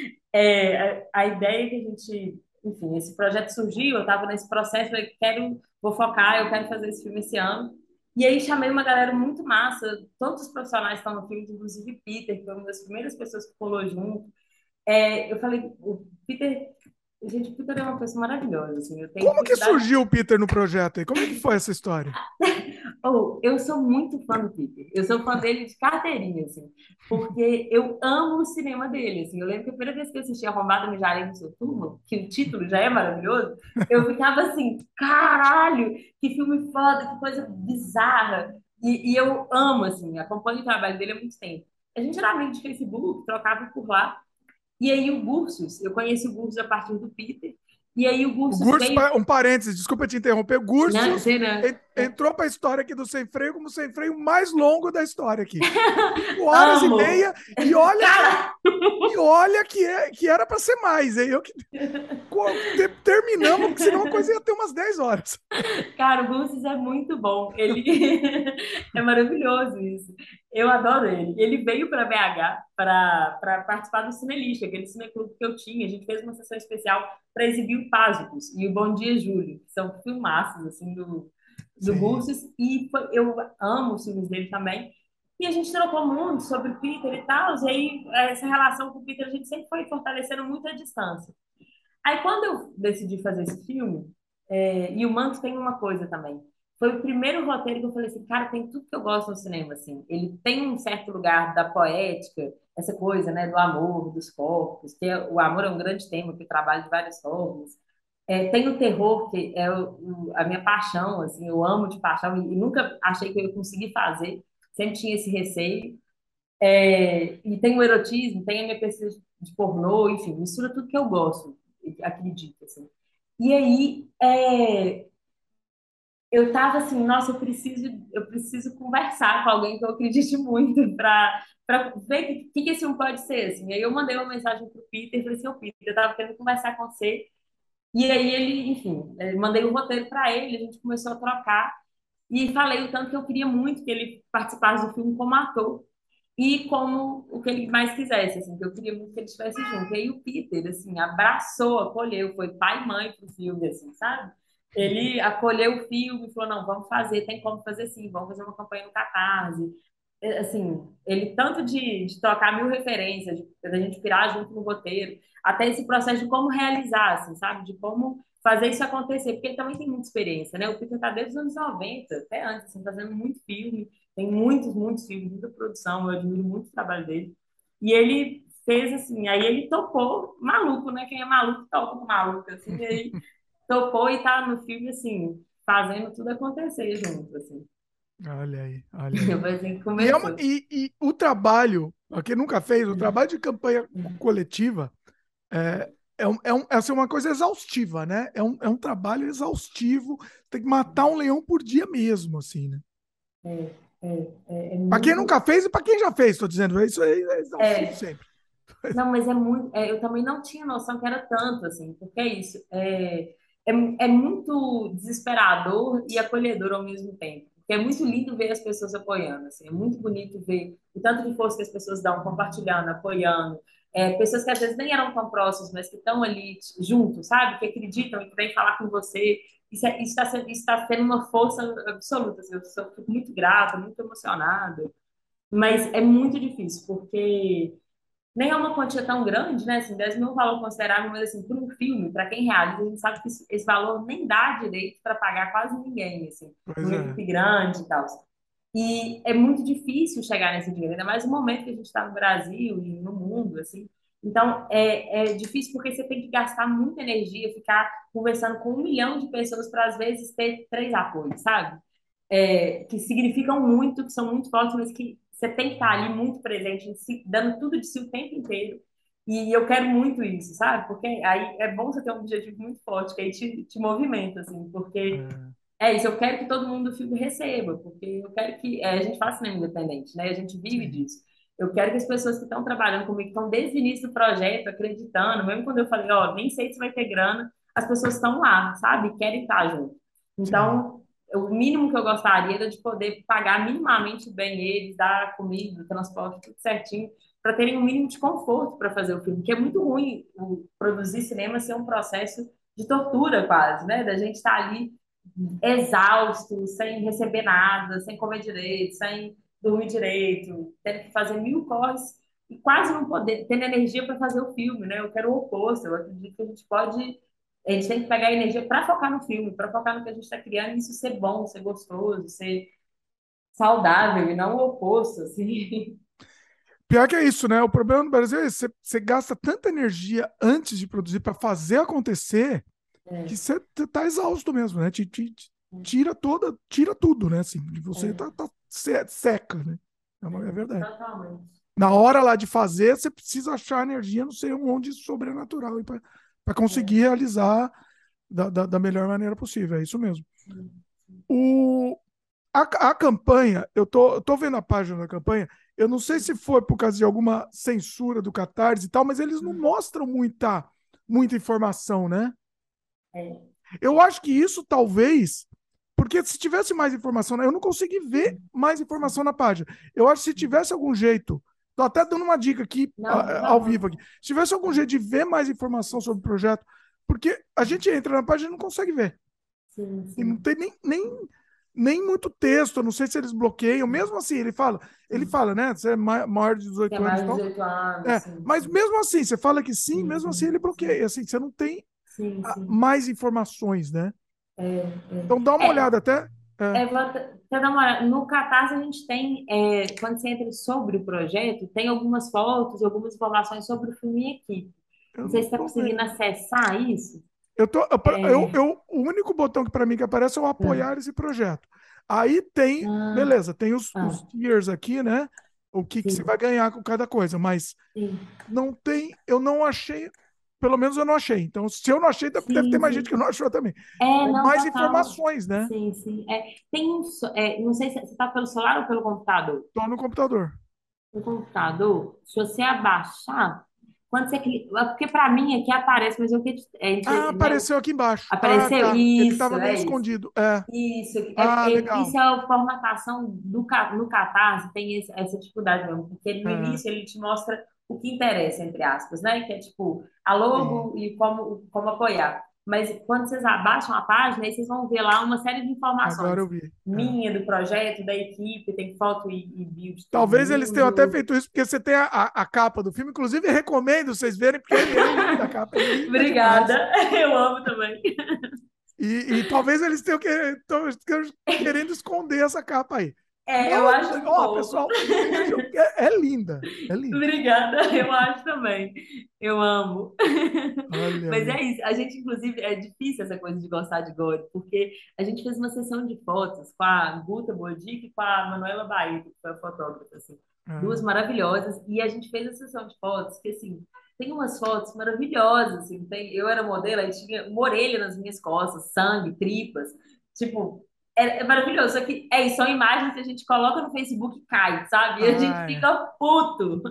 A ideia é que a gente, enfim, esse projeto surgiu, eu estava nesse processo, falei, vou focar, eu quero fazer esse filme esse ano. E aí chamei uma galera muito massa, todos os profissionais estão no filme, inclusive Peter, que foi uma das primeiras pessoas que colou junto. Eu falei, o Peter, gente, o Peter é uma pessoa maravilhosa, assim, eu tenho como que dificuldade. surgiu o Peter no projeto aí? Como é que foi essa história? Eu sou muito fã do Peter. Eu sou fã dele de carteirinha, assim, porque eu amo o cinema dele, assim. Eu lembro que a primeira vez que eu assisti Arrombada Mijarei no Seu Túmulo, que o título já é maravilhoso, eu ficava assim, caralho, que filme foda, que coisa bizarra. E eu amo, assim, acompanho o trabalho dele há muito tempo. A gente era amigo de Facebook, trocava por lá. E aí o Gursus, eu conheci o Gursus a partir do Peter, e aí o O Gursus Gursus, veio... um parênteses, desculpa te interromper. O Não, Gursus sei não. entrou para a história aqui do Sem Freio como o Sem Freio mais longo da história aqui. 5 horas e meia, Amo! e olha que, Cara, que era para ser mais, hein? Terminamos, porque senão a coisa ia ter umas 10 horas. cara, o Gussis é muito bom. Ele é maravilhoso isso. Eu adoro ele. Ele veio para BH para participar do Cinelista, aquele cineclube que eu tinha. A gente fez uma sessão especial para exibir o Pásicos e o Bom Dia Júlio, que são filmaços assim do Sim. Gussis, e eu amo os filmes dele também. E a gente trocou muito sobre o Peter e tal, e aí essa relação com o Peter a gente sempre foi fortalecendo muito a distância. Aí, quando eu decidi fazer esse filme, e o Manto tem uma coisa também. foi o primeiro roteiro que eu falei assim, cara, tem tudo que eu gosto no cinema, assim. Ele tem um certo lugar da poética, essa coisa, né, do amor, dos corpos, o amor é um grande tema que trabalha de várias formas. Tem o terror, que é a minha paixão, assim, eu amo de paixão e nunca achei que eu ia conseguir fazer, sempre tinha esse receio. E tem o erotismo, tem a minha pesquisa de pornô, enfim, mistura tudo que eu gosto, acredito, assim. E aí, eu tava assim, nossa, eu preciso conversar com alguém que eu acredite muito para ver o que esse um pode ser, assim. Aí eu mandei uma mensagem pro Peter e falei assim, ô Peter, eu tava querendo conversar com você. E aí ele, enfim, mandei o roteiro para ele, a gente começou a trocar e falei o tanto que eu queria muito que ele participasse do filme como ator e como o que ele mais quisesse, assim, que eu queria muito que ele estivesse junto. E aí o Peter, assim, abraçou, acolheu, foi pai e mãe pro filme, assim, sabe? Ele acolheu o filme e falou, não, vamos fazer, tem como fazer sim, vamos fazer uma campanha no Catarse. Assim, ele tanto de trocar mil referências, de a gente pirar junto no roteiro, até esse processo de como realizar, assim, sabe? De como fazer isso acontecer, porque ele também tem muita experiência, né? O Peter tá desde os anos 90, até antes, assim, fazendo muito filme, tem muitos, muitos filmes, muita produção, eu admiro muito o trabalho dele. E ele fez assim, aí ele topou, maluco, né? Quem é maluco topa com maluco, assim, e aí topou e tá no filme, assim, fazendo tudo acontecer junto, assim. Olha aí, olha aí. Foi assim que E, começou. e o trabalho, quem nunca fez, o trabalho de campanha coletiva assim, uma coisa exaustiva, né? É um trabalho exaustivo, tem que matar um leão por dia mesmo, assim, né? É Para quem muito. nunca fez e para quem já fez, estou dizendo, isso aí é exaustivo É, sempre. não, mas é muito. Eu também não tinha noção que era tanto, assim, porque é isso. É muito desesperador e acolhedor ao mesmo tempo. Porque é muito lindo ver as pessoas apoiando, assim, é muito bonito ver o tanto de força que as pessoas dão, compartilhando, apoiando. Pessoas que às vezes nem eram tão próximas, mas que estão ali juntos, sabe? Que acreditam e que vêm falar com você. Isso está sendo uma força absoluta. Assim, fico muito grata, muito emocionada. Mas é muito difícil, porque nem é uma quantia tão grande, né? Assim, 10 mil é um valor considerável, mas assim, por um filme, para quem realiza, a gente sabe que esse valor nem dá direito para pagar quase ninguém, assim, Pois uma é. equipe grande e tal. E é muito difícil chegar nesse dinheiro, ainda mais no momento que a gente está no Brasil e no mundo, assim. Então, é difícil porque você tem que gastar muita energia, ficar conversando com 1 milhão de pessoas para, às vezes, ter 3 apoios, sabe? Que significam muito, que são muito fortes, mas que você tem que estar ali muito presente, dando tudo de si o tempo inteiro. E eu quero muito isso, sabe? Porque aí é bom você ter um objetivo muito forte, que aí te movimenta, assim, porque É, é isso, eu quero que todo mundo do filme receba, porque eu quero que a gente faça cinema independente, né? A gente vive sim, disso. Eu quero que as pessoas que estão trabalhando comigo, que estão desde o início do projeto, acreditando, mesmo quando eu falei, ó, nem sei se vai ter grana, as pessoas estão lá, sabe? Querem estar junto. sim. Então, o mínimo que eu gostaria era de poder pagar minimamente bem eles, dar comida, transporte, tudo certinho, para terem um mínimo de conforto para fazer o filme, porque é muito ruim produzir cinema ser um processo de tortura quase, né? Da gente estar ali exausto, sem receber nada, sem comer direito, sem dormir direito, tendo que fazer mil corres e quase não poder, tendo energia para fazer o filme, né? Eu quero o oposto, eu acredito que a gente tem que pegar a energia para focar no filme, para focar no que a gente está criando e isso ser bom, ser gostoso, ser saudável e não o oposto, assim. Pior que é isso, né? O problema no Brasil é esse, você gasta tanta energia antes de produzir para fazer acontecer que É, você tá exausto mesmo, né? Tira tudo, né? Assim, de você é, seca, né? É verdade. totalmente. Na hora lá de fazer, você precisa achar energia, não sei onde sobrenatural para conseguir É, realizar da melhor maneira possível. É isso mesmo. sim, sim. O, a campanha, eu tô vendo a página da campanha, eu não sei se foi por causa de alguma censura do Catarse e tal, mas eles não mostram muita informação, né? É, Eu acho que isso talvez, porque se tivesse mais informação, né, eu não consegui ver mais informação na página. Eu acho que se tivesse algum jeito, tô até dando uma dica aqui, não, por ao vivo favor. aqui, se tivesse algum jeito de ver mais informação sobre o projeto, porque a gente entra na página e não consegue ver. Sim, E não sim, tem nem muito texto, eu não sei se eles bloqueiam. Mesmo assim, ele sim. fala, né? Você é maior de Tem 18 anos mais e de tal. 18 anos, É, sim, mas sim. mesmo assim, você fala que sim, Sim, mesmo assim sim, ele sim, bloqueia. Assim, você não tem sim, sim. mais informações, né? É, Então dá uma é. olhada até. É, Pra dar uma olhada, no Catarse a gente tem, quando você entra sobre o projeto, tem algumas fotos, algumas informações sobre o filme e equipe. eu Não sei não se está tô conseguindo vendo. acessar isso. O único botão que para mim que aparece é o Ah, apoiar esse projeto. Aí tem, ah, beleza, tem os ah, tiers aqui, né? O que que você vai sim, ganhar com cada coisa, mas sim, não tem, eu não achei, pelo menos eu não achei. Então, se eu não achei, deve ter sim, mais gente sim. que não achou também. É Não, mais total. informações, né? Sim, sim. Não sei se você está pelo celular ou pelo computador. Tô no computador. No computador, se você abaixar, quando você clica, porque para mim aqui aparece, mas eu que Ah, né, apareceu aqui embaixo. Ah, apareceu? tá. Ele Isso, estava meio é isso. escondido. É. Isso, Ah, isso legal. é a formatação no Catarse, tem essa dificuldade mesmo, porque ele, no É, início ele te mostra o que interessa, entre aspas, né? Que é tipo a sim. logo e como apoiar. Mas quando vocês abaixam a página, aí vocês vão ver lá uma série de Agora informações. eu vi. É. Minha, do projeto, da equipe, tem foto e vídeo de todo Talvez eles tenham até mundo. feito isso porque você tem a capa do filme. Inclusive, recomendo vocês verem, porque é linda a capa, é linda demais. Obrigada, eu amo também. E talvez eles tenham querendo esconder essa capa aí. Eu Não, acho um ó, pouco. pessoal, vejam, é linda. É linda. Obrigada, eu acho também. Eu amo. Olha Mas aí. é isso. A gente, inclusive, é difícil essa coisa de gostar de gore, porque a gente fez uma sessão de fotos com a Guta Bodic e com a Manuela Baeta, que foi a fotógrafa, assim. Duas É. maravilhosas. E a gente fez a sessão de fotos que, assim, tem umas fotos maravilhosas, assim. Eu era modelo, aí tinha uma orelha nas minhas costas, sangue, tripas. Tipo, é maravilhoso. Só que isso, são imagens que a gente coloca no Facebook e cai, sabe? E a gente Ah, é. fica puto.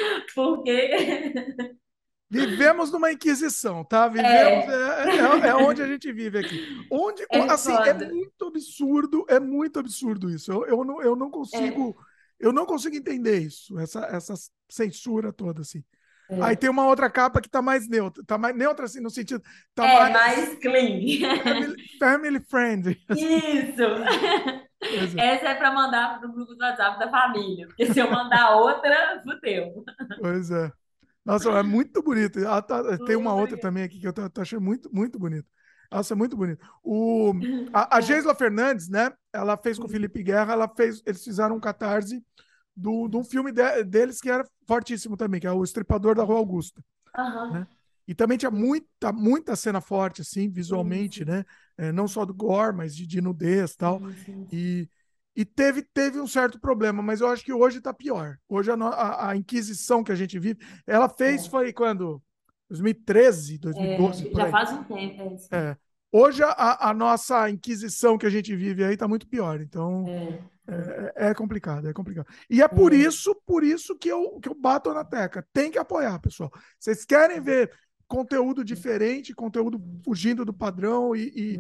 Porque Vivemos numa inquisição, tá? Vivemos, é, é onde a gente vive aqui. Onde, é assim, foda. é muito absurdo isso. Eu não É, consigo, eu não consigo entender isso, essa censura toda, assim. Aí é. tem uma outra capa que tá mais neutra, assim, no sentido, tá mais Mais clean. family friendly, assim. Isso. Pois é, Essa é para mandar pro grupo do WhatsApp da família, porque se eu mandar outra, fudeu. pois é. Nossa, é muito bonito. Tem uma outra Obrigada. também aqui que eu tô achando muito, muito bonito. Nossa, é muito bonito. A É. Geisla Fernandes, né? Ela fez com o Felipe Guerra, eles fizeram um catarse de um filme deles que era fortíssimo também, que é o Estripador da Rua Augusta, Aham. né? E também tinha muita cena forte, assim, Sim, visualmente, sim. né? Não só do gore, mas de nudez e tal. Sim, sim, sim. E, e teve um certo problema, mas eu acho que hoje está pior. Hoje a Inquisição que a gente vive, ela fez É. foi quando? 2013, 2012, por Já aí. faz um tempo, sim. É. Hoje a nossa Inquisição que a gente vive aí está muito pior. Então É, é complicado, é complicado. E é é, por isso que eu bato na tecla. Tem que apoiar, pessoal. Vocês querem ver conteúdo diferente, conteúdo fugindo do padrão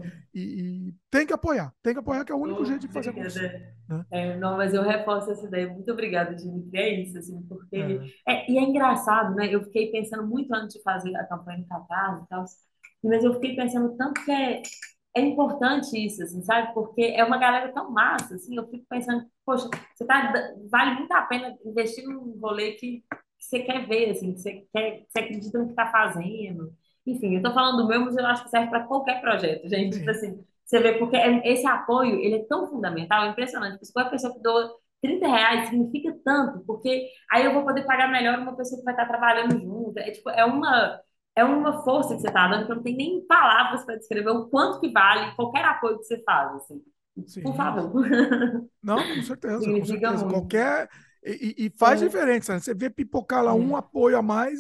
e tem que apoiar, que é o único jeito de fazer acontecer. obrigada. Né? Não, mas eu reforço essa ideia. Muito obrigada, Dimitri. É isso, assim, porque. É, E é engraçado, né? Eu fiquei pensando muito antes de fazer a campanha no Catarse e tal, mas eu fiquei pensando tanto que é importante isso, assim, sabe? Porque é uma galera tão massa, assim. Eu fico pensando, poxa, vale muito a pena investir num rolê que você quer ver, assim, que você acredita no que está fazendo. Enfim, eu tô falando do meu, mas eu acho que serve para qualquer projeto, gente. Tipo sim, assim, você vê, porque esse apoio, ele é tão fundamental, é impressionante. Porque se for a pessoa que doa R$ 30 significa tanto, porque aí eu vou poder pagar melhor uma pessoa que vai estar trabalhando junto. Tipo, é uma força que você está dando, que eu não tenho nem palavras para descrever o quanto que vale qualquer apoio que você faz, assim. Por sim, favor. sim. Não, com certeza, com Significa certeza. muito. Qualquer. E faz É, diferença, né? Você vê pipocar lá um é, apoio a mais,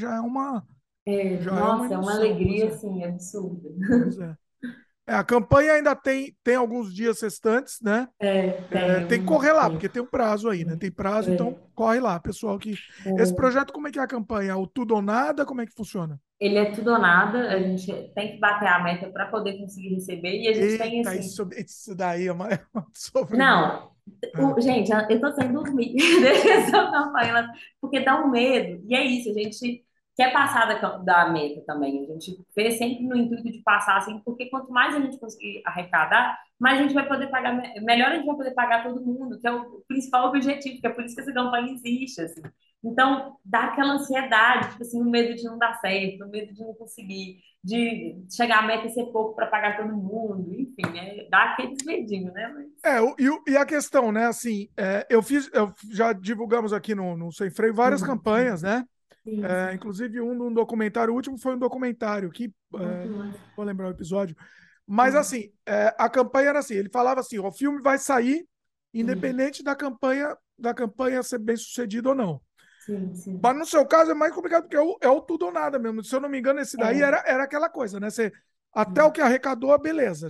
já é uma Nossa, é uma emoção. Pois alegria, é, assim, absurda. pois é. A campanha ainda tem alguns dias restantes, né? Tem Tem que algum correr lá, porque tempo. tem um prazo aí, né? Tem prazo, então É, corre lá, pessoal. Esse é. projeto, como é que é a campanha? O tudo ou nada? Como é que funciona? Ele é tudo ou nada, a gente tem que bater a meta para poder conseguir receber, e a gente tem Eita, assim. isso daí é uma sofrimento. Não, É, gente, eu tô sem dormir desde essa campanha, porque dá um medo. E é isso, a gente. quer passar da meta também. A gente vê sempre no intuito de passar assim, porque quanto mais a gente conseguir arrecadar, mais a gente vai poder pagar, melhor a gente vai poder pagar todo mundo, que é o principal objetivo, que é por isso que essa campanha existe, assim. Então, dá aquela ansiedade, tipo assim, o medo de não dar certo, o medo de não conseguir, de chegar à meta e ser pouco para pagar todo mundo, enfim, dá aqueles medinhos, né? E a questão, né? Assim, eu já divulgamos aqui no Sem Freio várias campanhas, né? Sim, sim. Inclusive um documentário, o último foi um documentário que Muito não massa. vou lembrar o episódio, mas Sim, assim, a campanha era assim, ele falava assim, o filme vai sair sim, independente da campanha ser bem sucedida ou não. sim, sim. Mas no seu caso é mais complicado porque é o tudo ou nada mesmo. Se eu não me engano, esse daí É. era aquela coisa, né? Até o que arrecadou, beleza,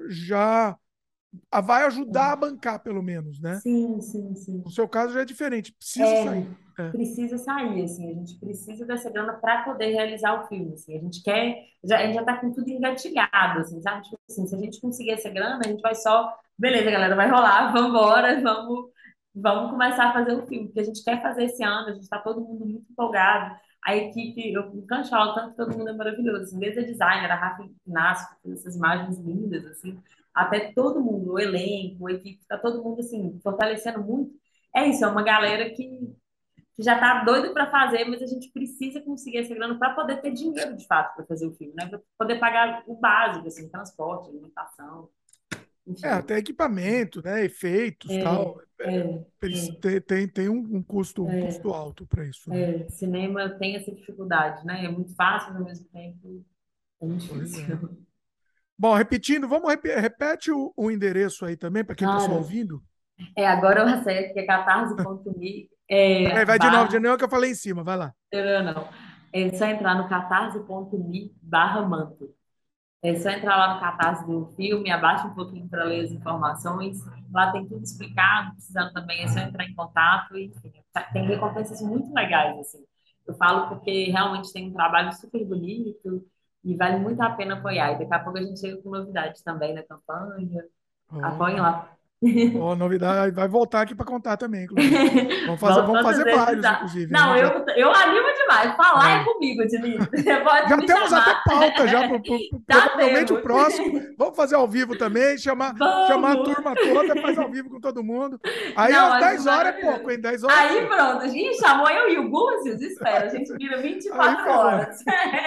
já vai ajudar a bancar, pelo menos, né? Sim, sim, No sim. seu caso já é diferente, precisa É, sair. É. precisa sair, assim, a gente precisa dessa grana para poder realizar o filme, assim, a gente quer, a gente já tá com tudo engatilhado, assim, sabe? Tipo assim, se a gente conseguir essa grana, a gente vai só, beleza, galera, vai rolar, vamos embora, vamos começar a fazer o filme, porque a gente quer fazer esse ano, a gente tá todo mundo muito empolgado, a equipe, eu me canso de falar o tanto que todo mundo é maravilhoso, assim, desde a designer, a Rafa Inácio, que fez essas imagens lindas, assim, até todo mundo, o elenco, a equipe, tá todo mundo, assim, fortalecendo muito. É isso, é uma galera que já tá doido para fazer, mas a gente precisa conseguir essa grana para poder ter dinheiro de fato para fazer o filme, né? Para poder pagar o básico, assim, transporte, alimentação, enfim. Até equipamento, né? Efeitos, tal. É, é, Tem um custo alto para isso, né? cinema tem essa dificuldade, né? É muito fácil, mas ao mesmo tempo é muito Pois é. difícil. Bom, repetindo, repete o endereço aí também, para quem está só Cara, ouvindo. agora eu acerto que é catarse.me Peraí, vai de novo, de novo que eu falei em cima, vai lá. não. É só entrar no catarse.me/manto. É só entrar lá no Catarse do filme, abaixa um pouquinho para ler as informações. Lá tem tudo explicado, precisando também é só entrar em contato. E, enfim, tem recompensas muito legais, assim. Eu falo porque realmente tem um trabalho super bonito e vale muito a pena apoiar. E daqui a pouco a gente chega com novidades também na campanha. Apoiem Opa. lá. Ó, novidade, vai voltar aqui para contar também, inclusive. Vamos fazer, Volto vamos quantas fazer vezes vários, precisar. inclusive, Não, hein? eu animo demais. Falar é É. comigo, Diniz. Você pode Já me temos até chamar. pauta, já, Já provavelmente o temos. próximo. Vamos fazer ao vivo também, chamar a Vamos! turma toda, faz ao vivo com todo mundo. Aí Não, às acho 10 horas é pouco, maravilhoso. hein? 10 horas é Aí pouco. pronto, a gente chamou eu e o Gúcio, espera, a gente vira Aí 24 ferrou. horas.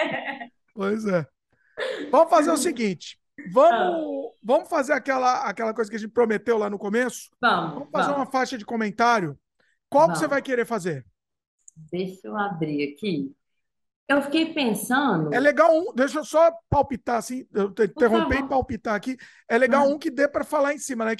Pois é. Vamos fazer o seguinte: Ah, vamos fazer aquela coisa que a gente prometeu lá no começo. vamos, Vamos fazer uma vamos, faixa de comentário. Qual que você vai vamos. querer fazer? Deixa eu abrir aqui. Eu fiquei É pensando, legal deixa eu só palpitar assim, eu te por interromper e favor. palpitar aqui. É legal Ah, um que dê para falar em cima, né?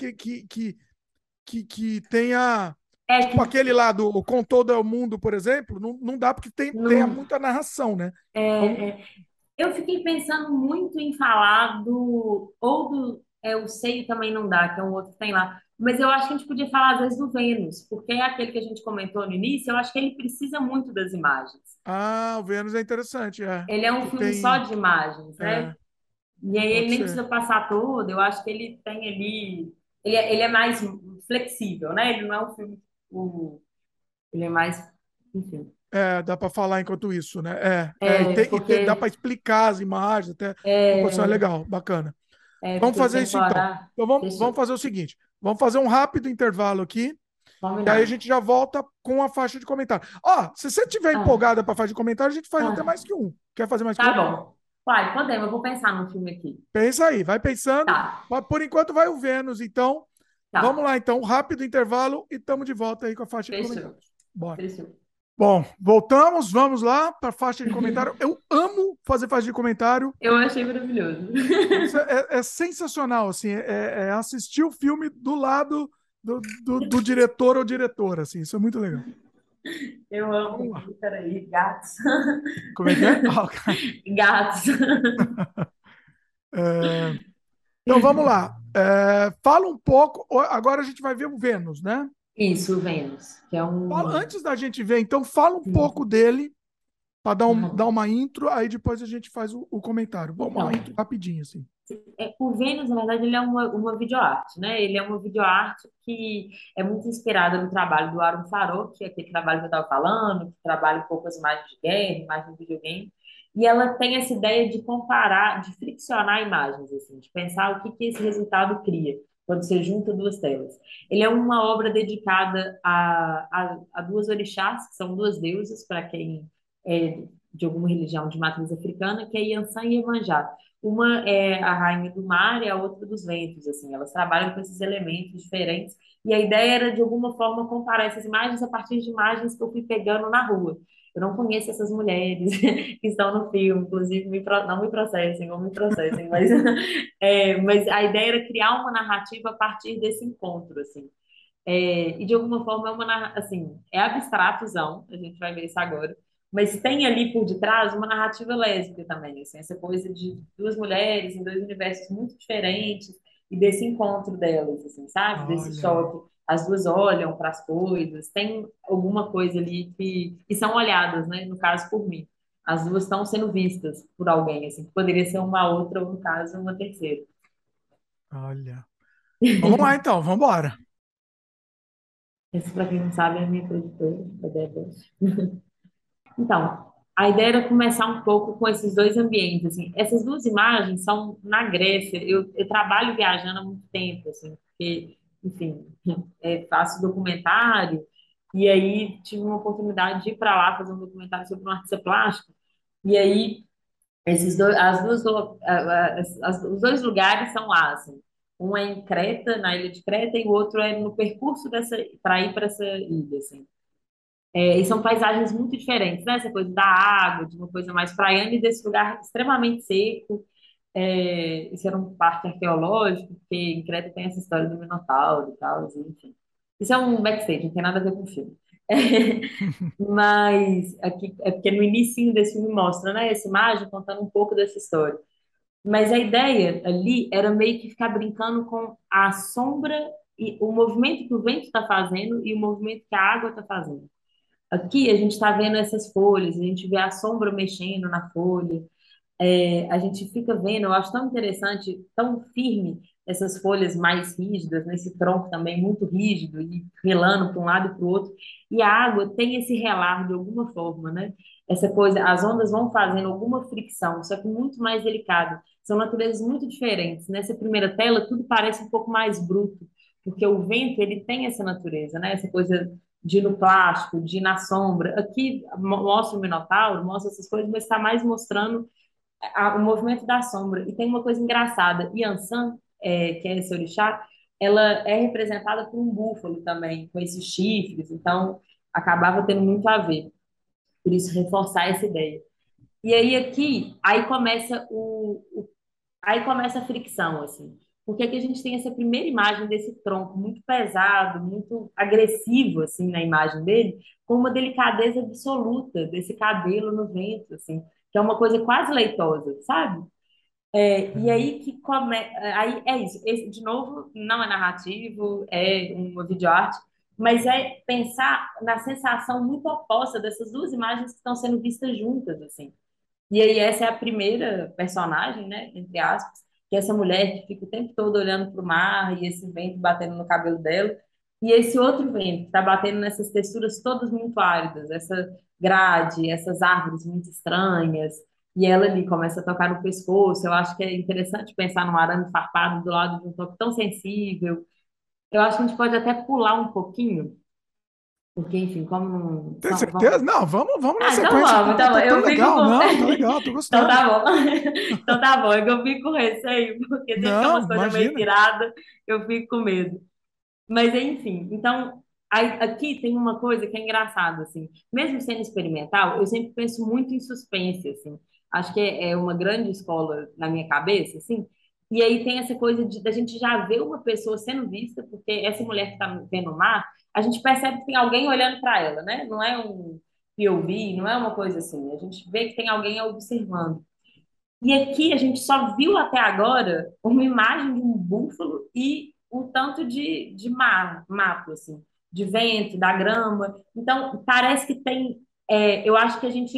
Que tenha, É que tipo aquele lá do Com Todo o Mundo, por exemplo, não dá porque tenha não, muita narração, né? Vamos, é, eu fiquei pensando muito em falar o Seio também não dá, que é um outro que tem lá. Mas eu acho que a gente podia falar às vezes do Vênus, porque é aquele que a gente comentou no início, eu acho que ele precisa muito das imagens. o Vênus é interessante, Ele é um que filme só tem, de imagens, né? é, E aí ele pode nem ser. precisa passar todo, eu acho que ele tem ali. Ele é mais flexível, né? Ele não é um filme. Ele é mais. Enfim. Dá para falar enquanto isso, né? Dá para Porque explicar as imagens, até composição é é, legal, bacana. Vamos porque fazer isso então. temporada. Então vamos Fechou. fazer o seguinte: vamos fazer um rápido intervalo aqui, e aí a Combinado. gente já volta com a faixa de comentário. Ó, se você estiver Ah, empolgada para faixa de comentário, a gente faz até ah, mais que um. Quer fazer mais que tá um? bom. Vai, podemos. Eu vou pensar num filme aqui. Pensa aí, vai pensando. Tá, Mas por enquanto vai o Vênus, então. Vamos tá. lá, então, rápido intervalo e estamos de volta aí com a faixa de Fechou. comentários. Bora. Fechou. Bom, voltamos, vamos lá para a faixa de comentário. Eu amo fazer faixa de comentário. Eu achei maravilhoso. Isso é sensacional, assim, é assistir o filme do lado do diretor ou diretora, assim, isso é muito legal. Eu Então, amo vamos lá. também. Peraí, gatos. Como é que é? Gatos. É, então, vamos lá. Fala um pouco, agora a gente vai ver o Vênus, né? Isso, Vênus, que é um. Antes da gente ver, então, fala um pouco dele para dar uma intro, aí depois a gente faz o comentário. Bom, uma Então, intro rapidinho, assim. o Vênus, na verdade, ele é uma videoarte, né? Ele é uma videoarte que é muito inspirada no trabalho do Aaron Farrow, que é aquele trabalho que eu estava falando, que trabalha um pouco as imagens de guerra, imagens de videogame. E ela tem essa ideia de comparar, de friccionar imagens, assim, de pensar o que que esse resultado cria quando você junta duas telas. Ele é uma obra dedicada a duas orixás, que são duas deusas, para quem é de alguma religião de matriz africana, que é Yansan e Iemanjá. Uma é a rainha do mar e a outra dos ventos, assim, elas trabalham com esses elementos diferentes. E a ideia era, de alguma forma, comparar essas imagens a partir de imagens que eu fui pegando na rua. Eu não conheço essas mulheres que estão no filme, inclusive não me processem, ou me processem, mas, mas a ideia era criar uma narrativa a partir desse encontro, assim. E de alguma forma é assim, é abstratozão, a gente vai ver isso agora, mas tem ali por detrás uma narrativa lésbica também, assim, essa coisa de duas mulheres em dois universos muito diferentes e desse encontro delas, assim, sabe? Desse Olha aí. choque. As duas olham para as coisas, tem alguma coisa ali que são olhadas, né? No caso, por mim. As duas estão sendo vistas por alguém, assim, que poderia ser uma outra ou, no caso, uma terceira. Olha. Vamos lá, então. Vamos embora. Esse, para quem não sabe, é a minha produtora, a Débora. Então, a ideia era começar um pouco com esses dois ambientes, assim. Essas duas imagens são na Grécia. Eu trabalho viajando há muito tempo, assim, porque, enfim, faço documentário e aí tive uma oportunidade de ir para lá fazer um documentário sobre um artista plástico. E aí os dois lugares são lá, assim. Um é em Creta, na ilha de Creta, e o outro é no percurso dessa para ir para essa ilha, assim. E são paisagens muito diferentes, né? Essa coisa da água, de uma coisa mais praiana e desse lugar extremamente seco. Isso era um parque arqueológico, porque em Creta tem essa história do Minotauro e tal, assim, enfim. Isso é um backstage, não tem nada a ver com o filme. Mas aqui, é porque no início desse filme mostra, né, essa imagem contando um pouco dessa história. Mas a ideia ali era meio que ficar brincando com a sombra e o movimento que o vento está fazendo e o movimento que a água está fazendo. Aqui a gente está vendo essas folhas, a gente vê a sombra mexendo na folha, a gente fica vendo, eu acho tão interessante, tão firme essas folhas mais rígidas, nesse tronco também muito rígido e relando para um lado e para o outro, e a água tem esse relar de alguma forma, né? Essa coisa, as ondas vão fazendo alguma fricção, só que muito mais delicada. São naturezas muito diferentes. Nessa primeira tela, tudo parece um pouco mais bruto, porque o vento ele tem essa natureza, né? Essa coisa de ir no plástico, de ir na sombra. Aqui mostra o Minotauro, mostra essas coisas, mas está mais mostrando o movimento da sombra. E tem uma coisa engraçada, Yansan, que é esse orixá, ela é representada por um búfalo também, com esses chifres, então acabava tendo muito a ver. Por isso, reforçar essa ideia. E aí aqui, aí começa a fricção, assim. Porque aqui a gente tem essa primeira imagem desse tronco muito pesado, muito agressivo, assim, na imagem dele, com uma delicadeza absoluta desse cabelo no vento, assim, que é uma coisa quase leitosa, sabe? E Uhum. aí aí é isso. Esse, de novo, não é narrativo, é uma videoarte, mas é pensar na sensação muito oposta dessas duas imagens que estão sendo vistas juntas, assim. E aí essa é a primeira personagem, né, entre aspas, que é essa mulher que fica o tempo todo olhando para o mar e esse vento batendo no cabelo dela. E esse outro vento que está batendo nessas texturas todas muito áridas, essa grade, essas árvores muito estranhas. E ela ali começa a tocar no pescoço. Eu acho que é interessante pensar num arame farpado do lado de um toque tão sensível. Eu acho que a gente pode até pular um pouquinho, porque, enfim, como não Tem são, certeza? vamos. Não, vamos na Ah, então sequência. vamos, então Tá eu fico legal. com. Não, tá legal, tô Então gostando. tá bom. Então tá bom, é que eu fico com receio, porque sempre tem Não, umas coisas meio imagina. tiradas, eu fico com medo. Mas enfim, então aqui tem uma coisa que é engraçada, assim, mesmo sendo experimental, eu sempre penso muito em suspense, assim. Acho que é uma grande escola na minha cabeça, assim. E aí tem essa coisa da gente já ver uma pessoa sendo vista, porque essa mulher que está vendo o mar, a gente percebe que tem alguém olhando para ela, né? Não é um POV, não é uma coisa assim. A gente vê que tem alguém observando. E aqui a gente só viu até agora uma imagem de um búfalo e um tanto de mato, assim, de vento, da grama. Então, parece que tem. Eu acho que a gente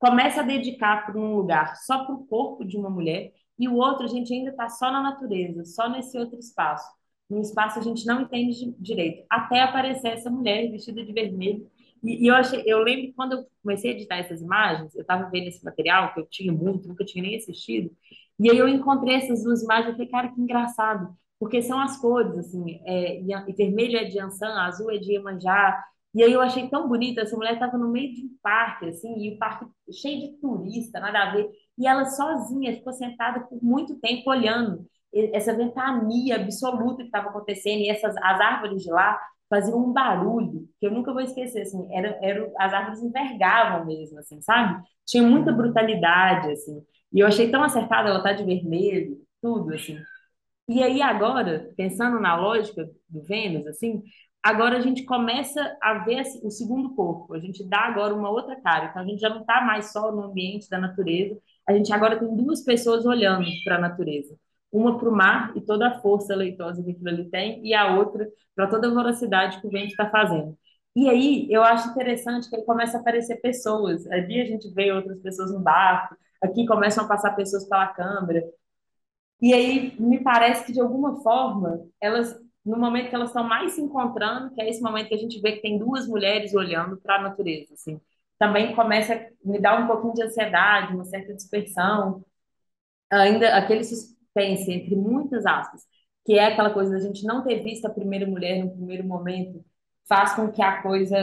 começa a dedicar para um lugar só para o corpo de uma mulher, e o outro a gente ainda está só na natureza, só nesse outro espaço. No espaço a gente não entende direito, até aparecer essa mulher vestida de vermelho. E eu lembro que quando eu comecei a editar essas imagens, eu estava vendo esse material, que eu tinha muito, nunca tinha nem assistido, e aí eu encontrei essas duas imagens e falei, cara, que engraçado, porque são as cores, assim, e vermelho é de Ansan, azul é de Iemanjá, e aí eu achei tão bonita, essa mulher estava no meio de um parque, assim, e o parque cheio de turista, nada a ver, e ela sozinha ficou sentada por muito tempo olhando essa ventania absoluta que estava acontecendo, e as árvores de lá faziam um barulho que eu nunca vou esquecer, assim, as árvores envergavam mesmo, assim, sabe? Tinha muita brutalidade, assim, e eu achei tão acertada ela tá de vermelho, tudo, assim. E aí agora, pensando na lógica do Vênus, assim, agora a gente começa a ver assim, o segundo corpo, a gente dá agora uma outra cara, então a gente já não está mais só no ambiente da natureza, a gente agora tem duas pessoas olhando para a natureza. Uma para o mar e toda a força leitosa que aquilo ali tem, e a outra para toda a velocidade que o vento está fazendo. E aí eu acho interessante que aí começa a aparecer pessoas. Ali a gente vê outras pessoas no barco, aqui começam a passar pessoas pela câmera. E aí me parece que de alguma forma elas, no momento que elas estão mais se encontrando, que é esse momento que a gente vê que tem duas mulheres olhando para a natureza, assim, também começa a me dar um pouquinho de ansiedade, uma certa dispersão, ainda aquele suspense entre muitas aspas, que é aquela coisa da gente não ter visto a primeira mulher no primeiro momento, faz com que a coisa,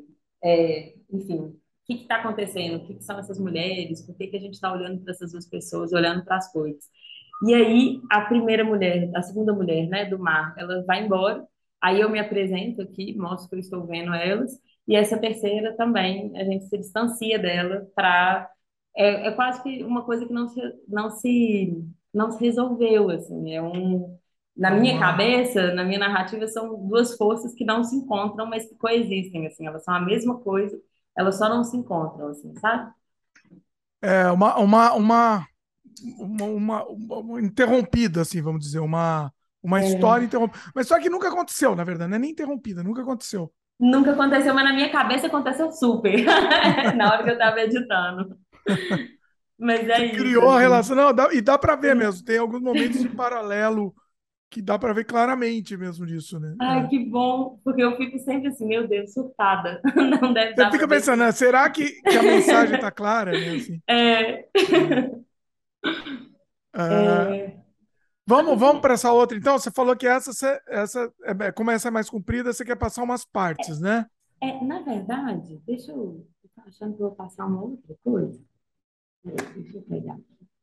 enfim, o que está acontecendo? O que, que são essas mulheres? Por que, que a gente está olhando para essas duas pessoas, olhando para as coisas? E aí, a primeira mulher, a segunda mulher, né, do mar, ela vai embora. Aí eu me apresento aqui, mostro que eu estou vendo elas. E essa terceira também, a gente se distancia dela para. É quase que uma coisa que não se resolveu, assim. Na É minha uma, cabeça, na minha narrativa, são duas forças que não se encontram, mas que coexistem, assim. Elas são a mesma coisa, elas só não se encontram, assim, sabe? é uma interrompida, assim, vamos dizer, uma história É, interrompida. Mas só que nunca aconteceu, na verdade, não é nem interrompida, nunca aconteceu. nunca aconteceu, mas na minha cabeça aconteceu super. Na hora que eu tava editando. Mas é Você isso, criou a assim. relação, não, e dá para ver mesmo, Sim. tem alguns momentos de paralelo que dá para ver claramente mesmo disso, né? Ai, que bom, porque eu fico sempre assim, meu Deus, surtada. Não deve Você dar para fica ver pensando, que. né, será que a mensagem está clara, né? Assim, É, ah, é, vamos para essa outra. Então, você falou que como essa é mais comprida, você quer passar umas partes, né? na verdade, eu tô achando que eu vou passar uma outra coisa. Deixa eu pegar.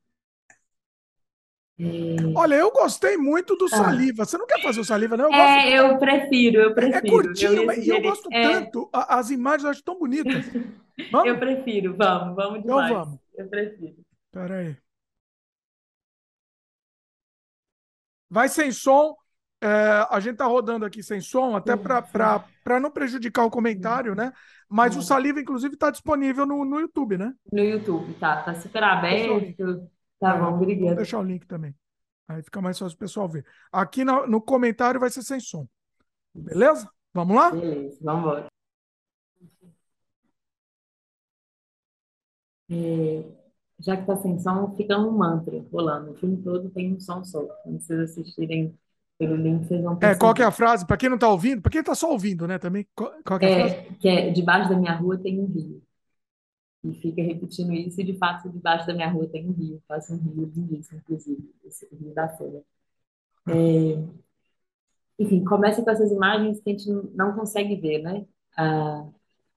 Olha, eu gostei muito do Ah, Saliva. Você não quer fazer o Saliva, não? Eu gosto eu prefiro, eu É prefiro. Eu curtinho, ia e eu sugerir. gosto tanto. As imagens eu acho tão bonitas. Eu Vamos? prefiro, vamos Então demais. vamos. Eu prefiro. Espera aí. Vai sem som. É, a gente tá rodando aqui sem som, até para não prejudicar o comentário, né? Mas o Saliva, inclusive, está disponível no YouTube, né? No YouTube, tá super Vou deixar o link. aberto. Tá bom, Vamos obrigada. deixar o link também. Aí fica mais fácil o pessoal ver. Aqui no comentário vai ser sem som. Beleza? Vamos lá? Beleza, vamos embora. Já que tá sem som, fica um mantra rolando. O filme todo tem um som só. Quando vocês assistirem pelo link, vocês vão Qual que é perceber. a frase? Para quem não está ouvindo, para quem está só ouvindo, né? Também, qual que é a frase? Que é debaixo da minha rua tem um rio. E fica repetindo isso, e de fato, debaixo da minha rua tem um rio. Passa um rio lindíssimo, inclusive, esse rio da Serra. Enfim, começa com essas imagens que a gente não consegue ver, né? Ah,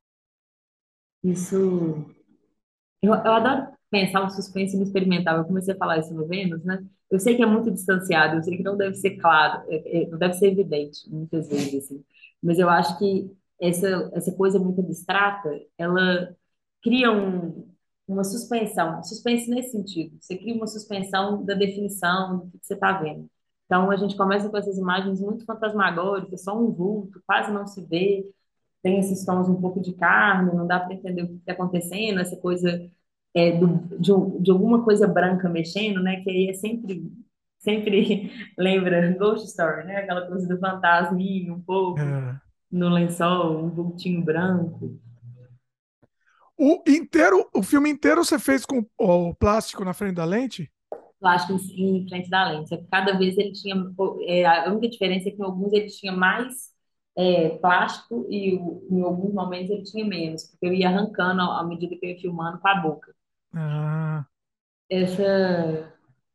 isso. Eu adoro pensar o suspense no experimental. Eu comecei a falar isso no Vênus, né? Eu sei que é muito distanciado, eu sei que não deve ser claro, não deve ser evidente, muitas vezes, assim. Mas eu acho que essa coisa muito abstrata, ela cria uma suspensão, suspense nesse sentido. Você cria uma suspensão da definição do que você está vendo. Então, a gente começa com essas imagens muito fantasmagóricas, só um vulto, quase não se vê, tem esses tons um pouco de carne, não dá para entender o que está acontecendo, essa coisa de alguma coisa branca mexendo, né? Que aí é sempre lembra Ghost Story, né? Aquela coisa do fantasminho um pouco É. no lençol, um vultinho branco. O filme inteiro você fez com o plástico na frente da lente? Plástico em frente da lente. Só que cada vez ele tinha. A única diferença é que em alguns ele tinha mais plástico e em alguns momentos ele tinha menos, porque eu ia arrancando à medida que eu ia filmando com a boca. Ah, Essa.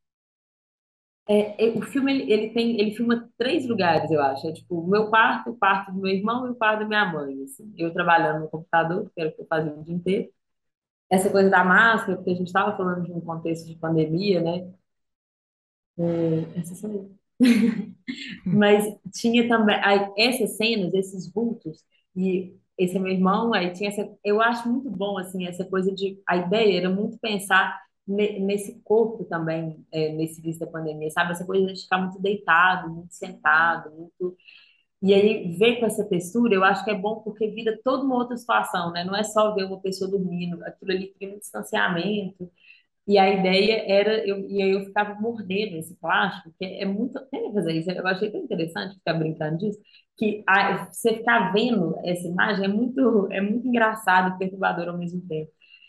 O filme ele filma três lugares, eu acho. É tipo o meu quarto, o quarto do meu irmão e o quarto da minha mãe. Assim. Eu trabalhando no computador, que era o que eu fazia o dia inteiro. Essa coisa da máscara, porque a gente estava falando de um contexto de pandemia, né? Essa sou eu. Mas tinha também aí, essas cenas, esses vultos, e esse é meu irmão, aí tinha essa, eu acho muito bom, assim, essa coisa de, a ideia era muito pensar nesse corpo também, nesse visto da pandemia, sabe? Essa coisa de ficar muito deitado, muito sentado, muito... E aí, ver com essa textura, eu acho que é bom porque vira toda uma outra situação, né? Não é só ver uma pessoa dormindo, aquilo ali cria um distanciamento, e a ideia era, e aí eu ficava mordendo esse plástico, que é muito. Tem que fazer isso, eu achei tão interessante ficar brincando disso, que você ficar vendo essa imagem é muito engraçado e perturbador ao mesmo tempo.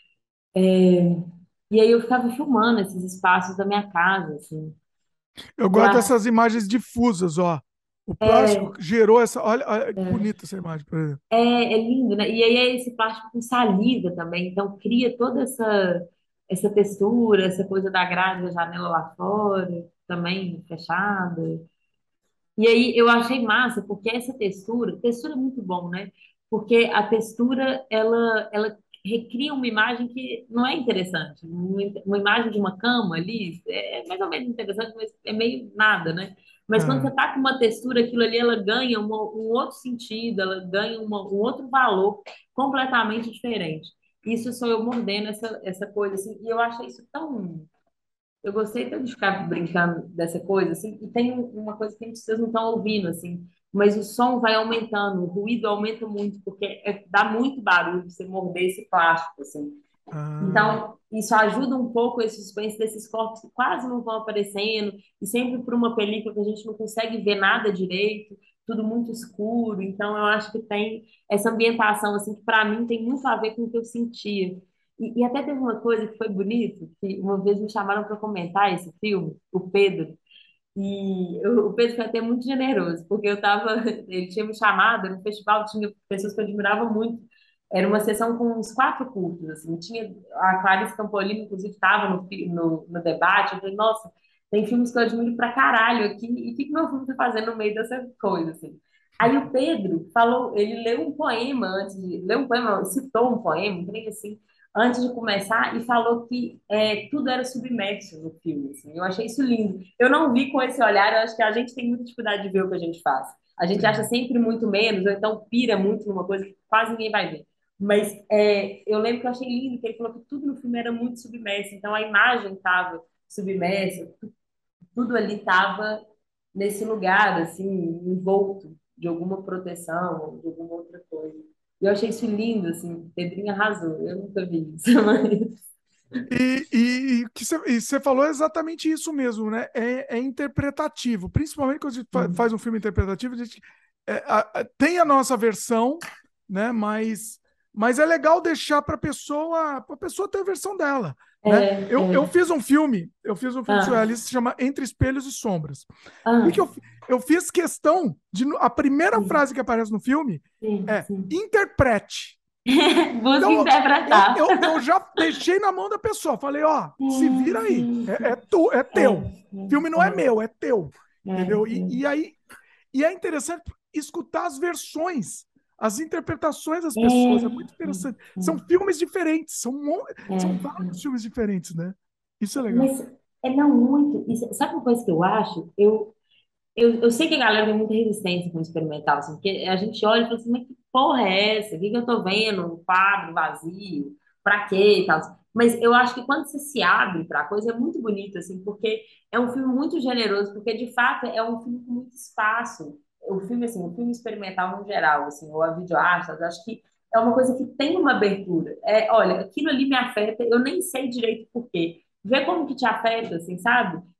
E aí eu ficava filmando esses espaços da minha casa, assim. eu Eu gosto acho, dessas imagens difusas, ó. O plástico é, gerou essa. Olha, olha que bonita essa imagem, por exemplo. é lindo, né? E aí é esse plástico com saliva também, então cria toda essa textura, essa coisa da grade da janela lá fora, também fechada. E aí eu achei massa, porque essa textura é muito bom, né? Porque a textura, ela recria uma imagem que não é interessante. Uma imagem de uma cama ali é mais ou menos interessante, mas é meio nada, né? Mas quando você Ah, tá com uma textura, aquilo ali, ela ganha um outro sentido, ela ganha um outro valor completamente diferente. Isso sou eu mordendo essa coisa, assim, e eu achei isso tão eu gostei tanto de ficar brincando dessa coisa, assim, e tem uma coisa que vocês não estão ouvindo, assim, mas o som vai aumentando, o ruído aumenta muito, porque dá muito barulho você morder esse plástico, assim. ah. Então, isso ajuda um pouco esse suspense desses corpos que quase não vão aparecendo, e sempre por uma película que a gente não consegue ver nada direito, tudo muito escuro. Então, eu acho que tem essa ambientação, assim, que para mim tem muito a ver com o que eu sentia. E até teve uma coisa que foi bonito, que uma vez me chamaram para comentar esse filme, o Pedro, e o Pedro foi até muito generoso, porque eu tava, ele tinha me chamado, no festival tinha pessoas que eu admirava muito. Era uma sessão com uns quatro curtos, assim. Tinha a Clarice Campolini, inclusive, estava no debate. Eu falei, nossa, tem filmes que eu admiro pra caralho aqui, e o que que meu filme tá fazendo no meio dessa coisa, assim? Aí o Pedro falou, ele leu um poema antes de, leu um poema, não, citou um poema, um trem assim, antes de começar, e falou que tudo era submerso no filme, assim. Eu achei isso lindo. Eu não vi com esse olhar, eu acho que a gente tem muita dificuldade de ver o que a gente faz. A gente acha Sim. sempre muito menos, ou então pira muito numa coisa que quase ninguém vai ver. Mas eu lembro que eu achei lindo que ele falou que tudo no filme era muito submerso, então a imagem estava submersa, tudo ali estava nesse lugar, assim, envolto de alguma proteção, ou de alguma outra coisa. E eu achei isso lindo, assim, Pedrinho arrasou, eu nunca vi isso, mas... E você falou exatamente isso mesmo, né? É interpretativo, principalmente quando a gente faz um filme interpretativo, a gente tem a nossa versão, né? Mas é legal deixar para pessoa ter a versão dela, né? Eu fiz um filme Ah, surrealista que se chama Entre Espelhos e Sombras. O que que ah, eu fiz questão de a primeira sim, frase que aparece no filme sim, é sim. interprete. Busca Então, interpretar. eu já deixei na mão da pessoa. Falei, ó, se vira Sim, aí. sim, É teu. Filme não é é, meu, é teu. Entendeu? é, E é interessante escutar as versões, as interpretações das pessoas. É muito é, interessante. São filmes diferentes, são é. vários filmes diferentes, né? Isso é legal. Mas não muito. Sabe uma coisa que eu acho? Eu sei que a galera tem muita resistência com o experimental, assim, porque a gente olha e fala assim, mas que porra é essa? O que que eu tô vendo? Um quadro vazio? Pra quê e tal. Mas eu acho que quando você se abre pra coisa, é muito bonito, assim, porque é um filme muito generoso, porque de fato é um filme com muito espaço. O filme, assim, o filme experimental no geral, assim, ou a videoarte, eu acho que é uma coisa que tem uma abertura. Olha, aquilo ali me afeta, eu nem sei direito por quê. Vê como que te afeta, assim, sabe?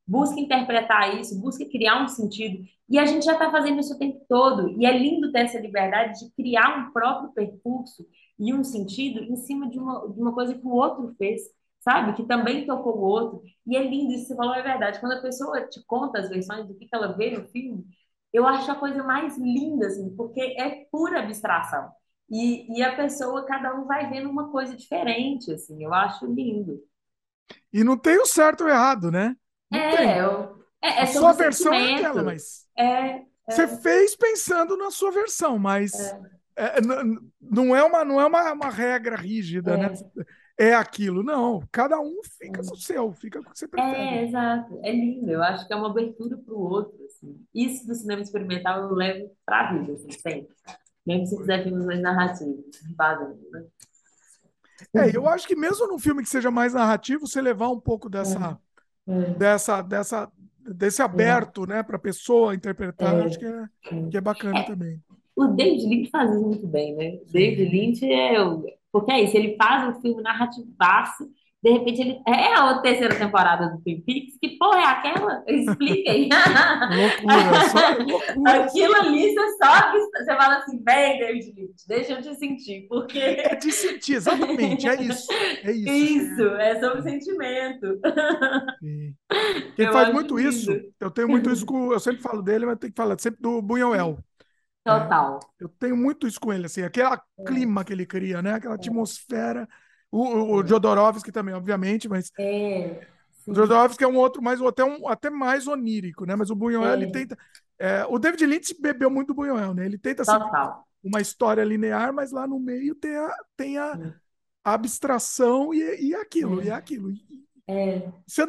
busca interpretar isso, busca criar um sentido. E a gente já está fazendo isso o tempo todo. E é lindo ter essa liberdade de criar um próprio percurso e um sentido em cima de uma coisa que o outro fez, sabe? Que também tocou o outro. E é lindo, isso que você falou é verdade. Quando a pessoa te conta as versões do que ela vê no filme, eu acho a coisa mais linda, assim, porque é pura abstração. E a pessoa, cada um vai vendo uma coisa diferente, assim, eu acho lindo. E não tem o certo ou errado, né? Não tem. É A sua sobre versão é aquela, sentimento. mas É, você é, fez pensando na sua versão, mas não é uma regra rígida, né? é, É aquilo. Não, cada um fica com o seu, fica com o que você prefere. exato. É lindo. Eu acho que é uma abertura para o outro, assim. Isso do cinema experimental eu levo para a vida, assim, sempre. Mesmo se fizer filmes mais narrativos, fazendo, né? Eu acho que mesmo num filme que seja mais narrativo, você levar um pouco É, desse é, aberto, né, para a pessoa interpretar, acho é, que é bacana é. também. O David Lynch faz isso muito bem, né? O David Sim. Lynch porque é isso, ele faz um filme narrativaço, de repente ele. É a terceira temporada do Twin Peaks, que porra é aquela? Expliquem. Loucura, só loucura. Aquilo ali, você sobe, você fala assim, vem, David Lynch, deixa eu te sentir, É porque de sentir, exatamente, é isso. É isso. isso é sobre sentimento. Sim. Quem Eu faz acho muito lindo. isso, eu tenho muito isso com, eu sempre falo dele, mas tem que falar sempre do Buñuel. É, Total. eu tenho muito isso com ele, assim, aquele clima que ele cria, né? Aquela atmosfera. O É, Jodorowsky também, obviamente, mas o sim, Jodorowsky é um outro mais, até mais onírico, né? Mas o Buñuel, ele é, tenta. O David Lynch bebeu muito do Buñuel, né? Ele tenta seguir total. uma história linear, mas lá no meio tem a abstração e aquilo, e é aquilo. É,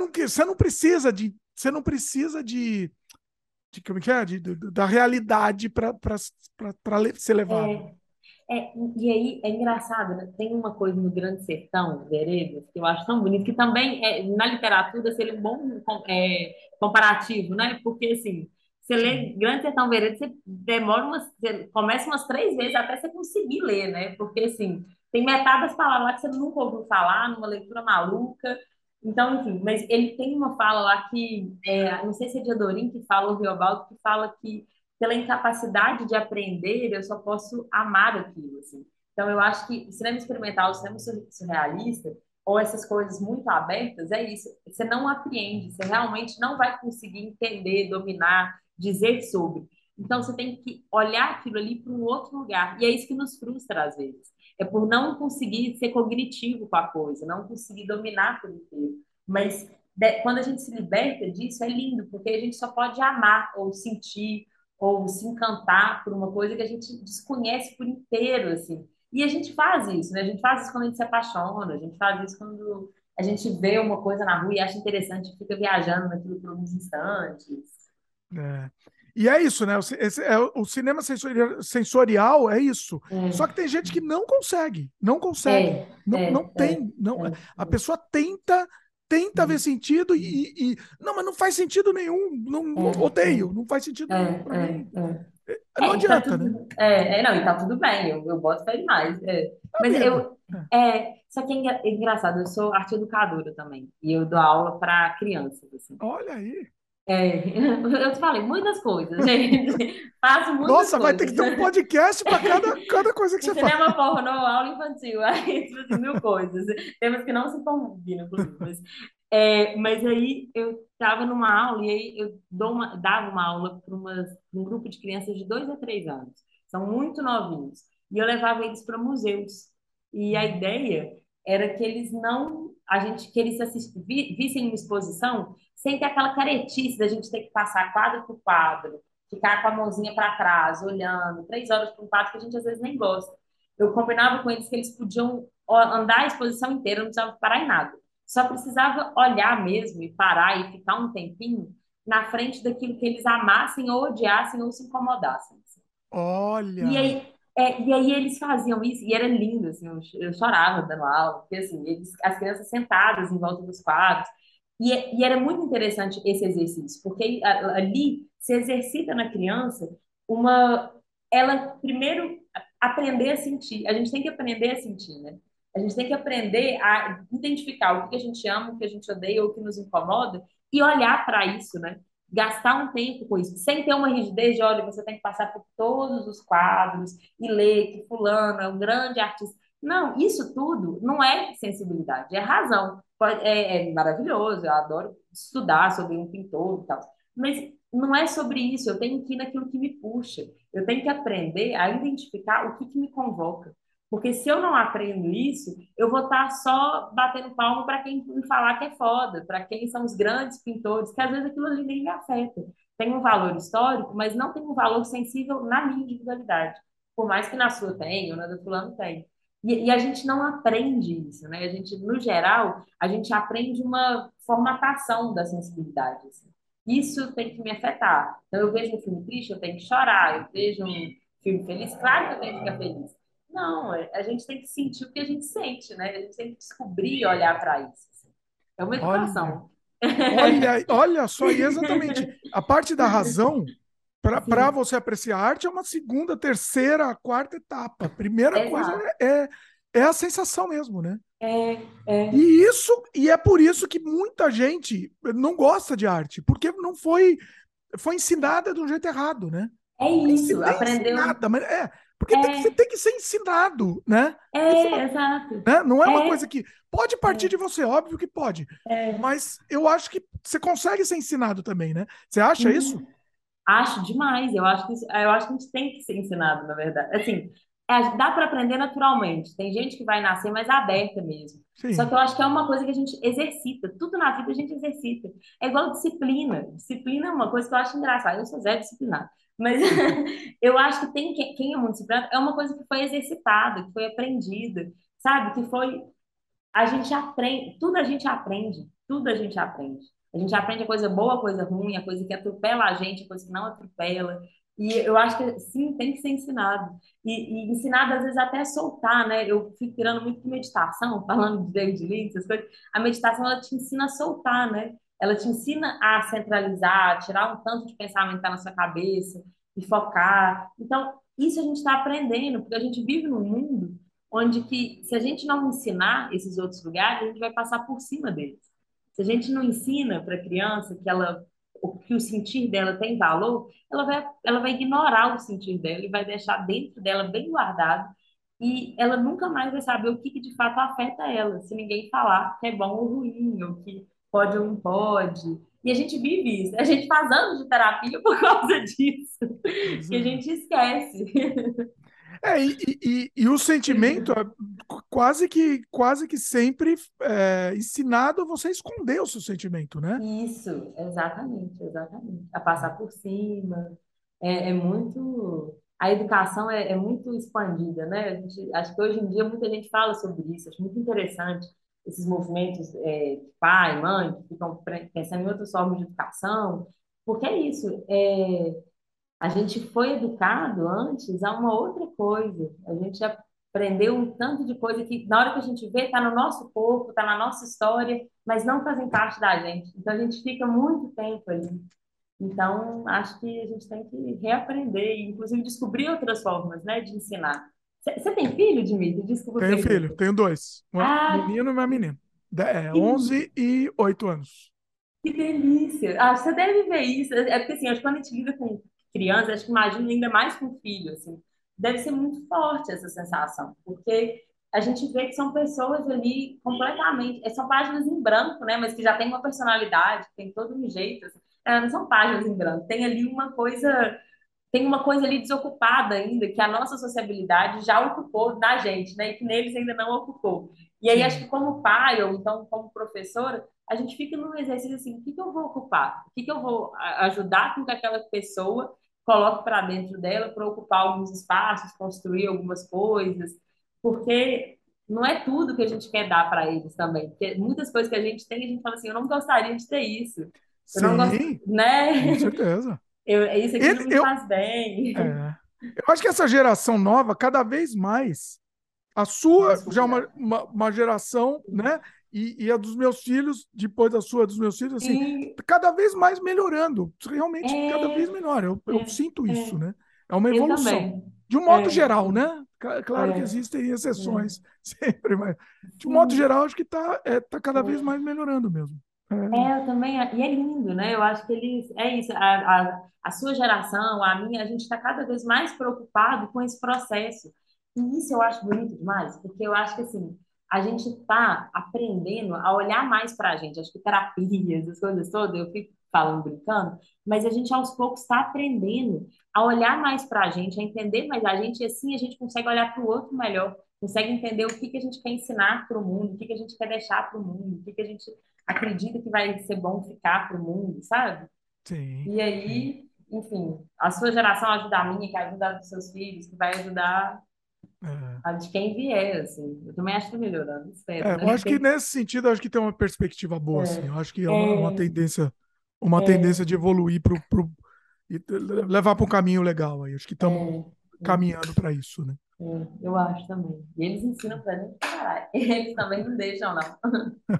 Você não precisa de como que é? Da realidade para ser levado. é, e aí é engraçado, né? Tem uma coisa no Grande Sertão, Veredas, que eu acho tão bonito, que também na literatura seria um bom comparativo, né? Porque assim, você lê Sim. Grande Sertão Veredas, você começa umas 3 vezes até você conseguir ler, né? Porque assim, tem metade das palavras lá que você nunca ouviu falar, numa leitura maluca. Então, enfim, mas ele tem uma fala lá que, não sei se é de Adorim que fala, ou Riobaldo, que fala que pela incapacidade de aprender, eu só posso amar aquilo, assim. Então, eu acho que o cinema experimental, o cinema surrealista, ou essas coisas muito abertas, é isso. Você não apreende, você realmente não vai conseguir entender, dominar, dizer sobre. Então, você tem que olhar aquilo ali para um outro lugar. E é isso que nos frustra, às vezes. É por não conseguir ser cognitivo com a coisa, não conseguir dominar por inteiro. Mas quando a gente se liberta disso, é lindo, porque a gente só pode amar ou sentir ou se encantar por uma coisa que a gente desconhece por inteiro, assim. E a gente faz isso, né? A gente faz isso quando a gente se apaixona, a gente faz isso quando a gente vê uma coisa na rua e acha interessante, e fica viajando naquilo por uns instantes. É. E é isso, né? O cinema sensorial é isso. Só que tem gente que não consegue, não consegue. É, Não, é, não é, tem. Não, é, a pessoa tenta ver sentido não, mas não faz sentido nenhum. Não, odeio, não faz sentido nenhum para mim. Não E tá adianta, né? tudo. Não, e tá tudo bem, eu boto fé demais. A Mas vida. É. só que é engraçado, eu sou arte educadora também, e eu dou aula para crianças, assim. Olha aí. Eu te falei muitas coisas, gente. Faço muitas Nossa, vai ter que coisas. ter um podcast para cada coisa que De você faz. cinema pornô, aula infantil, aí, tipo assim, mil coisas. Temas que não se combinam, inclusive. Mas aí eu estava numa aula e aí eu dava uma aula para um grupo de crianças de 2 a 3 anos. São muito novinhos. E eu levava eles para museus. E a ideia era que eles não, que eles vissem uma exposição sem ter aquela caretice da gente ter que passar quadro por quadro, ficar com a mãozinha para trás, olhando, 3 horas por um quadro que a gente às vezes nem gosta. Eu combinava com eles que eles podiam andar a exposição inteira, não precisava parar em nada. Só precisava olhar mesmo e parar e ficar um tempinho na frente daquilo que eles amassem ou odiassem ou se incomodassem. Assim. E Olha. aí, e aí eles faziam isso e era lindo, assim, eu chorava dando aula, porque assim, as crianças sentadas em volta dos quadros. E era muito interessante esse exercício, porque ali se exercita na criança ela primeiro aprender a sentir. A gente tem que aprender a sentir, né? A gente tem que aprender a identificar o que a gente ama, o que a gente odeia, ou o que nos incomoda, e olhar para isso, né? Gastar um tempo com isso, sem ter uma rigidez de, olha, você tem que passar por todos os quadros e ler que fulano é um grande artista. Não, isso tudo não é sensibilidade, é razão. É maravilhoso, eu adoro estudar sobre um pintor e tal, mas não é sobre isso, eu tenho que ir naquilo que me puxa, eu tenho que aprender a identificar o que que me convoca. Porque se eu não aprendo isso, eu vou estar só batendo palmo para quem me falar que é foda, para quem são os grandes pintores, que às vezes aquilo ali nem me afeta. Tem um valor histórico, mas não tem um valor sensível na minha individualidade. Por mais que na sua tenha, ou na do fulano tenha. E a gente não aprende isso, né? A gente, no geral, a gente aprende uma formatação da sensibilidade, assim. Isso tem que me afetar. Então, eu vejo um filme triste, eu tenho que chorar. Eu vejo um filme feliz, claro que eu tenho que ficar feliz. Não, a gente tem que sentir o que a gente sente, né? A gente tem que descobrir e olhar para isso, assim. É uma Olha, educação. olha só, e exatamente a parte da razão para Sim, você apreciar a arte é uma segunda, terceira, quarta etapa. A primeira coisa exato. é a sensação mesmo, né? É, é, E é por isso que muita gente não gosta de arte, porque não foi ensinada de um jeito errado, né? é isso. Nem Aprendeu. ensinada, mas porque você É, tem que ser ensinado, né? Isso é exato. né? Não é uma É, coisa que pode partir de você, óbvio que pode, é. mas eu acho que você consegue ser ensinado também, né? Você acha isso? Uhum. Acho demais. Eu acho que a gente tem que ser ensinado, na verdade. Assim, dá para aprender naturalmente. Tem gente que vai nascer mais aberta mesmo. Só que Sim. eu acho que é uma coisa que a gente exercita. Tudo na vida a gente exercita. É igual disciplina. Disciplina é uma coisa que eu acho engraçada. Eu sou zero disciplinada. Mas eu acho que tem quem é muito disciplinado é uma coisa que foi exercitada, que foi aprendida, sabe? Que foi a gente aprende, tudo a gente aprende, tudo a gente aprende. A gente aprende a coisa boa, a coisa ruim, a coisa que atropela a gente, a coisa que não atropela. E eu acho que sim, tem que ser ensinado. E ensinado, às vezes, até a soltar, né? Eu fico tirando muito de meditação, falando de David Lynch, essas coisas. A meditação, ela te ensina a soltar, né? Ela te ensina a centralizar, a tirar um tanto de pensamento que está na sua cabeça e focar. Então, isso a gente está aprendendo, porque a gente vive num mundo onde que se a gente não ensinar esses outros lugares, a gente vai passar por cima deles. Se a gente não ensina para a criança que o sentir dela tem valor, ela vai ignorar o sentir dela e vai deixar dentro dela bem guardado e ela nunca mais vai saber o que, que de fato afeta ela, se ninguém falar que é bom ou ruim, ou que pode ou não pode. E a gente vive isso. A gente faz anos de terapia por causa disso, Pois que a é. gente esquece. E o sentimento é quase que sempre ensinado a você esconder o seu sentimento, né? Isso, exatamente, exatamente. A passar por cima. É muito. A educação é muito expandida, né? Acho que hoje em dia muita gente fala sobre isso, acho muito interessante esses movimentos de pai, mãe, que ficam pensando em outras formas de educação, porque é isso. A gente foi educado antes a uma outra coisa. A gente aprendeu um tanto de coisa que, na hora que a gente vê, está no nosso corpo, está na nossa história, mas não fazem parte da gente. Então, a gente fica muito tempo ali. Então, acho que a gente tem que reaprender e, inclusive, descobrir outras formas, né, de ensinar. Você tem filho, Dimitri? Desculpa a Tenho filho, pergunta. tenho dois, um Ah, menino e uma menina. que 11 e 8 anos. Que delícia! Ah, você deve ver isso. É porque, assim, acho que quando a gente lida com criança, acho que imagina ainda mais com filho, assim. Deve ser muito forte essa sensação, porque a gente vê que são pessoas ali completamente... São páginas em branco, né? Mas que já tem uma personalidade, que tem todo um jeito. Assim. Não são páginas em branco. Tem ali uma coisa... Tem uma coisa ali desocupada ainda, que a nossa sociabilidade já ocupou da gente, né? E que neles ainda não ocupou. E aí, acho que Sim, como pai, ou então como professora, a gente fica num exercício assim, o que que eu vou ocupar? O que que eu vou ajudar com que aquela pessoa coloque para dentro dela para ocupar alguns espaços, construir algumas coisas, porque não é tudo que a gente quer dar para eles também, porque muitas coisas que a gente tem, a gente fala assim, eu não gostaria de ter isso, eu não gosto, sim, com né? certeza. Isso aqui Ele, não me eu, faz bem. é, eu acho que essa geração nova, cada vez mais, a sua já é Desculpa, uma geração, né? E a dos meus filhos, depois da sua, dos meus filhos, assim, sim, cada vez mais melhorando, realmente cada é, vez melhor. Eu sinto isso, é, né? É uma eu evolução. também. De um modo É, geral, né? Claro que é, existem é. exceções sempre, mas de um modo Sim, geral, acho que tá cada vez é. mais melhorando mesmo. É, Eu também, e é lindo, né? Eu acho que eles, é isso, a sua geração, a minha, a gente está cada vez mais preocupado com esse processo. E isso eu acho bonito demais, porque eu acho que, assim, a gente está aprendendo a olhar mais para a gente. Acho que terapias, as coisas todas, eu fico falando, brincando, mas a gente aos poucos está aprendendo a olhar mais para a gente, a entender mais a gente, e assim a gente consegue olhar para o outro melhor, consegue entender o que que a gente quer ensinar para o mundo, o que que a gente quer deixar para o mundo, o que que a gente acredita que vai ser bom ficar para o mundo, sabe? sim, E sim. aí, enfim, a sua geração ajuda a minha, que ajuda a dos seus filhos, que vai ajudar É. a de quem vier, assim. Eu também acho que tá melhorando, espero, É, eu né? acho que nesse sentido, eu acho que tem uma perspectiva boa, assim. Eu acho que é É, uma é, tendência de evoluir e levar para um caminho legal aí. Acho que é, estamos é, caminhando para isso, né? eu acho também. E eles ensinam pra gente, caralho. Eles também não deixam, não.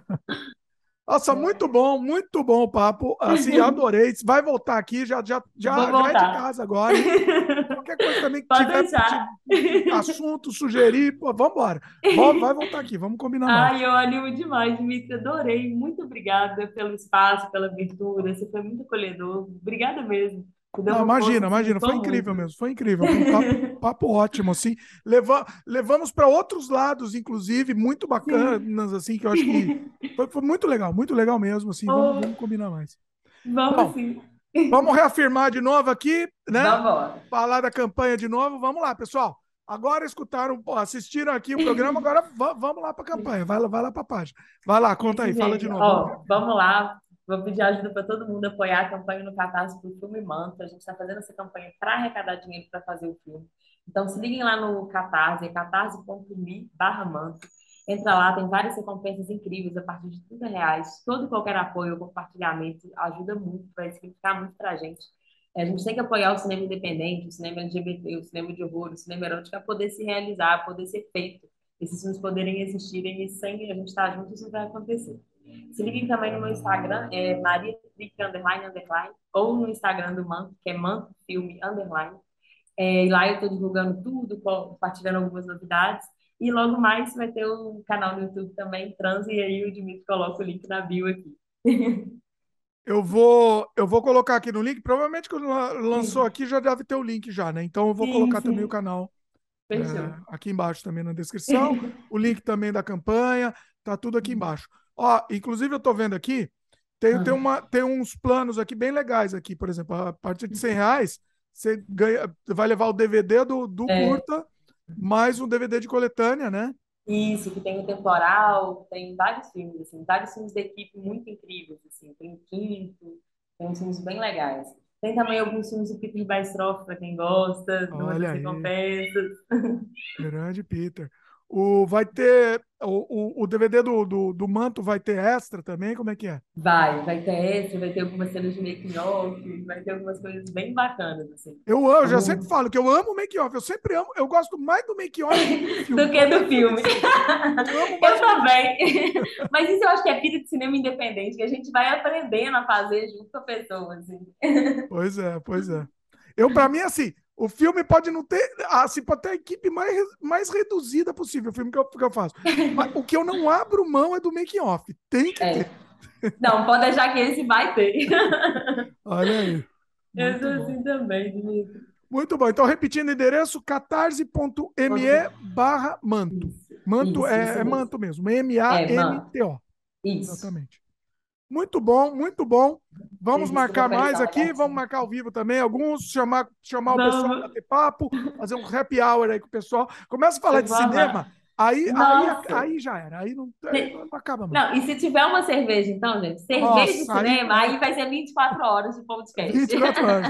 Nossa, muito bom o papo. Assim, adorei. Vai voltar aqui, Vou já é de voltar. casa agora, hein? Qualquer coisa também que Pode tiver deixar. assunto, sugerir, pô, vamos embora. Vai voltar aqui, vamos combinar mais. Ai, eu animo demais, Dimitri. Adorei. Muito obrigada pelo espaço, pela abertura. Você foi muito acolhedor. Obrigada mesmo. Você deu Não, uma força, imagina, assim, me imagina, foi ajudou incrível muito. mesmo, foi incrível, foi um papo ótimo, assim, levamos para outros lados, inclusive, muito Sim. bacanas, assim, que eu acho que foi muito legal mesmo, assim, Oh, vamos combinar mais. vamos Bom, sim. vamos reafirmar de novo aqui, né? Vamos embora. Falar da campanha de novo, vamos lá, pessoal. Agora escutaram, pô, assistiram aqui o programa, agora vamos lá para a campanha, vai lá para a página. Vai lá, conta Isso, aí, fala de gente. novo, vamos Ó, reafirmar. vamos lá. Vou pedir ajuda para todo mundo apoiar a campanha no Catarse do Filme Manto. A gente está fazendo essa campanha para arrecadar dinheiro para fazer o filme. Então, se liguem lá no Catarse, é catarse.me/manto. Entra lá, tem várias recompensas incríveis a partir de R$ 30. Todo e qualquer apoio ou compartilhamento ajuda muito, vai significar muito para a gente. A gente tem que apoiar o cinema independente, o cinema LGBT, o cinema de horror, o cinema erótico, a poder se realizar, a poder ser feito, esses filmes poderem existirem e sem a gente estar junto, isso não vai acontecer. Se liguem também no meu Instagram, é Maria Trick, underline, underline, ou no Instagram do Manto, que é Manto Filme, underline. E lá eu estou divulgando tudo, compartilhando algumas novidades. E logo mais vai ter o canal no YouTube também, Trans, e aí o Dimitri coloca o link na bio aqui. Eu vou colocar aqui no link. Provavelmente quando lançou Sim, aqui já deve ter o link já, né? Então eu vou sim, colocar também o sim. canal Fechou. aqui embaixo também na descrição. O link também da campanha, tá tudo aqui embaixo. Ó, inclusive eu tô vendo aqui, Ah, tem uns planos aqui bem legais aqui, por exemplo, a partir de R$ 100 você ganha, vai levar o DVD do é, curta, mais um DVD de coletânea, né? isso, que tem o Temporal, tem vários filmes, assim, vários filmes da equipe muito incríveis, assim, tem o Quinto, tem uns filmes bem legais. Tem também alguns filmes do Peter Baestroff, para quem gosta, numa Olha das aí. recompensas. Grande Peter. Vai ter o DVD do Manto vai ter extra também? Como é que é? Vai ter extra, vai ter algumas cenas de making off, vai ter algumas coisas bem bacanas, assim. Eu já sempre falo que eu amo o make-off. Eu sempre amo. Eu gosto mais do make-off do que do filme. Do que Qualquer do filme que filme. seja. Eu amo mais Eu o make-off. também. Mas isso eu acho que é vida de cinema independente, que a gente vai aprendendo a fazer junto com a pessoa, assim. Pois é, pois é. Para mim, assim, o filme pode não ter, assim, pode ter a equipe mais reduzida possível, o filme que eu faço. Mas o que eu não abro mão é do make-off. Tem que ter. É. Não, pode deixar que esse vai ter. Olha aí. Eu sou Muito bom. assim também, Dimitri. Muito bom. Então, repetindo o endereço, catarse.me/manto. Isso, Manto isso é mesmo. manto mesmo. É, mano, MANTO. isso. Exatamente. Muito bom, muito bom. Vamos Serviço para marcar mais localização da aqui, vamos gatinha. marcar ao vivo também. Alguns, chamar o pessoal para Vamos, bater papo, fazer um happy hour aí com o pessoal. Começa a falar eu de vou cinema, amar. Nossa! aí já era. Aí não acaba mais. Não, e se tiver uma cerveja, então, gente, cerveja e Nossa, aí cinema, aí vai ser 24 horas de podcast. 24 horas.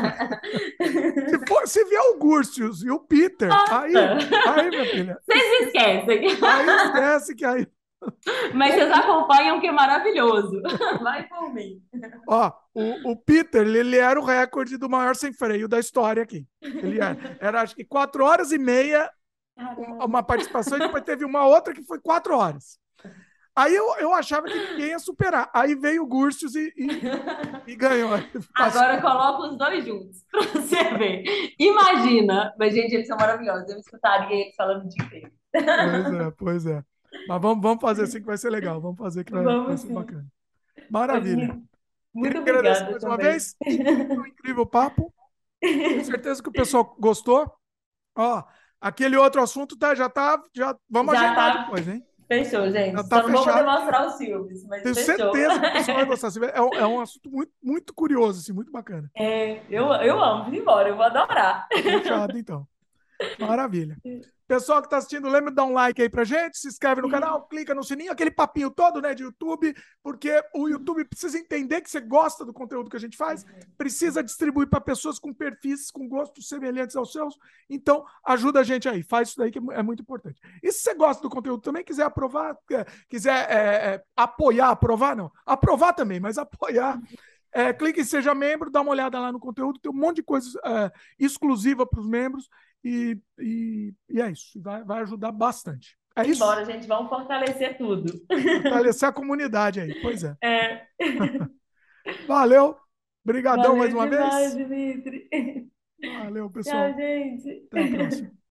Se vier o Gursius e o Peter, Nossa! aí, minha filha, Vocês esquecem. aí esquece que aí. Mas vocês acompanham que é maravilhoso. Vai por mim. Ó, o Peter, ele era o recorde do maior sem freio da história aqui. Era acho que 4 horas e meia uma Caramba. participação, e depois teve uma outra que foi 4 horas. Aí eu achava que ninguém ia superar. Aí veio o Gursius e ganhou. Agora coloca os dois juntos pra você ver. Imagina. Mas, gente, eles são maravilhosos. Eu escutaria eles falando o dia inteiro. Pois é, pois é. Mas vamos fazer assim que vai ser legal. Vamos fazer que vai Vamos ser sim. bacana. Ô, Maravilha. Dimitri, Queria muito agradecer obrigada mais uma também. vez. Incrível, incrível papo. Tenho certeza que o pessoal gostou. Ó, aquele outro assunto já vamos Já agendar tá. depois, hein? Fechou, Já gente. tá Só não vou poder fechado que mostrar os filmes, mas tenho fechou. certeza que o pessoal vai gostar. É um assunto muito, muito curioso, assim, muito bacana. É, eu amo, vim embora, eu vou adorar. Fechado, então. Maravilha. Pessoal que está assistindo, lembra de dar um like aí pra gente, se inscreve no canal, clica no sininho, aquele papinho todo, né, de YouTube, porque o YouTube precisa entender que você gosta do conteúdo que a gente faz, precisa distribuir para pessoas com perfis, com gostos semelhantes aos seus. Então, ajuda a gente aí, faz isso daí que é muito importante. E se você gosta do conteúdo também, quiser aprovar, quiser apoiar, aprovar não, aprovar também, mas apoiar, clique em Seja Membro, dá uma olhada lá no conteúdo, tem um monte de coisa exclusiva para os membros e é isso. Vai ajudar bastante. É isso? Embora, gente, vamos fortalecer tudo. Fortalecer a comunidade aí. Pois é. É, Valeu. Obrigadão mais valeu uma demais, vez. Dimitri. Valeu, Tchau, pessoal. gente. Até a próxima.